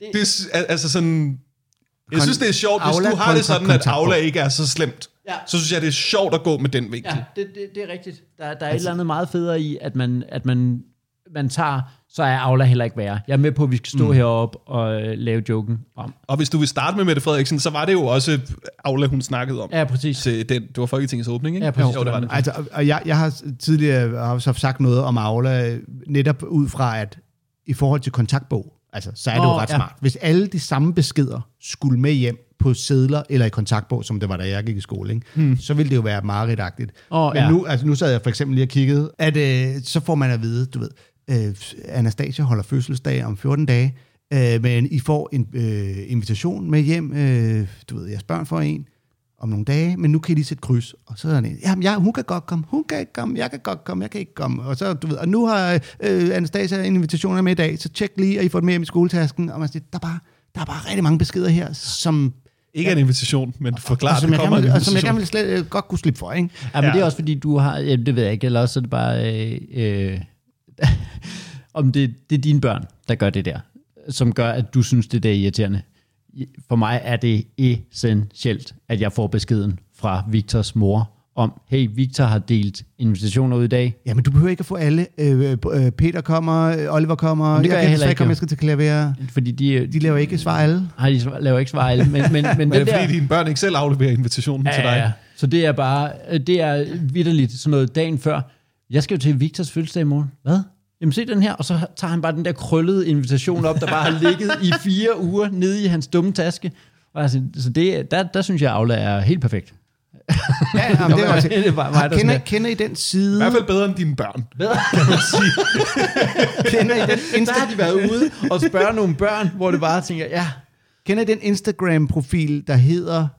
Jeg synes, det er sjovt, hvis du har det sådan, at Aula ikke er så slemt. Ja. Så synes jeg, det er sjovt at gå med den vinkel. Ja, det er rigtigt. Der er et eller andet meget federe i, at man tager, så er Aula heller ikke værre. Jeg er med på, at vi skal stå heroppe og lave joken om. Og hvis du vil starte med Mette Frederiksen, så var det jo også Aula, hun snakkede om. Ja, præcis. Det var Folketingets åbning, ikke? Ja, præcis. Jo, det var det. Altså, og jeg har tidligere også sagt noget om Aula, netop ud fra, at i forhold til kontaktbog, altså, så er det jo ret smart. Hvis alle de samme beskeder skulle med hjem på sedler eller i kontaktbog, som det var, da jeg gik i skole, ikke? Så ville det jo være mareridtagtigt. Men nu sad jeg for eksempel lige og kiggede, at så får man at vide, du ved, Anastasia holder fødselsdag om 14 dage, men I får en invitation med hjem, du ved, jeres børn får en om nogle dage, men nu kan I lige sætte kryds, og så er det, jamen, hun kan godt komme, hun kan ikke komme, jeg kan godt komme, jeg kan ikke komme, og så, du ved, og nu har Anastasia invitationer med i dag, så tjek lige, at I får det med hjem i skoletasken, og man siger, der er bare rigtig mange beskeder her, som ikke er en invitation, men forklar, det kommer en invitation. Og som jeg gerne vil slet godt kunne slippe for, ikke? Ja, men det er også fordi, du har, det ved jeg ikke, eller også er det bare, om det er dine børn, der gør det der, som gør, at du synes, det er irriterende. For mig er det essentielt, at jeg får beskeden fra Victors mor om, hey, Victor har delt invitationer ud i dag. Ja, men du behøver ikke at få alle. Peter kommer, Oliver kommer, det gør jeg heller ikke. Jeg skal til klaver. Fordi de laver ikke svar alle. Nej, de laver ikke svar alle. Men det er fordi, dine børn ikke selv afleverer invitationen til dig. Ja. Så det er bare, det er vitterligt sådan noget dagen før. Jeg skal jo til Victors fødselsdag i morgen. Hvad? Jamen se den her, og så tager han bare den der krøllede invitation op, der bare har ligget i 4 uger nede i hans dumme taske. Og altså, så det, der synes jeg, Aula er helt perfekt. Ja, jamen, det er også. Det er bare mig, kender I den side? I hvert fald bedre end dine børn. Bedre, kan man sige. Kender I den? Der har de været ude og spørge nogle børn, hvor det bare tænker, ja. Kender I den Instagram-profil, der hedder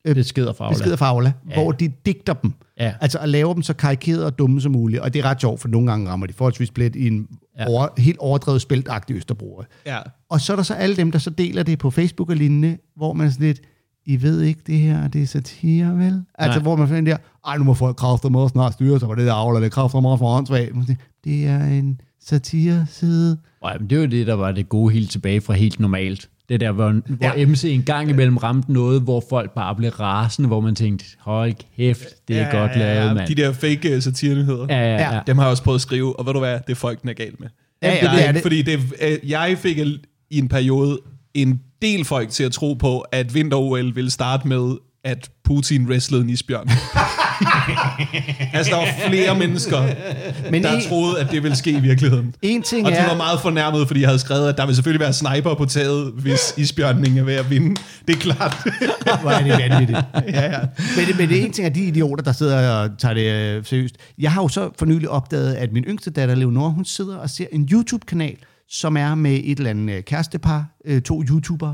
beskeder fra Aula. Hvor de digter dem. Ja. Altså at lave dem så karikerede og dumme som muligt. Og det er ret sjovt, for nogle gange rammer de forholdsvis plet i en helt overdrevet spiltagtig Østerbro. Ja. Og så er der så alle dem, der så deler det på Facebook og lignende, hvor man er sådan lidt, I ved ikke det her, det er satire, vel? Altså hvor man finder der, nu må folk kræfter med at snart styre sig, hvor det der Aula, det kræfter meget for åndssvagt. Det er en satireside. Men det er jo det, der var det gode helt tilbage fra helt normalt. Det der, hvor MC en gang imellem ramte noget, hvor folk bare blev rasende, hvor man tænkte, hold kæft, det er godt lavet, mand. De der fake satirenyheder. Ja. Dem har jeg også prøvet at skrive, og ved du hvad, det er folk, den er galt med. Det er det. Fordi jeg fik i en periode en del folk til at tro på, at vinter-OL ville starte med, at Putin wrestlede en isbjørn. Altså, der var flere mennesker, der troede, at det ville ske i virkeligheden. Og de var meget fornærmet, fordi jeg havde skrevet, at der vil selvfølgelig være sniper på taget, hvis isbjørnen er ved at vinde. Det er klart. Hvor er det vanvittigt. Ja. Men det er en ting af de idioter, der sidder og tager det seriøst. Jeg har jo så for nylig opdaget, at min yngste datter, Leonora, hun sidder og ser en YouTube-kanal, som er med et eller andet kærestepar, 2 YouTubere,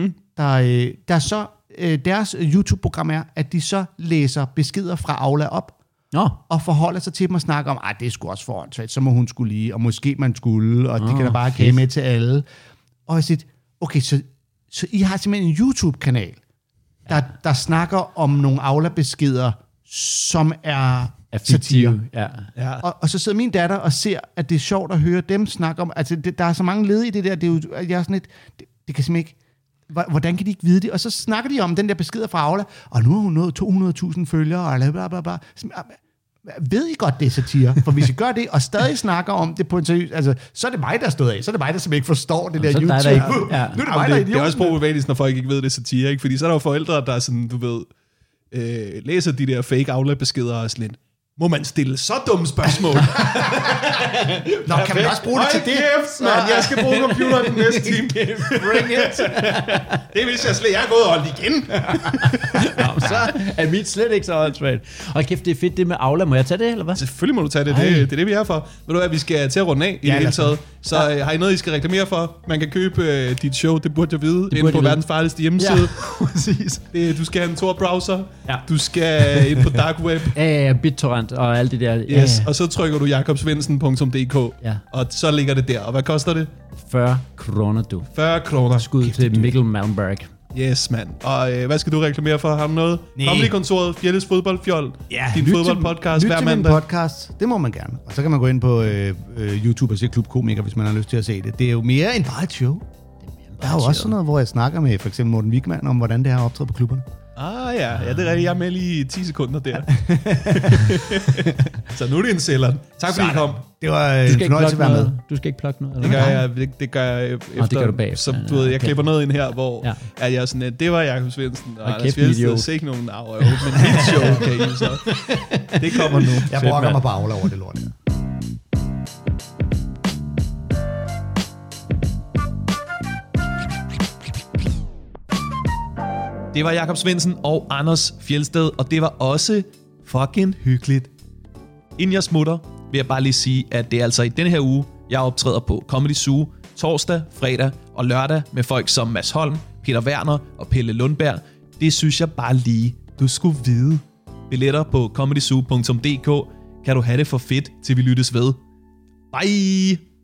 der så deres YouTube-program er, at de så læser beskeder fra Aula op, og forholder sig til dem og snakker om, det er sgu også for åndssvagt, så må hun skulle lige, og måske man skulle, og de kan da bare kage med til alle. Og jeg siger, okay, så I har simpelthen en YouTube-kanal, der snakker om nogle Aula-beskeder, som er satire. Ja. Og så sidder min datter og ser, at det er sjovt at høre dem snakke om, altså der er så mange led i det der, det er jo, jeg er sådan lidt, det kan simpelthen ikke, hvordan kan de ikke vide det? Og så snakker de om den der beskeder fra Aula, og nu har hun nået 200.000 følgere, og bla bla bla. Ved I godt, det er satire? For hvis I gør det, og stadig snakker om det på en seriøs, altså, så er det mig, der stod af. Så er det mig, der simpelthen ikke forstår det der YouTube. Nu er det mig, der er det er også problematisk, når folk ikke ved, det er satire, ikke? Fordi så er der jo forældre, der er sådan, du ved, læser de der fake Aula-beskeder og sådan lidt, må man stille så dumme spørgsmål? Nå, kan man også bruge det til det? Kæft, man. Jeg skal bruge computeren den næste time. Bring it. Det vidste jeg slet. Jeg er gået og holdt igen. Så er mit slet ikke så åndssvagt. Og kæft, det er fedt det med Aula. Må jeg tage det, eller hvad? Selvfølgelig må du tage det. Det er det, vi er for. Ved du hvad, vi skal til at runde af i det hele taget. Så har I noget, I skal reklamere for? Man kan købe dit show, det burde jeg vide, inde på verdens farligste hjemmeside. Ja, præcis. Du skal have en Tor-browser. Ja. Du skal ind på dark web. Ja, BitTorrent og alt det der. Yes, og så trykker du jakobsvendsen.dk, og så ligger det der. Og hvad koster det? 40 kroner, du. 40 kroner. Skud til Mikkel Malmberg. Yes, mand. Og hvad skal du reklamere for? Har du noget? Comedy-kontoret, Fjelles Fodboldfjold. Ja, din fodboldpodcast hver mandag. Min podcast, det må man gerne. Og så kan man gå ind på YouTube og se Klub Komiker, hvis man har lyst til at se det. Det er jo mere end bare et show. Der er jo også sådan noget, hvor jeg snakker med for eksempel Morten Wigman om, hvordan det er at optræde på klubberne. Ja, det er rigtigt. Jeg er med lige 10 sekunder der. Så nu er det en sælger. Tak fordi I kom. Det var en fornøjelse at være med. Du skal ikke plukke noget? Det gør jeg efter. Det gør du bagefter. Så du ved, jeg klipper noget ind her, hvor at jeg sådan, det var Jakob Svendsen, og Anders Fjeldsted, så ikke nogen men mit show, okay, så det kommer nu. Jeg brokker mig bare over det lort. Det var Jakob Svendsen og Anders Fjeldsted, og det var også fucking hyggeligt. Inden jeg smutter, vil jeg bare lige sige, at det er altså i denne her uge, jeg optræder på Comedy Zoo torsdag, fredag og lørdag med folk som Mads Holm, Peter Werner og Pelle Lundberg. Det synes jeg bare lige, du skulle vide. Billetter på comedyzoo.dk. Kan du have det for fedt, til vi lyttes ved. Bye!